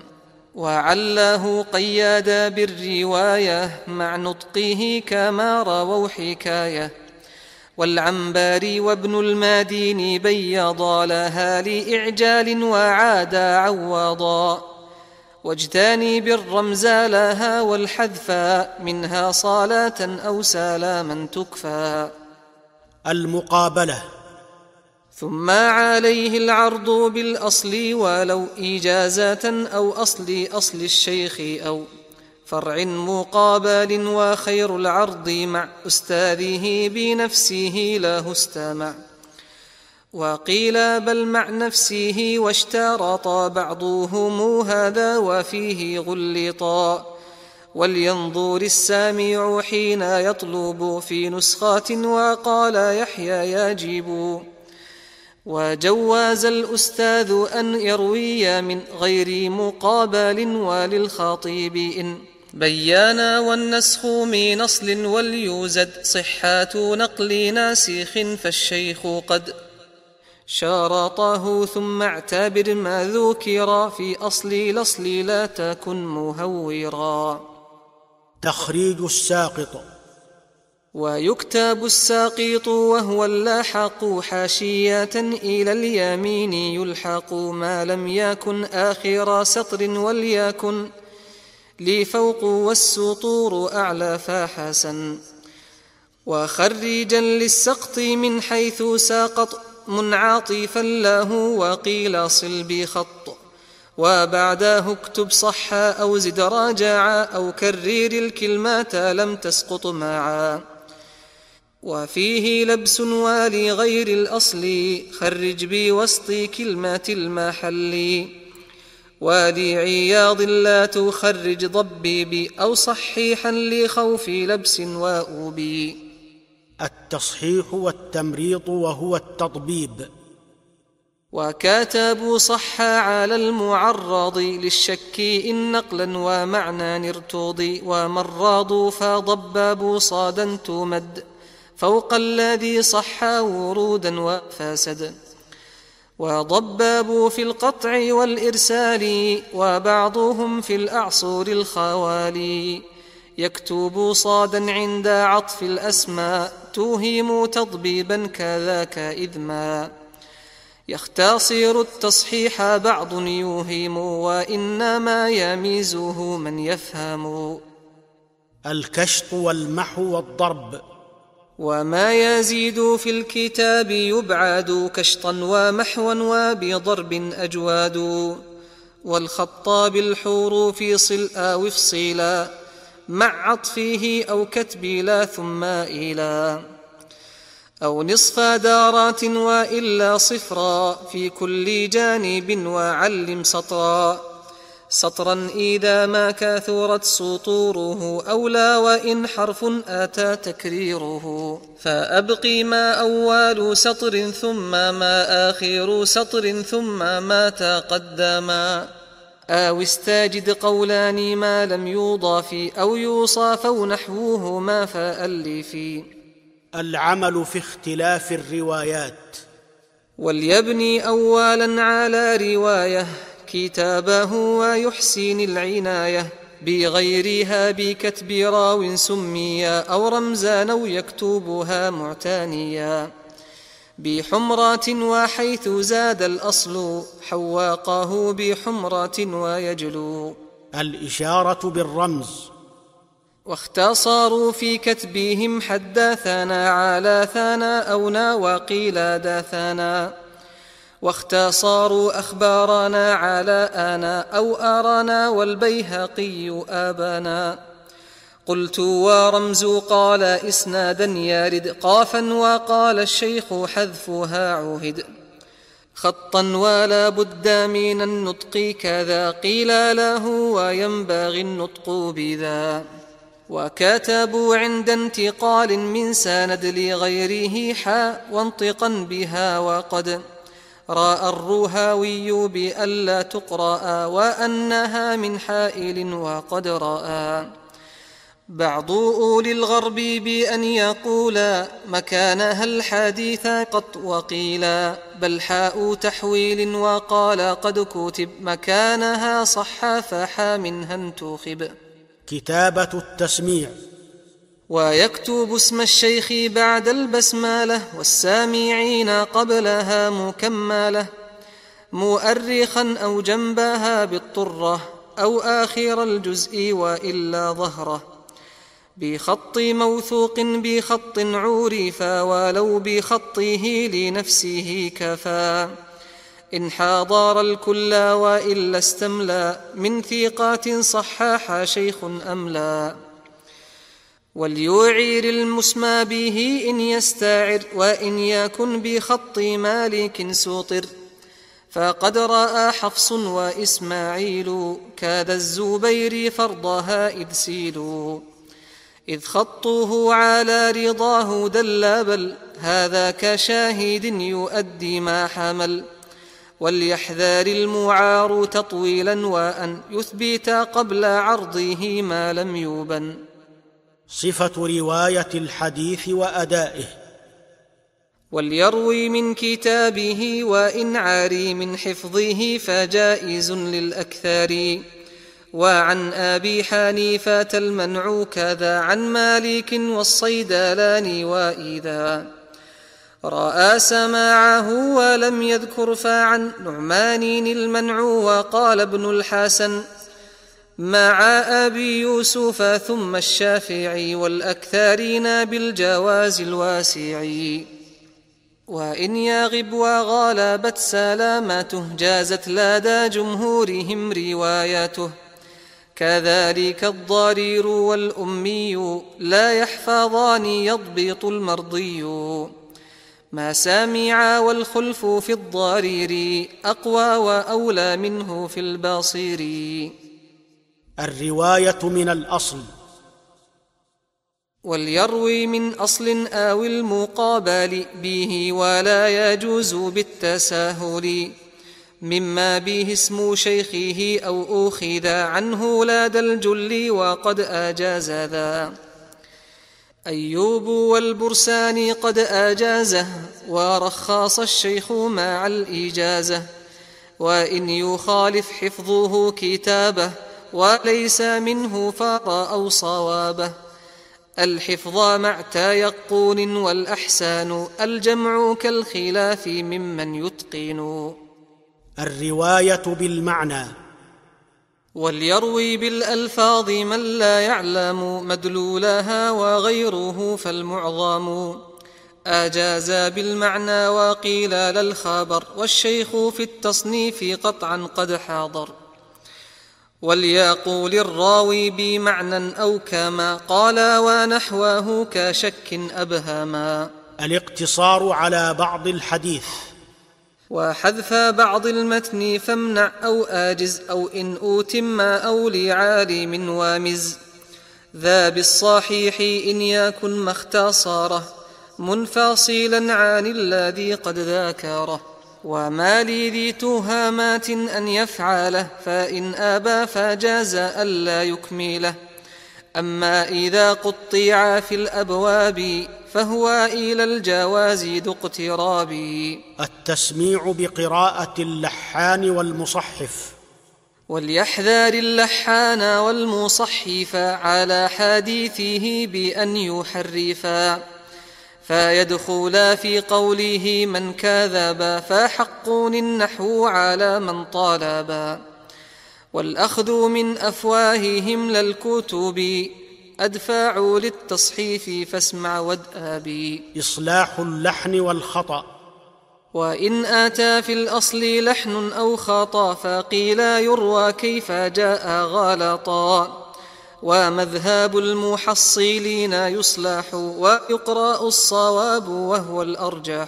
وعله قياد بالرواية مع نطقه كما رووا حكاية. والعنباري وابن المادين بيضا لها لإعجال وعادا عوضا. واجتنب الرمز لها والحذفا منها صلاة أو سلاما تكفى. المقابلة. ثم عليه العرض بالأصل ولو إجازة أو أصل الشيخ أو فرع مقابل، وخير العرض مع أستاذه بنفسه له استمع، وقيل بل مع نفسه واشترط بعضهم هذا وفيه غلطا. ولينظر السامع حين يطلب في نسخات وقال يحيى يجب. وجواز الأستاذ أن يروي من غير مقابل وللخطيب إن بيانا، والنسخ من أصل وليوزد صحات نقل ناسخ فالشيخ قد شارطه. ثم اعتبر ما ذكر في أصل الأصل لا تكن مهورا. تخريج الساقط. ويكتب الساقط وهو اللاحق حاشية إلى اليمين يلحق، ما لم يكن آخر سطر وليكن لي فوق والسطور أعلى فحسن. وخرجا للسقط من حيث ساقط منعطفا له، وقيل صل بخط وبعده اكتب صح أو زد راجع أو كرر الكلمات لم تسقط معا. وفيه لبس ولغير الأصل خرج بوسط كلمات المحل، ولعياض لا تخرج ضبيب أو صحيحا لخوف لبس وأوبي. التصحيح والتمريط وهو التطبيب. وكاتبوا صح على المعرض للشك إن نقلا ومعنى ارتضي، ومراضوا فضبابوا صادا تمد فوق الذي صح ورودا وفاسد. وضبابوا في القطع والإرسال وبعضهم في الأعصور الخوالي، يكتب صادا عند عطف الأسماء توهم تضبيبا كذاك إذ ما يختصر التصحيح بعض يوهم، وإنما يميزه من يفهم. الكشط والمحو والضرب. وما يزيد في الكتاب يبعد كشطا ومحوا وبضرب أجواد. والخط بالحروف صل أو افصلا مع عطفه أو كتب لا ثم إلى، أو نصف دارات وإلا صفرا في كل جانب وعلم سطرا إذا ما كثرت سطوره أولى، وإن حرف أتى تكريره فأبقي ما أول سطر ثم ما آخر سطر ثم ما تقدما، أو استجد قولان ما لم يضاف أو يوصاف نحوهما فألفي. العمل في اختلاف الروايات. وليبني أولا على رواية كتابه ويحسن العناية بغيرها بكتب راو سميا أو رمزا أو يكتبها معتانيا بحمرات، وحيث زاد الأصل حواقه بحمرات ويجلو. الإشارة بالرمز. واختصاروا في كتبهم حدثنا على ثنا أو نا وقيل داثنا، واختصاروا أخبارنا على أنا أو أرانا والبيهقي آبنا. قلت ورمز قال إسنادا يارد قافا، وقال الشيخ حذفها عهد خطا ولا بد من النطق كذا قيل له وينبغي النطق بذا. وكتبوا عند انتقال من سند لغيره حاء وانطقا بها، وقد رأى الرهاوي بألا تقرأ وأنها من حائل وقد رأى بعض أولي الغرب بأن يقولا مكانها الحديث قط وقيلا، بل حاء تحويل وقال قد كتب مكانها صح فحا منها انتخب. كتابة التسميع. ويكتب اسم الشيخ بعد البسملة والسامعين قبلها مكملة مؤرخا أو جنبها بالطرة، أو آخر الجزء وإلا ظهره، بخط موثوق بخط عورفا، ولو بخطه لنفسه كفى، إن حاضر الكل وإلا استملى، من ثقات صحاح شيخ أملا. وليعير المسمى به إن يستعر، وإن يكن بخط مالك سطر، فقد رأى حفص وإسماعيل كذا الزبير فرضها إذ سيلوا، إذ خطوه على رضاه دل، بل هذا كشاهد يؤدي ما حمل. وليحذر المعار تطويلا، وأن يثبت قبل عرضه ما لم يبن. صفة رواية الحديث وأدائه. وليروي من كتابه، وإن عاري من حفظه فجائز للأكثر، وعن أبي حنيفة المنع كذا، عن مالك والصيدلاني، وإذا رأى سماعه ولم يذكر فعن نعمان المنع. وقال ابن الحسن مع أبي يوسف ثم الشافعي، والأكثرين بالجواز الواسع. وإن يغب وغالبت سلامته، جازت لدى جمهورهم روايته، كذلك الضرير والأمي، لا يحفظان يضبط المرضي، ما سامع والخلف في الضرير، أقوى وأولى منه في البصير. الرواية من الأصل. وليروي من أصل أو المقابل به، ولا يجوز بالتساهل، مما به اسم شيخه أو أخذ عنه لدى الجل وقد أجاز ذا. أيوب والبرساني قد أجازه، ورخص الشيخ مع الإجازة، وإن يخالف حفظه كتابه، وليس منه فرأوا صوابه. الحفظ مع تيقن، والأحسان الجمع كالخلاف ممن يتقن. الرواية بالمعنى. وليروي بالألفاظ من لا يعلم مدلولها، وغيره فالمعظم أجاز بالمعنى، وقيل للخبر، والشيخ في التصنيف قطعا قد حاضر. وليقول الراوي بمعنى أو كما قال، ونحوه كشك أبهما. الاقتصار على بعض الحديث. وحذف بعض المتن فامنع أو آجز، أو إن أوتم أو لعالم وامز، ذا بالصحيح إن يكن ما اختصاره، منفصلا عن الذي قد ذكره. وما لي ذي تهامات أن يفعله، فإن أبى فجاز ألا يكمله. أما إذا قطع في الأبواب، فهو إلى الجواز ذو اقتراب. التسميع بقراءة اللحان والمصحف. وليحذر اللحان والمصحف على حديثه بأن يحرفا، فيدخل في قوله من كذب، فحق النحو على من طالبا. والأخذ من أفواههم للكتب، أدفع للتصحيف فاسمع وادأبي. إصلاح اللحن والخطأ. وإن أتى في الأصل لحن أو خطأ، فقيل يروى كيف جاء غلطا. ومذهب المحصلين يصلح، ويقرأ الصواب وهو الأرجح.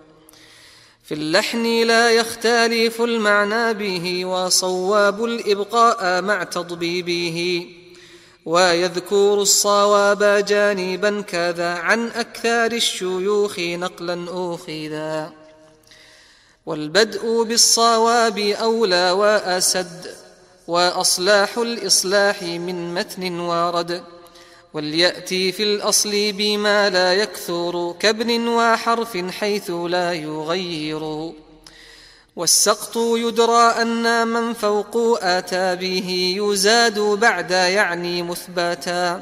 في اللحن لا يختلف المعنى به، وصواب الإبقاء مع تضبيبه. ويذكر الصواب جانبا كذا، عن أكثر الشيوخ نقلا أخذا. والبدء بالصواب أولى وأسد، وأصلاح الإصلاح من متن ورد. وليأتي في الأصل بما لا يكثر، كابن وحرف حيث لا يغير. والسقط يدرى أن من فوق أتى به، يزاد بعد يعني مثبتا.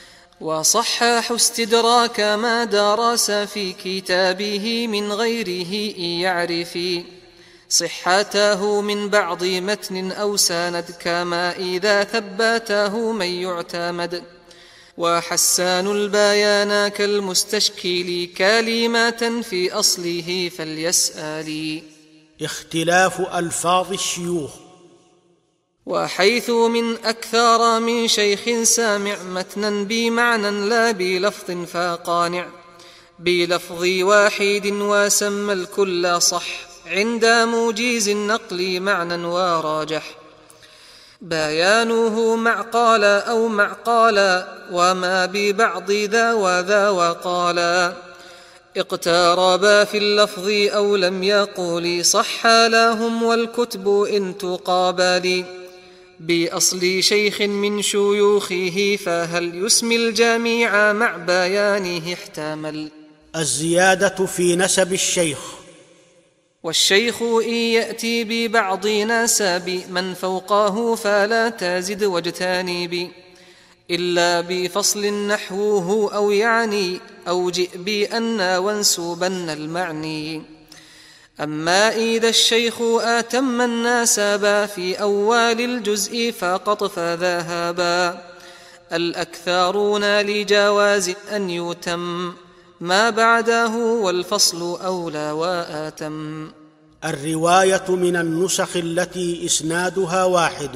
وصحح استدراك ما درس في كتابه، من غيره يعرف صحته من بعض متن أو ساند، كما إذا ثبته من يعتمد. وحسان البيان كالمستشكل كلمات في أصله فليسأل. اختلاف ألفاظ الشيوخ. وحيث من أكثر من شيخ سامع متنا بمعنى لا بلفظ فقانع، بلفظ واحد وسمى الكل صح، عند موجيز النقل معنى وراجح. بيانه مع قال أو مع قال، وما ببعض ذا وذا وقالا. اقتربا في اللفظ أو لم يقول، صح لهم والكتب إن تقابل. بأصل شيخ من شيوخه، فهل يسمي الجميع مع بيانه احتمل. الزيادة في نسب الشيخ. والشيخ إن يأتي ببعض نسب من فوقه فلا تزد واجتنب، إلا بفصل نحوه أو يعني، أو جئ بأن وانسوبن المعني. أما إذا الشيخ آتم النسب في أول الجزء فقط فذهبا الأكثرون لجواز أن يتم ما بعده، والفصل أولى وآتم. الرواية من النسخ التي إسنادها واحد.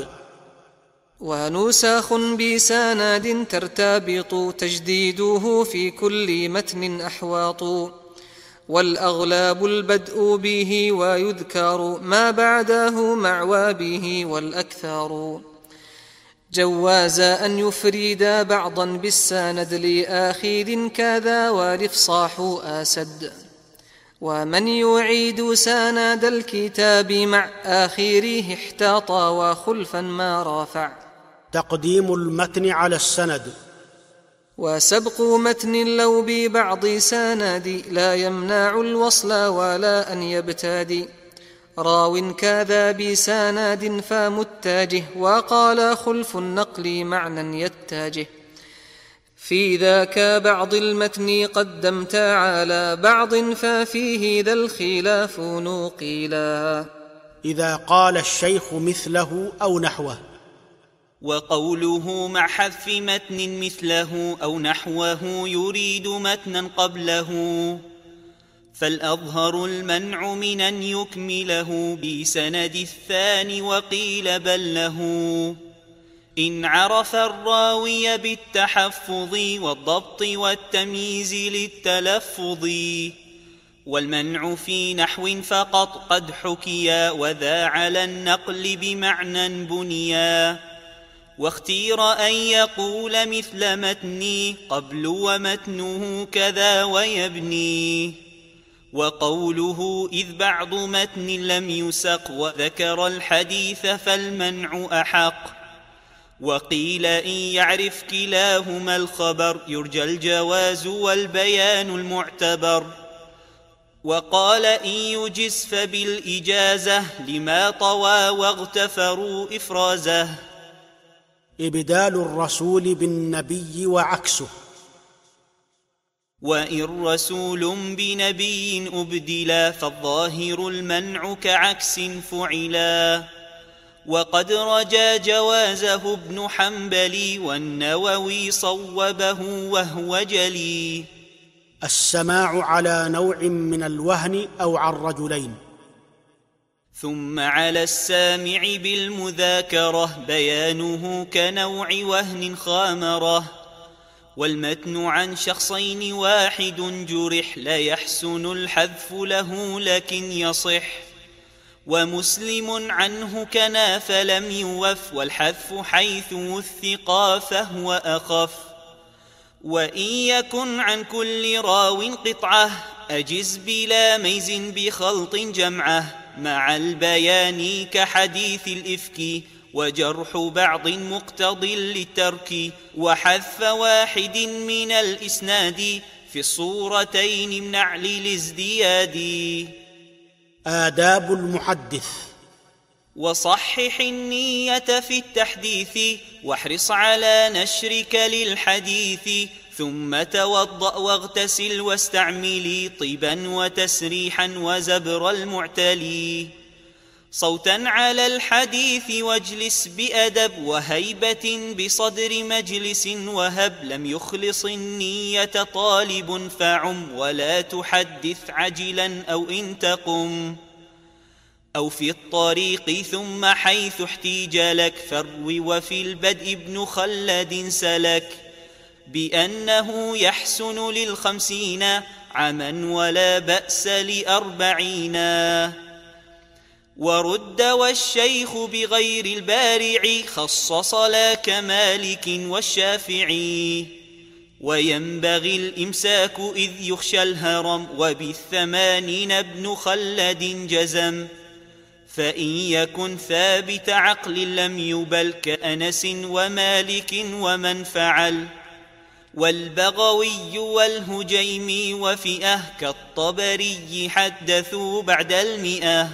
ونسخ بسند ترتبط تجديده في كل متن أحواط، والأغلب البدء به ويذكر ما بعده مع وابه والأكثر. جواز أن يفرد بعضا بالسند لآخذ كذا والإفصاح أسد. ومن يعيد سند الكتاب مع آخره احتاط وخلفا ما رافع. تقديم المتن على السند. وسبق متن لو ببعض سند لا يمنع الوصل ولا أن يبتدي. راو كذا بسند فمتجه، وقال خلف النقل معنى يتجه. في ذاك بعض المتن قدمت على بعض، ففيه ذا الخلاف نقيلا. إذا قال الشيخ مثله أو نحوه. وقوله مع حذف متن مثله أو نحوه يريد متنا قبله، فالأظهر المنع من أن يكمله بسند الثاني، وقيل بل له إن عرف الراوي بالتحفظ والضبط والتمييز للتلفظ. والمنع في نحو فقط قد حكيا، وذا على النقل بمعنى بنيا. واختير أن يقول مثل متني قبل ومتنه كذا ويبني. وقوله إذ بعض متن لم يسق وذكر الحديث فالمنع أحق. وقيل إن يعرف كلاهما الخبر يرجى الجواز والبيان المعتبر. وقال إن يجز فبالإجازة لما طوى واغتفروا إفرازه. إبدال الرسول بالنبي وعكسه. وإن رسول بنبي أبدلا فالظاهر المنع كعكس فعلا. وقد رجا جوازه ابن حنبل والنووي صوبه وهو جلي. السماع على نوع من الوهن أو عن رجلين. ثم على السامع بالمذاكرة بيانه كنوع وهن خامرة. والمتن عن شخصين واحد جرح لا يحسن الحذف له لكن يصح. ومسلم عنه كنا فلم يوف والحذف حيث وثقا فهو أخف. وإن يكن عن كل راو قطعة أجز بلا ميز بخلط جمعه مع البيان كحديث الإفك. وجرح بعض مقتض للترك وحذف واحد من الإسناد في الصورتين امنع للازدياد. آداب المحدث. وصحح النية في التحديث واحرص على نشرك للحديث. ثم توضأ واغتسل واستعملي طيبا وتسريحا وزبر المعتلي. صوتا على الحديث واجلس بأدب وهيبة بصدر مجلس وهب لم يخلص النية طالب فعم ولا تحدث عجلا أو إن تقم أو في الطريق ثم حيث احتيج لك فروي وفي البدء ابن خلد سلك بأنه يحسن لل50 عاما ولا بأس ل40 ورد والشيخ بغير البارع خصص لا كمالك والشافعي وينبغي الإمساك إذ يخشى الهرم وب80 ابن خلد جزم فإن يكن ثابت عقل لم يبل كأنس ومالك ومن فعل والبغوي والهجيمي وفئة كالطبري حدثوا بعد 100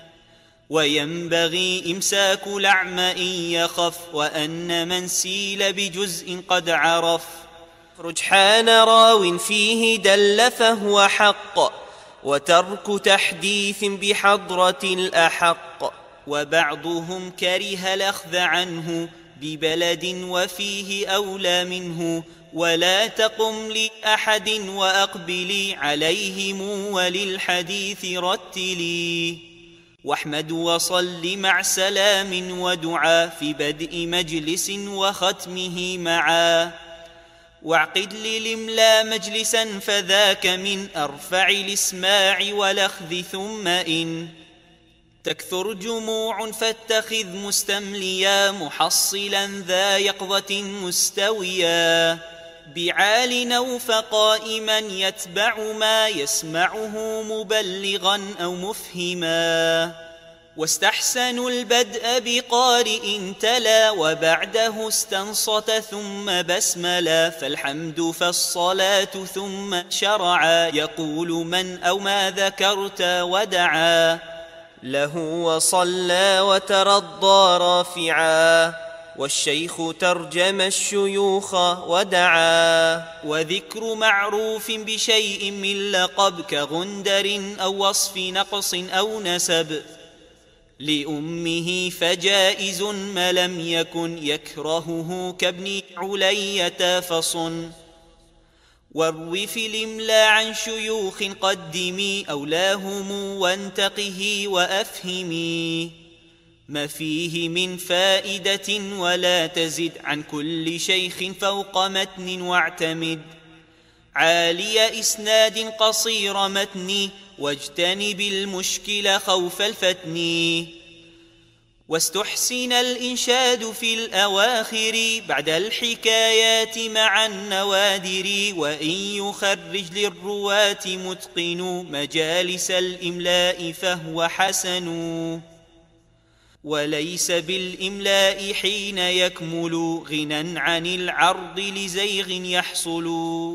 وينبغي إمساك الأعمى إن يخف وأن من سيل بجزء قد عرف رجحان راو فيه دل فهو حق وترك تحديث بحضرة الأحق وبعضهم كره الأخذ عنه ببلد وفيه أولى منه ولا تقم لأحد وأقبلي عليهم وللحديث رتلي واحمد وصل مع سلام ودعاء في بدء مجلس وختمه معا واعقد للإملاء مجلسا فذاك من أرفع الإسماع والأخذ ثم إن تكثر جموع فاتخذ مستمليا محصلا ذا يقظة مستويا بعال أو فقائما يتبع ما يسمعه مبلغا أو مفهما واستحسنوا البدء بقارئ تلا وبعده استنصت ثم بسملا فالحمد فالصلاة ثم شرعا يقول من أو ما ذكرت ودعا له وصلى وترضى رافعا والشيخ ترجم الشيوخ ودعا وذكر معروف بشيء من لقب كغندر أو وصف نقص أو نسب لأمه فجائز ما لم يكن يكرهه كابن علية فصن واروي في الإملاء عن شيوخ قدمي أولاهم وانتقه وأفهمي ما فيه من فائدة ولا تزد عن كل شيخ فوق متن واعتمد عالي إسناد قصير متن واجتنب المشكل خوف الفتن واستحسن الإنشاد في الأواخر بعد الحكايات مع النوادر وإن يخرج للرواة متقن مجالس الإملاء فهو حسن وليس بالإملاء حين يكمل غنى عن العرض لزيغ يحصل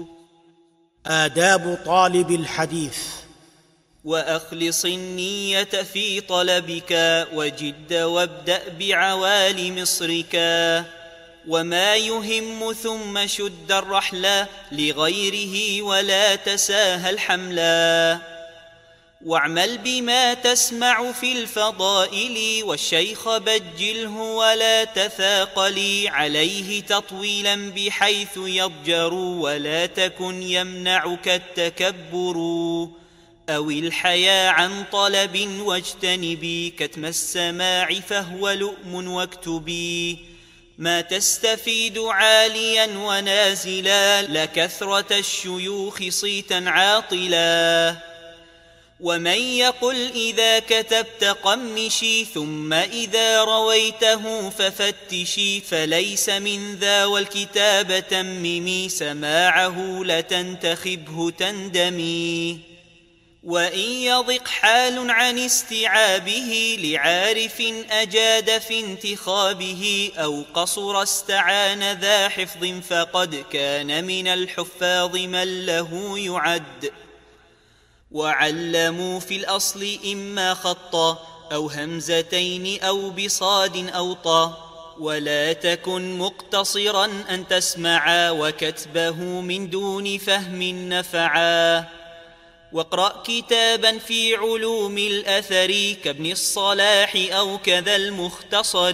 آداب طالب الحديث وأخلص النية في طلبك وجد وابدأ بعوالي مصرك وما يهم ثم شد الرحلة لغيره ولا تساهل حملا واعمل بما تسمع في الفضائل والشيخ بجله ولا تثاقلي عليه تطويلا بحيث يضجر ولا تكن يمنعك التكبر أو الحياء عن طلب واجتنبي كتم السماع فهو لؤم واكتبي ما تستفيد عاليا ونازلا لكثرة الشيوخ صيتا عاطلا ومن يقل إذا كتبت قمشي ثم إذا رويته ففتشي فليس من ذا والكتاب تممي سماعه لتنتخبه تندمي وإن يضق حال عن استيعابه لعارف أجاد في انتخابه أو قصر استعان ذا حفظ فقد كان من الحفاظ من له يعد وعلموا في الأصل إما خطا أو همزتين أو بصاد أو طا ولا تكن مقتصرا أن تسمعا وكتبه من دون فهم نفعا واقرأ كتابا في علوم الأثر كابن الصلاح أو كذا المختصر،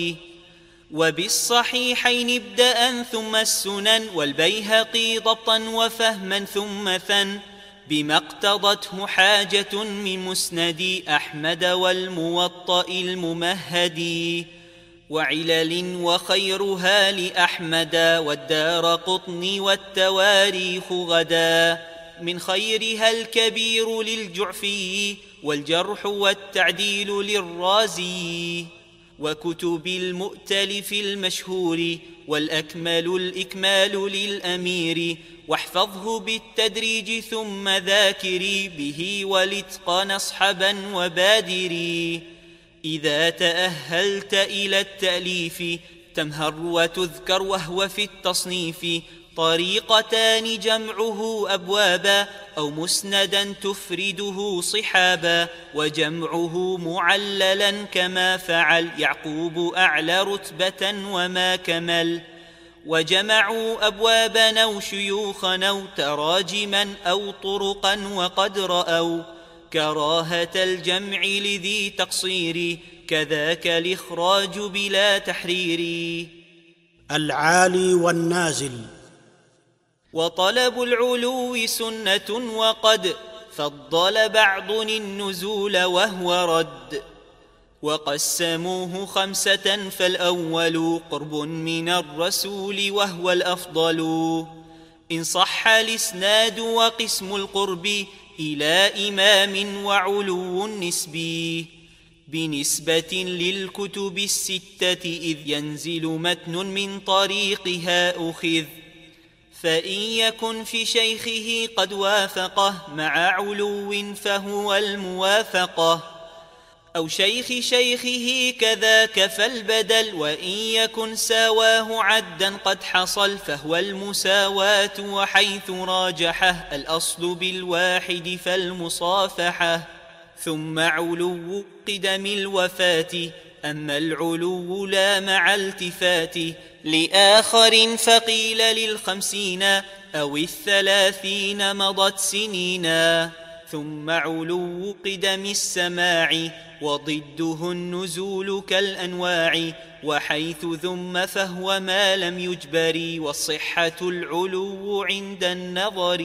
وبالصحيحين ابدأ ثم السنن، والبيهقي ضبطا وفهما ثم ثن، بما اقتضته حاجة من مسند أحمد والموطأ الممهد، وعلل وخيرها لأحمد والدارقطني والتواريخ غدا، من خيرها الكبير للجعفي والجرح والتعديل للرازي، وكتب المؤتلف المشهور والأكمل الإكمال للأمير، واحفظه بالتدريج ثم ذاكري به والاتقان اصحبا وبادري، إذا تأهلت إلى التأليف تمهر وتذكر وهو في التصنيف طريقتان جمعه أبوابا أو مسندا تفرده صحابا، وجمعه معللا كما فعل يعقوب أعلى رتبة وما كمل، وجمعوا أبوابا أو شيوخا أو تراجما أو طرقا وقد رأوا كراهة الجمع لذي تقصير، كذاك الإخراج بلا تحرير. العالي والنازل. وطلب العلو سنة وقد فضل بعض النزول وهو رد، وقسموه 5 فالأول قرب من الرسول وهو الأفضل، إن صح الإسناد وقسم القرب إلى إمام وعلو النسب، بنسبة للكتب الستة إذ ينزل متن من طريقها أخذ، فإن يكن في شيخه قد وافقه مع علو فهو الموافقة، أو شيخ شيخه كذاك فالبدل، وإن يكن ساواه عدا قد حصل فهو المساواة، وحيث راجحه الأصل بالواحد فالمصافحة، ثم علو قدم الوفاة، أما العلو لا مع التفات لآخر فقيل لل50 أو 30 مضت سنينا، ثم علو قدم السماع وضده النزول كالأنواع، وحيث ذم فهو ما لم يجبر، والصحة العلو عند النظر.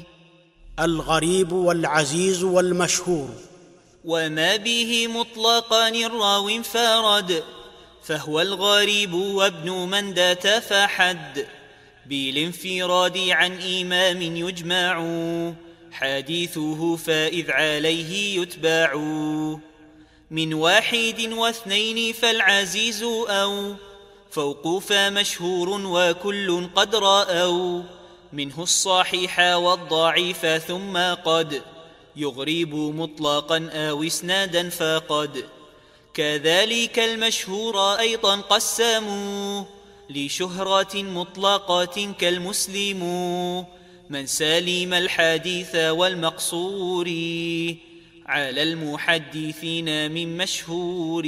الغريب والعزيز والمشهور. وما به مطلقا الراو انفرد فهو الغريب، وابن مندة فحد بالانفراد عن إمام يجمع حديثه، فإذ عليه يتبع من 1 و2 فالعزيز أو فوق فمشهور وكل قد رأوا منه الصحيح والضعيف، ثم قد يغرب مطلقا أو اسنادا فقد كذلك المشهور أيضا قسموا لشهرة مطلقة كالمسلم، من سلم الحديث والمقصور على المحدثين من مشهور،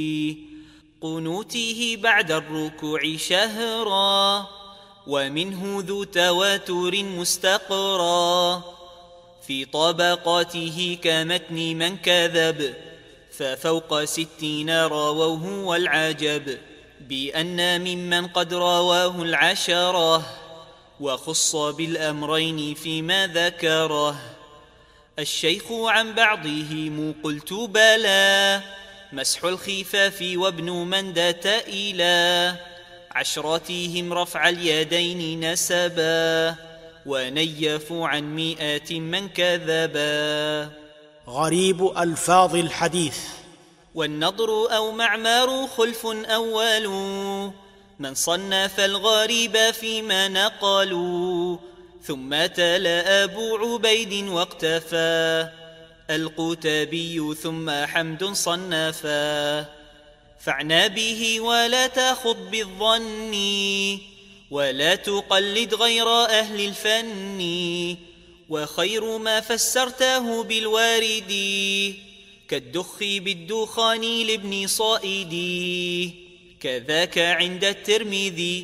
قنوته بعد الركوع شهرا ومنه ذو تواتر مستقرا، في طبقاته كمتن من كذب ففوق 60 راووه، والعجب بأن ممن قد رواه 10 وخص بالأمرين فيما ذكره. الشيخ عن بعضهم قلت بلى، مسح الخفاف وابن مندة إلى عشرتهم رفع اليدين نسبا، ونيف عن 100 من كذبا. غريب ألفاظ الحديث. والنضر أو معمار خلف أول، من صنف الغريب فيما نقلوا، ثم تلا أبو عبيد واقتفى القتابي، ثم حمد صنفا، فاعنى به ولا تأخذ بالظن، ولا تقلد غير أهل الفن، وخير ما فسرته بالوارد كالدخ بالدخان لابن صائد، كذاك عند الترمذي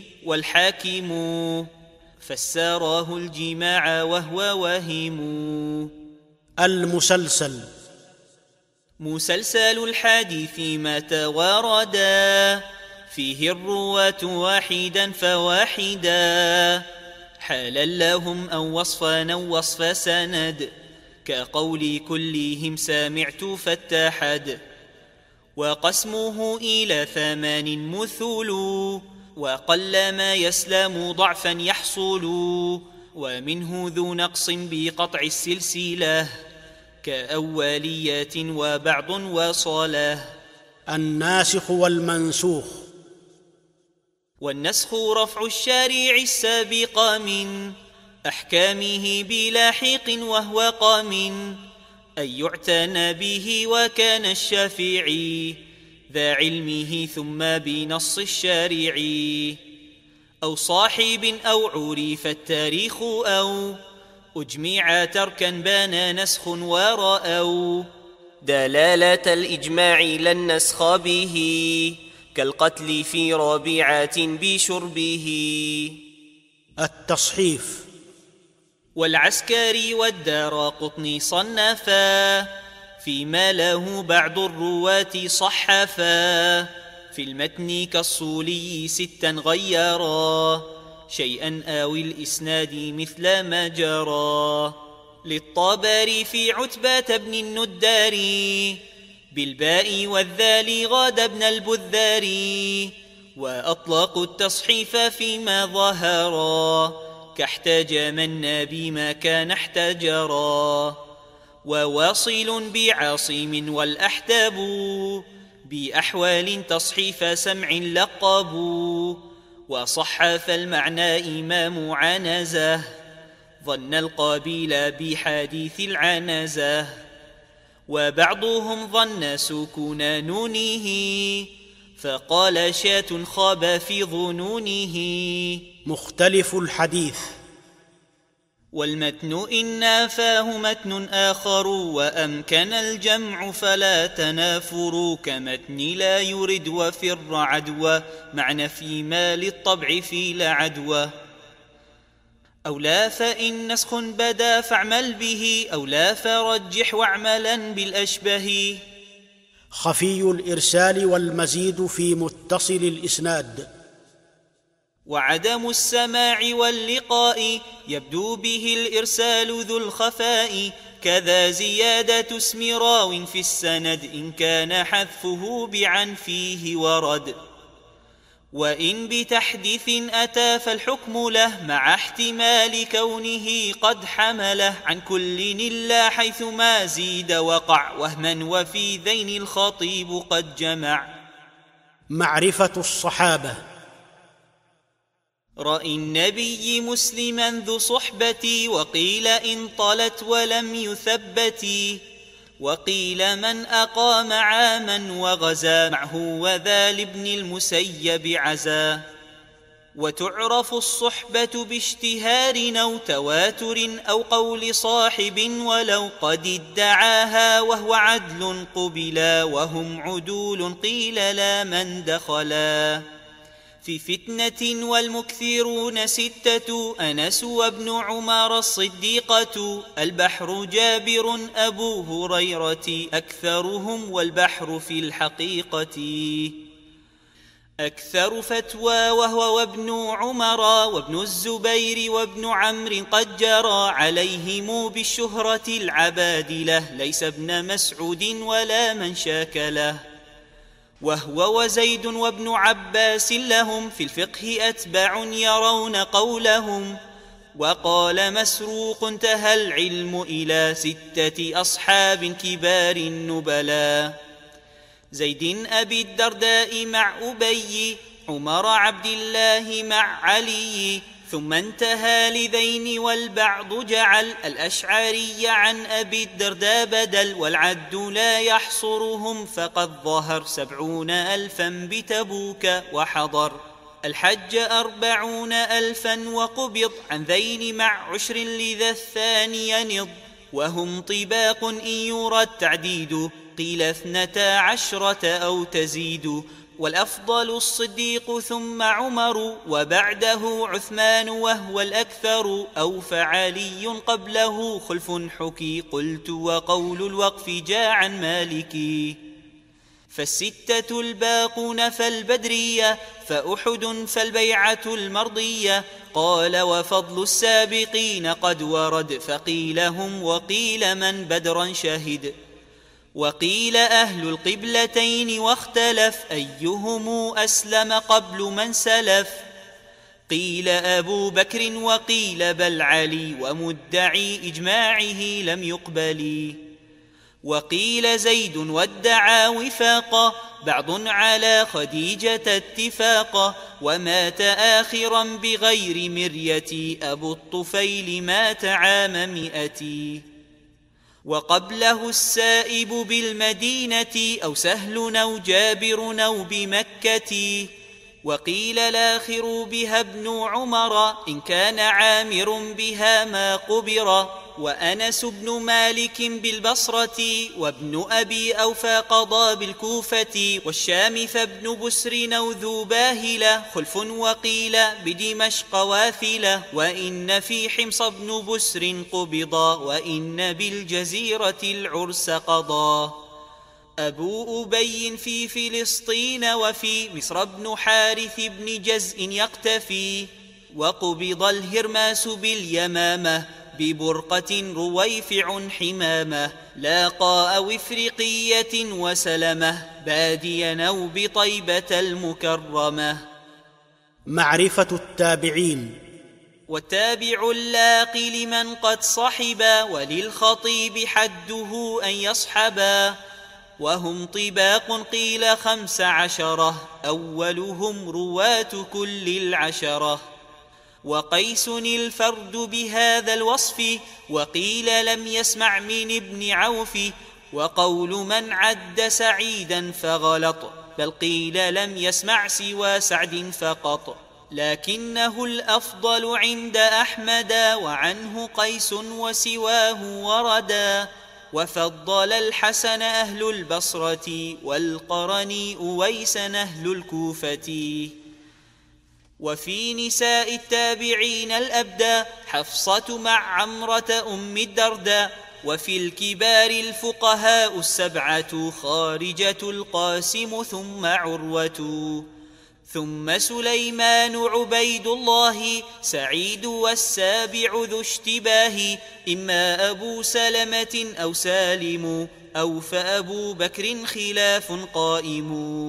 والحاكم فسراه الجماع وهو واهم. المسلسل. مسلسل الحديث ما تواردا فيه الرواة واحدا فواحدا، حالا لهم أو وصفا أو وصف سند، كقول كلهم سمعت فاتحد. وقسمه إلى 8 مثل، وقل ما يسلم ضعفا يحصل، ومنه ذو نقص بقطع السلسلة، كأوليات وبعض وصله. الناسخ والمنسوخ. والنسخ رفع الشارع السابق من أحكامه بلاحق وهو قام، أن يعتنى به وكان الشافعي ذا علمه ثم بنص الشارع، أو صاحب أو عرف التاريخ أو أجمع تركا بان نسخ ورأوا دلالة الإجماع لا النسخ به، كالقتل في رابعة بشربه. التصحيف. والعسكري والدارقطني صنفا فيما له بعض الرواة صحفا، في المتن كالصولي 6 غيرا، شيئا أو الإسناد مثل ما جرى. للطبري في عتبة بن الندار بالباء والذال غاد بن البذار، وأطلقوا التصحيف فيما ظهرا، كاحتاج من بما كان احتجرا. وواصل بعاصم والأحداب بأحوال تصحيف سمع لقبوا، وصحف المعنى إمام عنزه، ظن القابيل بحديث العنزه. وبعضهم ظن سكون نونه، فقال شاة خاب في ظنونه. مختلف الحديث. والمتن إن نافاه متن آخر، وأمكن الجمع فلا تنافر، كمتن لا يرد وفر عدوى، معنى فيما للطبع في لا عدوى. أو لا فإن نسخ بدا فاعمل به، أو لا فرجح واعملا بالأشبه. خفي الإرسال والمزيد في متصل الإسناد. وعدم السماع واللقاء يبدو به الإرسال ذو الخفاء، كذا زيادة اسم راو في السند إن كان حذفه بعن فيه ورد. وإن بتحديث أتى فالحكم له، مع احتمال كونه قد حمله عن كل إلا حيث ما زيد وقع وهما، وفي ذين الخطيب قد جمع. معرفة الصحابة. رأي النبي مسلما ذو صحبتي، وقيل إن طلت ولم يثبتي، وقيل من أقام عاما وغزا معه، وذا لابن المسيب عزا. وتعرف الصحبة باشتهار أو تواتر أو قول صاحب، ولو قد ادعاها وهو عدل قبلا، وهم عدول قيل لا من دخلا. في فتنة والمكثرون 6، أنس وابن عمر الصديقة، البحر جابر أبو هريرة، أكثرهم والبحر في الحقيقة. أكثر فتوى وهو وابن عمر، وابن الزبير وابن عمرو قد جرى عليهم بالشهرة العبادلة، ليس ابن مسعود ولا من شاكله. وهو وزيد وابن عباس لهم في الفقه أتباع يرون قولهم. وقال مسروق انتهى العلم إلى 6 أصحاب كبار النبلاء، زيد أبي الدرداء مع أبي، عمر عبد الله مع علي، ثم انتهى لذين والبعض جعل الأشعري عن أبي الدرداء بدل، والعد لا يحصرهم فقد ظهر 70,000 بتبوك وحضر الحج 40,000 وقبض عن ذين مع 10 لذا الثاني ينض، وهم طباق إن يرى التعديد قيل 12 أو تزيد، والأفضل الصديق ثم عمر وبعده عثمان وهو الأكثر أو فعلي قبله خلف حكي قلت وقول الوقف جاء عن مالكي فالستة الباقون فالبدرية فأحد فالبيعة المرضية قال وفضل السابقين قد ورد فقيل هم وقيل من بدرا شهد وقيل أهل القبلتين واختلف أيهم أسلم قبل من سلف قيل أبو بكر وقيل بل علي ومدعي إجماعه لم يقبل وقيل زيد وادعى وفاقا بعض على خديجة اتفاقا ومات آخرا بغير مرية أبو الطفيل مات عام 100 وقبله السائب بالمدينة أو سهل أو جابر أو بمكة وقيل الآخر بها ابن عمر إن كان عامر بها ما قبر وأنس بن مالك بالبصرة وابن أبي أوفى قضى بالكوفة والشام فابن بسر أو ذو باهلة خلف وقيل بدمشق واثلة وإن في حمص بن بسر قبضا وإن بالجزيرة العرس قضى أبو أبي في فلسطين وفي مصر بن حارث بن جزء يقتفي وقبض الهرماس باليمامة ببرقة رويفع حمامة لاقى أو إفريقية وسلمة باديا أو بطيبة المكرمة. معرفة التابعين. والتابع اللاقي لمن قد صحبا وللخطيب حده أن يصحبا وهم طباق قيل 15 أولهم رواة كل 10 وقيس الفرد بهذا الوصف وقيل لم يسمع من ابن عوف وقول من عد سعيدا فغلط بل قيل لم يسمع سوى سعد فقط لكنه الأفضل عند أحمد وعنه قيس وسواه وردا وفضل الحسن أهل البصرة والقرن أويس أهل الكوفة وفي نساء التابعين الأبدى حفصة مع عمرة أم الدرداء وفي الكبار الفقهاء 7 خارجة القاسم ثم عروة ثم سليمان عبيد الله سعيد والسابع ذو اشتباه إما أبو سلمة أو سالم أو فأبو بكر خلاف قائم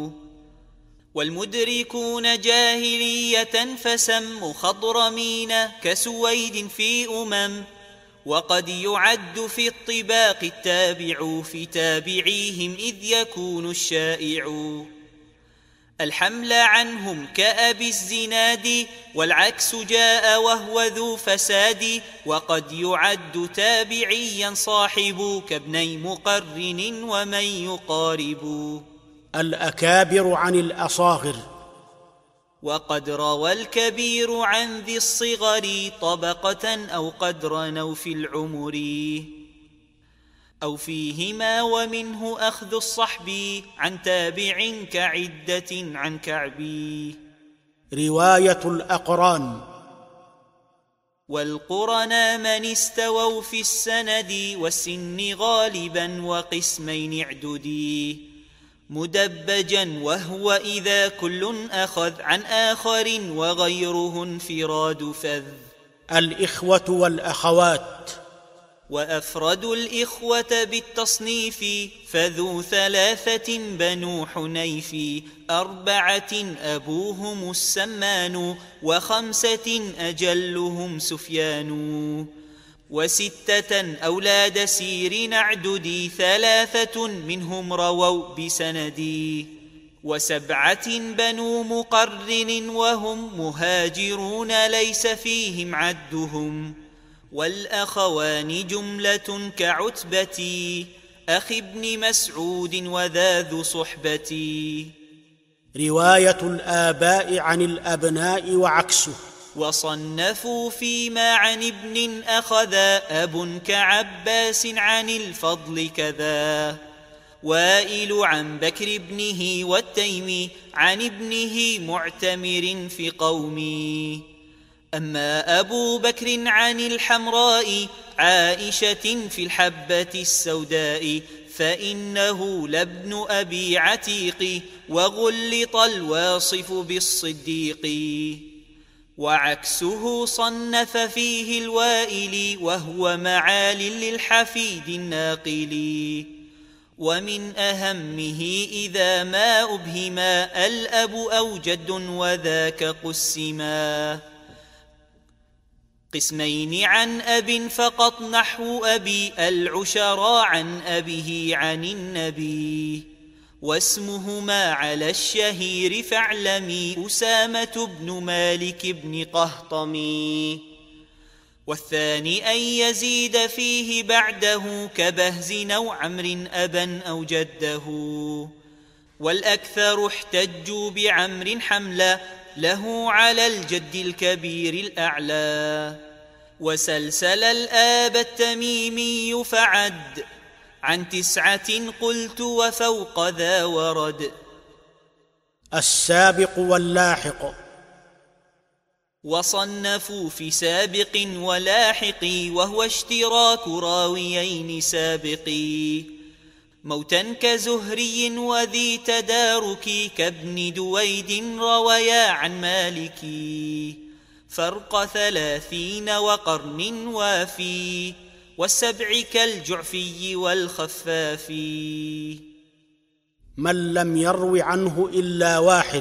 والمدركون جاهلية فسم خضرمين كسويد في وقد يعد في الطباق التابع في تابعيهم إذ يكون الشائع الحمل عنهم كأبي الزناد والعكس جاء وهو ذو فساد وقد يعد تابعيا صاحب كابني مقرن ومن يقارب الأكابر عن الأصاغر وقد روى الكبير عن ذي الصغر طبقة أو قدرا أو في العمر أو فيهما ومنه أخذ الصحب عن تابع كعدة عن كعبي رواية الأقران والقرنا من استووا في السند والسن غالبا وقسمين اعددي مدبجا وهو إذا كل أخذ عن آخر وغيره انفراد فذ الإخوة والأخوات وأفرد الإخوة بالتصنيف فذو 3 بنو حنيف 4 أبوهم السمان و5 أجلهم سفيان و6 أولاد سير اعددي 3 منهم رووا بسندي و7 بنو مقرن وهم مهاجرون ليس فيهم عدهم والأخوان جملة كعتبتي أخ ابن مسعود وذا ذو صحبتي رواية الآباء عن الأبناء وعكسه وصنفوا فيما عن ابن أخذا أب كعباس عن الفضل كذا وائل عن بكر ابنه والتيمي عن ابنه معتمر في قومي. أما أبو بكر عن الحمراء عائشة في الحبة السوداء فإنه لابن أبي عتيق وغلط الواصف بالصديق. وعكسه صنف فيه الوائل وهو معال للحفيد الناقل. ومن أهمه إذا ما أبهما الأب أو جد وذاك قسما قسمين عن أب فقط نحو أبي العشرا عن أبيه عن النبي. واسمهما على الشهير فاعلمي أسامة بن مالك بن قهطمي. والثاني أن يزيد فيه بعده كبهز أو عمرو أبا أو جده. والأكثر احتجوا بعمر حملا له على الجد الكبير الأعلى. وسلسل الآب التميمي فعد عن 9 قلت وفوق ذا ورد. السابق واللاحق. وصنفوا في سابق ولاحق وهو اشتراك راويين سابقي. موتا كزهري وذي تدارك كابن دويد رويا عن مالك. فرق 30 وقرن وافي والسبع كالجعفي والخفاف. من لم يرو عنه إلا واحد.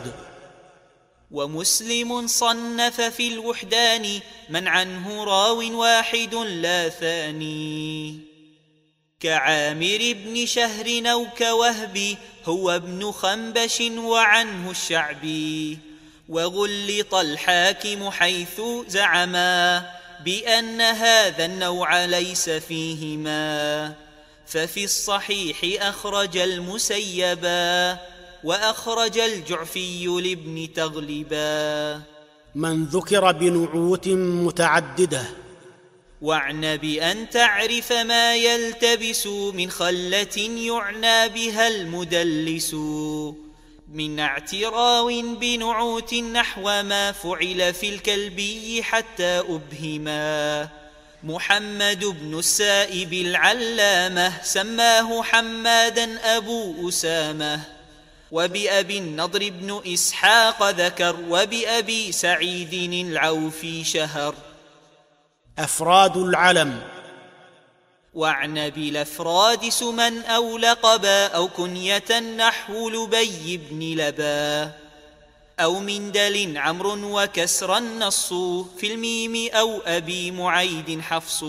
ومسلم صنف في الوحدان من عنه راو واحد لا ثاني. كعامر بن شهر أو كوهب هو ابن خنبش وعنه الشعبي. وغلط الحاكم حيث زعما بأن هذا النوع ليس فيهما. ففي الصحيح أخرج المسيبا وأخرج الجعفي لابن تغلبا. من ذكر بنعوت متعددة. واعن بأن تعرف ما يلتبس من خلة يعنى بها المدلس. من اعتراو بنعوت نحو ما فعل في الكلبي حتى أبهما. محمد بن السائب العلامة سماه حمادا أبو أسامة. وبأبي النضر بن إسحاق ذكر وبأبي سعيد العوفي شهر. أفراد العلم. واعن بالأفراد سما أو لقبا أو كنية نحو لبي بن لبا. أو من دل عمرو وكسر النص في الميم أو أبي معيد حفص.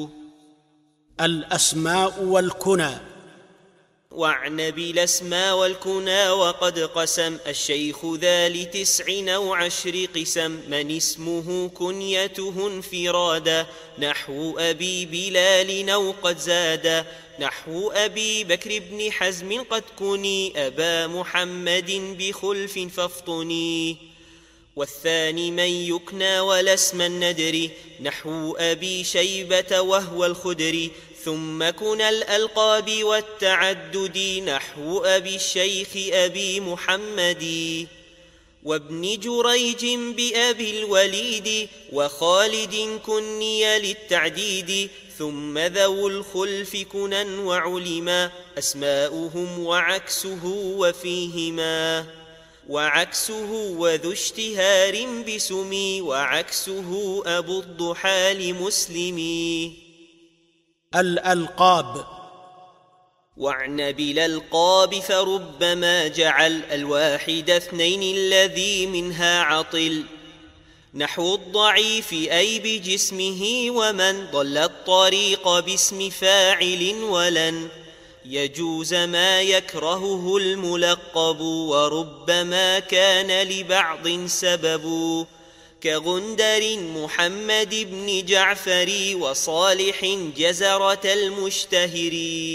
الأسماء والكنى. واعن بالأسماء والكنى وقد قسم الشيخ ذا ل9 أو 10 قسم. من اسمه كنيته انفرادا نحو أبي بلال أو قد زادا. نحو أبي بكر بن حزم قد كني أبا محمد بخلف فافطني. والثاني من يكنى ولا اسم الندر نحو أبي شيبة وهو الخدري. ثم كنى الألقاب والتعدد نحو أبي الشيخ أبي محمد. وابن جريج بأبي الوليد وخالد كني للتعديد. ثم ذو الخلف كنى وعلما أسماؤهم وعكسه وفيهما. وعكسه وذو اشتهار بسمي وعكسه أبو الضحى لمسلمي. الألقاب. واعن بالألقاب فربما جعل الواحد 2 الذي منها عطل. نحو الضعيف أي بجسمه ومن ضل الطريق باسم فاعل ولن يجوز ما يكرهه الملقب. وربما كان لبعض سبب كغندر محمد بن جعفر وصالح جزرة المشتهر.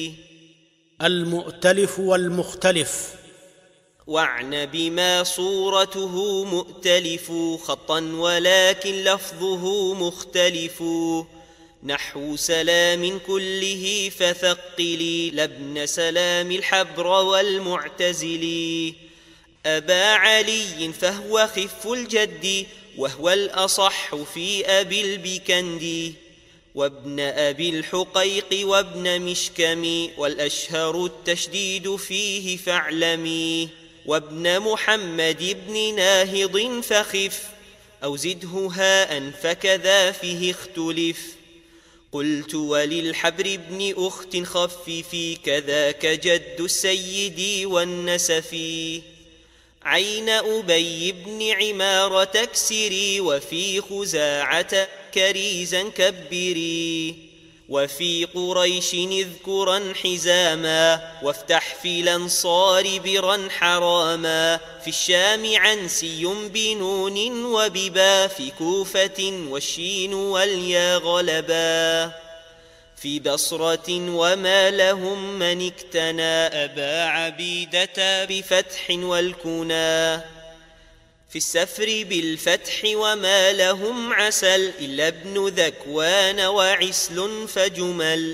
المؤتلف والمختلف. واعن بما صورته مؤتلف خطا ولكن لفظه مختلف. نحو سلام كله فثقلي لابن سلام الحبر والمعتزلي. أبا علي فهو خف الجد، وهو الأصح في أبي البكندي، وابن أبي الحقيق وابن مشكم، والأشهر التشديد فيه فاعلمي، وابن محمد بن ناهض فخف، أو زده هاء فكذا فيه اختلف. قلت وللحبر بن أخت خففي، كذاك جد السيد والنسفي. عين أبي بن عمارة تكسري، وفي خزاعة كريزا كبري، وفي قريش اذكرا حزاما، وافتح في الأنصار برا حراما. في الشام عنسي بنون وببا، في كوفة والشين واليا غلبا. في بصرة وما لهم من اكتنى، أبا عبيدة بفتح والكنى. في السفر بالفتح وما لهم عسل، إلا ابن ذكوان وعسل فجمل.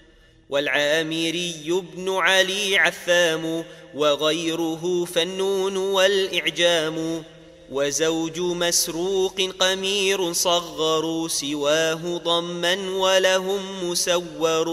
والعامري بن علي عثام، وغيره فالنون والإعجام. وزوج مسروق قمير صغروا، سواه ضما ولهم مسور.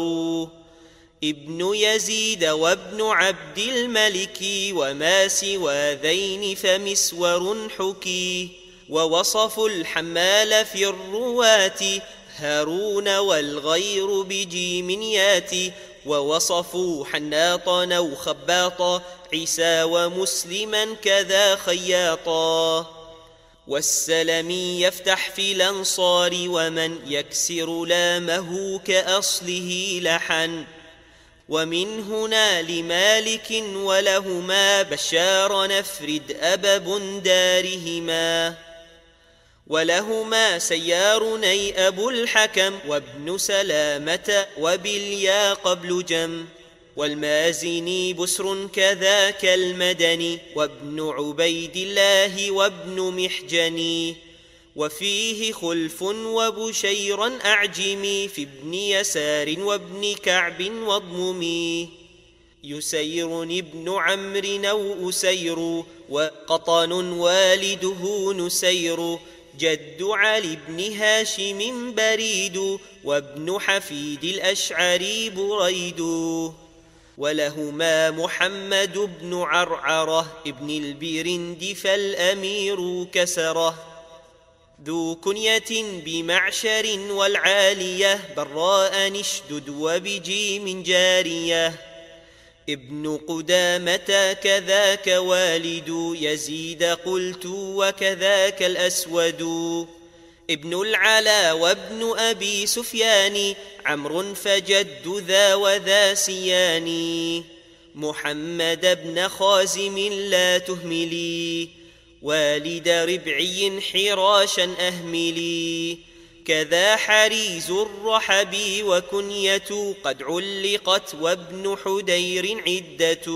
ابن يزيد وابن عبد الملك، وما سوى ذين فمسور حكي. ووصف الحمال في الرواة، هارون والغير بجيم ياتي. ووصفوا حناطا أو خباطا، عيسى ومسلما كذا خياطا. والسلمي يفتح في الأنصار، ومن يكسر لامه كأصله لحن. ومن هنا لمالك ولهما، بشار نفرد أبب دارهما. ولهما سيارني أبو الحكم، وابن سلامة وباليا قبل جم. والمازني بسر كذاك المدني، وابن عبيد الله وابن محجني. وفيه خلف وبشيرا أعجمي، في ابن يسار وابن كعب واضممي. يسير ابن عمرو أو أسير، وقطن والده نسير. جد علي بن هاشم بريد، وابن حفيد الأشعري بريد. ولهما محمد بن عرعرة، ابن البرند فالأمير كسره. ذو كنية بمعشر والعالية، براء نشدد وبجيم جارية. ابن قدامة كذاك والد يزيد قلت، وكذاك الأسود. ابن العلا وابن أبي سفيان، عمرو فجد ذا وذا سيان. محمد بن خازم لا تهملي، والد ربعي حراشا أهملي. كذا حريز الرحبي وكنية، قد علقت وابن حدير عدة.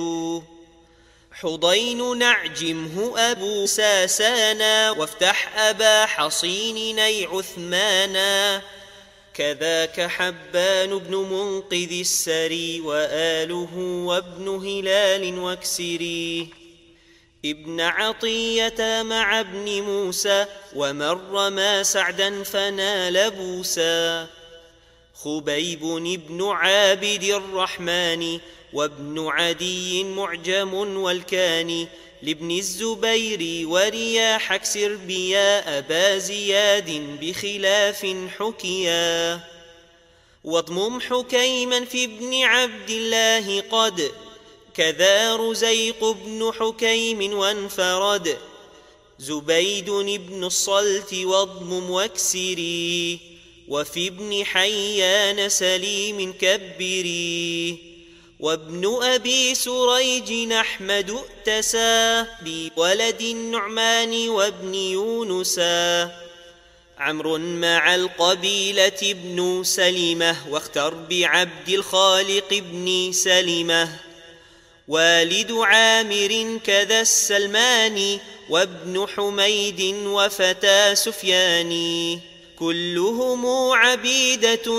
حضين نعجمه أبو ساسانا، وافتح أبا حصين ني عثمانا. كذاك حبان بن منقذ السري، وآله وابن هلال واكسري. ابن عطية مع ابن موسى، ومن رمى سعدا فنال بوسا. خبيب بن عابد الرحمن، وابن عدي معجم والكاني. لابن الزبير ورياح اكسر بيا، أبا زياد بخلاف حكيا. واضمم حكيما في ابن عبد الله قد، كذا رزيق بن حكيم وانفرد. زبيد بن الصلت واضمم واكسري، وفي ابن حيان سليم كبري. وابن أبي سريج أحمد ائتسى، بولد النعمان وابن يونسا. عمرو مع القبيلة ابن سلمة، واختر بعبد الخالق ابن سلمة. والد عامر كذا السلماني، وابن حميد وفتى سفياني. كلهم عبيدة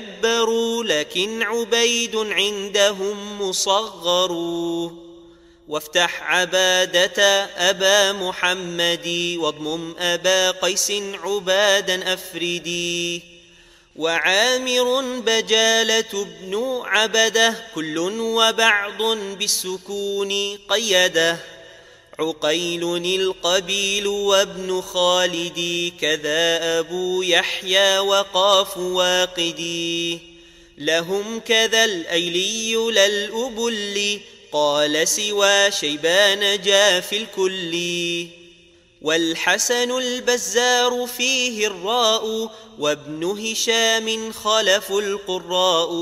مكبر، لكن عبيد عندهم مصغر. وافتح عبادة أبا محمد واضمم أبا قيس عبادا أفردي وعامر بجالة بن عبده كل وبعض بالسكون قيده عقيل القبيل وابن خالدي كذا أبو يحيى وقاف واقدي لهم كذا الأيلي للأبل قال سوى شيبان جاف الكل والحسن البزار فيه الراء وابن هشام خلف القراء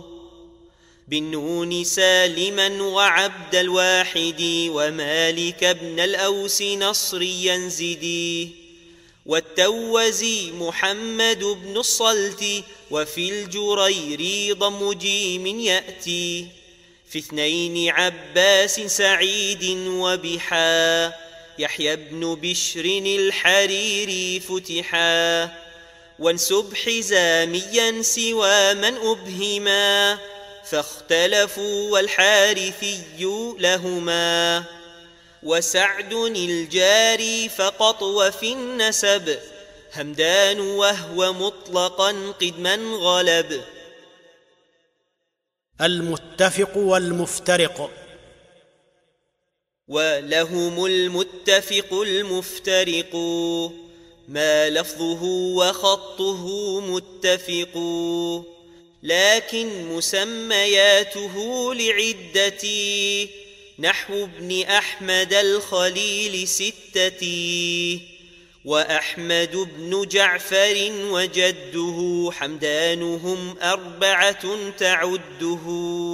بالنون سالما وعبد الواحد ومالك بن الأوس نصريا زدي والتوزي محمد بن الصلت وفي الجرير ضم جيم يأتي في اثنين عباس سعيد وبحا يحيى بن بشر الحريري فتحا وانسب حزاميا سوى من أبهما فاختلفوا والحارثي لهما وسعد الجاري فقط وفي النسب همدان وهو مطلقا قدما غلب المتفق والمفترق ولهم المتفق المفترق ما لفظه وخطه متفق لكن مسمياته لعدتي نحو ابن أحمد الخليل 6 وأحمد بن جعفر وجده حمدانهم 4 تعده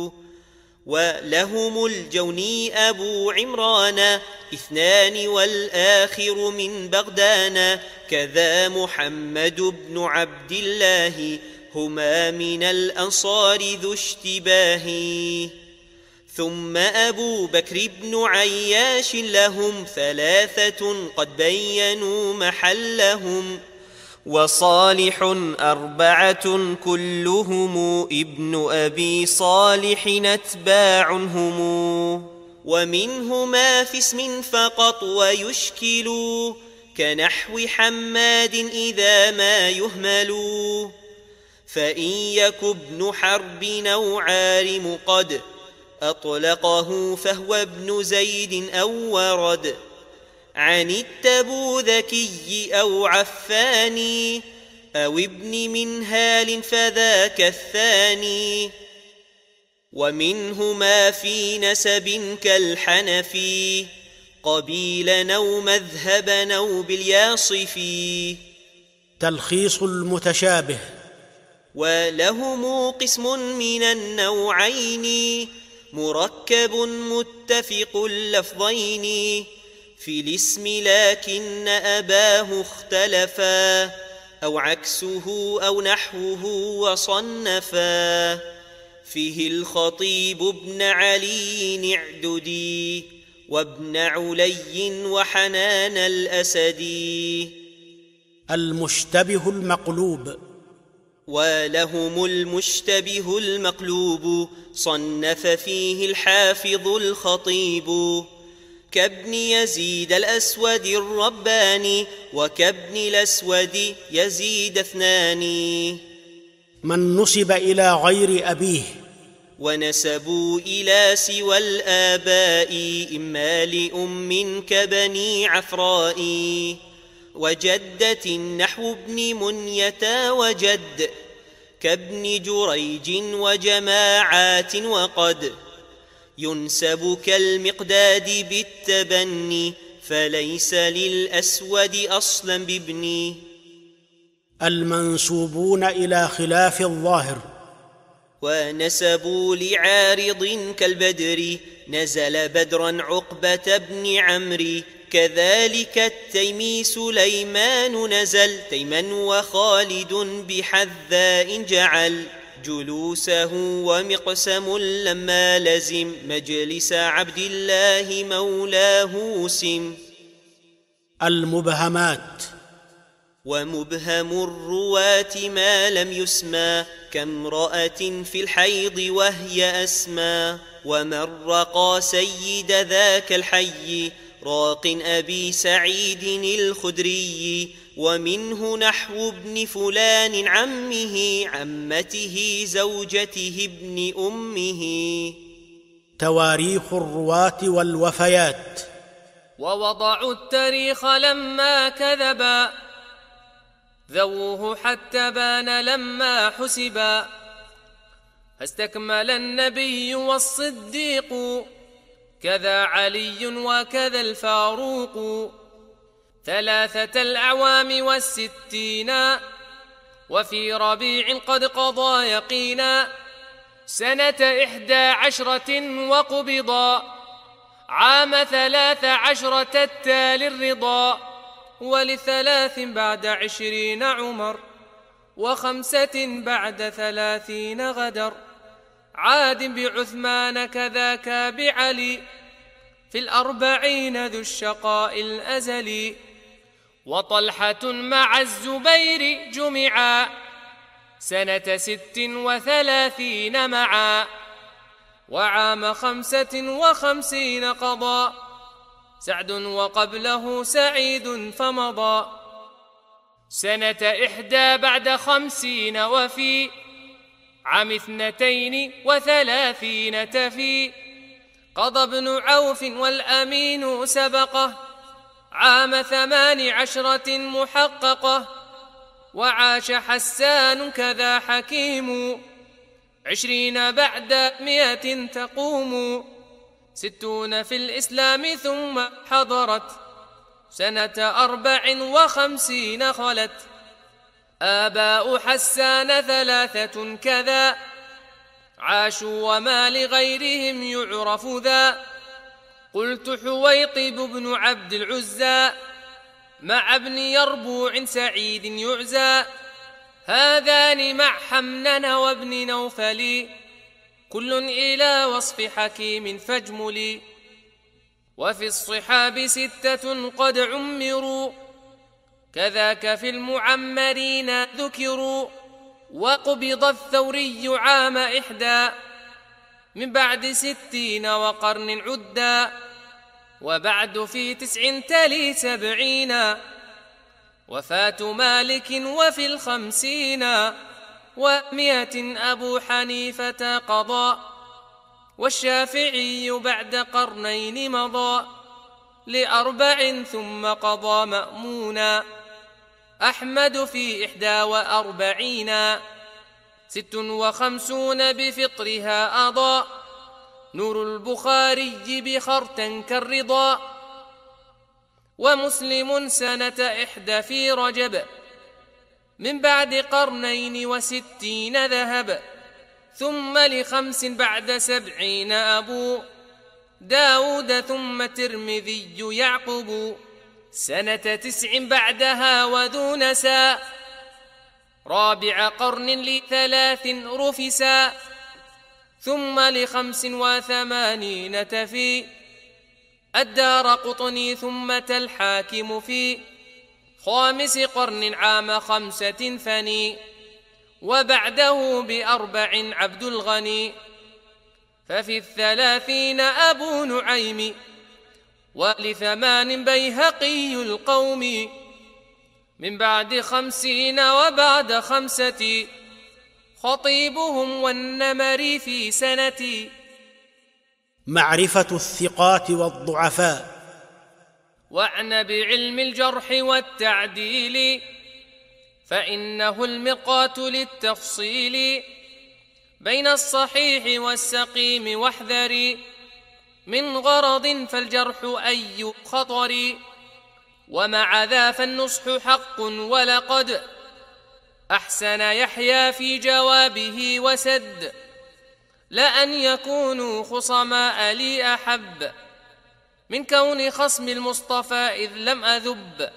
ولهم الجوني أبو عمران 2 والآخر من بغدان كذا محمد بن عبد الله هما من الأنصار ذو اشتباه ثم أبو بكر بن عياش لهم 3 قد بينوا محلهم وصالح 4 كلهم ابن أبي صالح أتباع هم ومنهما في اسم فقط ويشكل كنحو حماد إذا ما يهمل فإن يك ابن حرب أو عارم قد أطلقه فهو ابن زيد أو ورد عن التبوذكي أو عفاني أو ابن منهال فذاك الثاني ومنهما في نسب كالحنفي قبيلا أو مذهبا أو بالياصفي تلخيص المتشابه ولهم قسم من النوعين مركب متفق اللفظين في الاسم لكن أباه اختلفا أو عكسه أو نحوه وصنفا فيه الخطيب ابن علي اعددي وابن علي وحنان الأسدي المشتبه المقلوب ولهم المشتبه المقلوب صنف فيه الحافظ الخطيب كابن يزيد الأسود الرباني وكابن الأسود يزيد 2 من نسب إلى غير أبيه ونسبوا إلى سوى الآباء إما لأم كبني عفراء وجدة نحو ابن منية وجد كابن جريج وجماعات وقد ينسب كالمقداد بالتبني فليس للأسود أصلا بابني المنسوبون إلى خلاف الظاهر ونسبوا لعارض كالبدر نزل بدرا عقبة بن عمرو كذلك التيمي سليمان نزل تيما وخالد بحذاء جعل جلوسه ومقسم لما لزم مجلس عبد الله مولاه سم المبهمات ومبهم الرواة ما لم يسمى كامرأة في الحيض وهي أسمى ومن رقى سيد ذاك الحي راق أبي سعيد الخدري، ومنه نحو ابن فلان عمه عمته زوجته ابن أمه. تواريخ الرواة والوفيات. ووضعوا التاريخ لما كذبا، ذووه حتى بان لما حسبا، فاستكمل النبي والصديق، كذا علي وكذا الفاروق، 3 الأعوام والستين، وفي ربيع قد قضى يقينا، سنة 11 وقبضا، عام 13 التالي الرضا، ول3 بعد 20 عمر، و5 بعد 30 غدر، عاد بعثمان كذاك بعلي، في 40 ذو الشقاء الأزلي، وطلحة مع الزبير جمعا، سنة 36 معا، وعام 55 قضى سعد، وقبله سعيد فمضى، سنة 1 بعد 50 وفي عام 32 تفي، قضى ابن عوف والأمين سبقه، عام 18 محققه، وعاش حسان كذا حكيم، 20 بعد 100 تقوم، 60 في الإسلام ثم حضرت، سنة 54 خلت، آباء حسان 3 كذا، عاشوا وما لغيرهم يعرف ذا، قلت حويطب بن عبد العزى، مع ابن يربوع سعيد يعزى، هذان مع حمنن وابن نوفل، كل إلى وصف حكيم فاجملي، وفي الصحاب 6 قد عمروا، كذاك في المعمرين ذكروا، وقبض الثوري عام 1 من بعد 60 وقرن عدا، وبعد في 9 تلي 70، وفاة مالك وفي 50 و100 أبو حنيفة قضى، والشافعي بعد قرنين مضى، ل4 ثم قضى مأمونا، أحمد في 41 56 بفطرها أضاء، نور البخاري بخرتا كالرضا، ومسلم سنة 1 في رجب، من بعد 62 ذهب، ثم ل5 بعد 70 أبو داود، ثم ترمذي يعقب، سنة 9 بعدها وذو نساء، رابع قرن ل3 رفسا، ثم ل85 تفي، الدارقطني ثم الحاكم في 5 قرن عام 5 فني، وبعده ب4 عبد الغني، ففي 30 أبو نعيم، ول8 بيهقي القوم، من بعد 50 وبعد 5 خطيبهم والنمري في سنة. معرفة الثقات والضعفاء. واعن بعلم الجرح والتعديل، فإنه المقات للتفصيل بين الصحيح والسقيم، واحذري من غرض فالجرح أي خطر، ومع ذا فالنصح حق، ولقد أحسن يحيى في جوابه وسد، لأن يكونوا خصماء لي أحب من كون خصم المصطفى إذ لم أذب،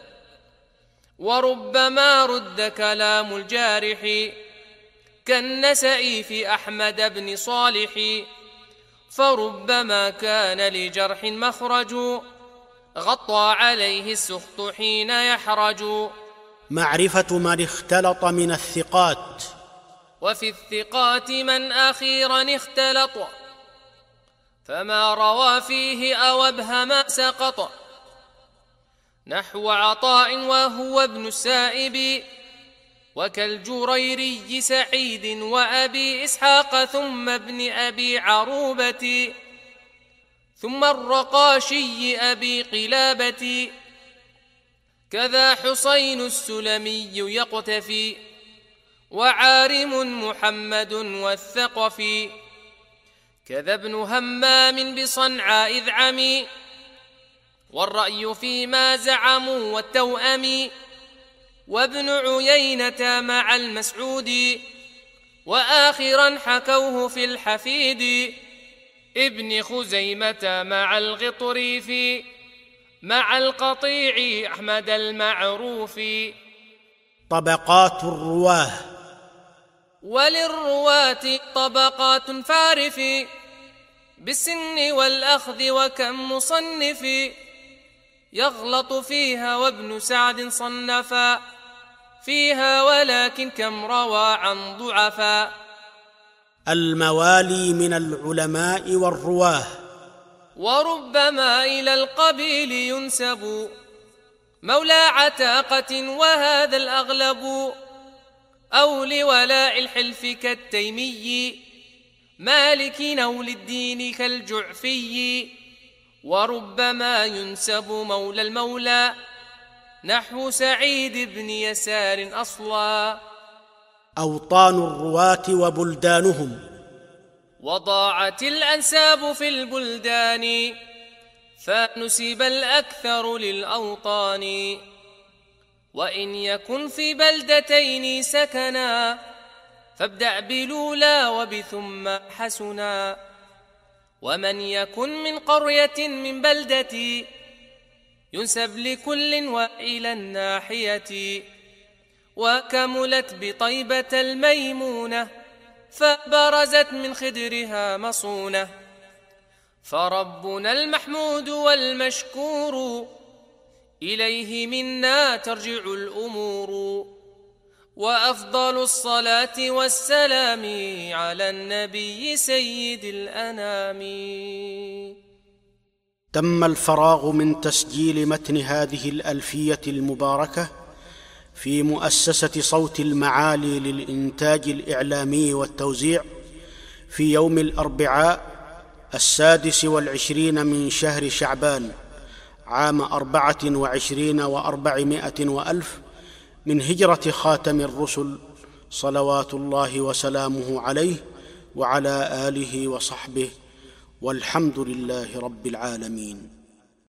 وربما رد كلام الجارح كالنسئ في أحمد بن صالح، فربما كان لجرح مخرج غطى عليه السخط حين يحرج. معرفة من اختلط من الثقات. وفي الثقات من أخيرا اختلط، فما روى فيه أو أبهم سقط، نحو عطاء وهو ابن السائب، وكالجريري سعيد وأبي إسحاق ثم ابن أبي عروبة، ثم الرقاشي أبي قلابة، كذا حسين السلمي يقتفي، وعارم محمد والثقفي، كذا ابن همام بصنعاء إذ عمي، والرأي فيما زعموا والتوأم، وابن عيينة مع المسعود، وآخرا حكوه في الحفيد، ابن خزيمة مع الغطريف، مع القطيع أحمد المعروف. طبقات الرواه. وللرواة طبقات فارف، بالسن والأخذ وكم مصنف، يغلط فيها وابن سعد صنفا فيها، ولكن كم روى عن ضعفا. الموالي من العلماء والرواه. وربما إلى القبيل ينسب، مولى عتاقة وهذا الأغلب، أو لولاء الحلف كالتيمي، مالك أو للدين كالجعفي. وربما ينسب مولى المولى، نحو سعيد بن يسار أصلا. أوطان الرواة وبلدانهم. وضاعت الأنساب في البلدان، فنسب الأكثر للأوطان، وإن يكن في بلدتين سكنا، فابدأ بلولا وبثم حسنا. ومن يكن من قرية من بلدتي، ينسب لكل وإلى الناحية، وكملت بطيبة الميمونة، فبرزت من خدرها مصونة. فربنا المحمود والمشكور، إليه منا ترجع الأمور. وأفضل الصلاة والسلام على النبي سيد الأنام. تم الفراغ من تسجيل متن هذه الألفية المباركة في مؤسسة صوت المعالي للإنتاج الإعلامي والتوزيع في يوم الأربعاء 26 من شهر شعبان عام 24 و400 وألف من هجرة خاتم الرسل صلوات الله وسلامه عليه وعلى آله وصحبه، والحمد لله رب العالمين.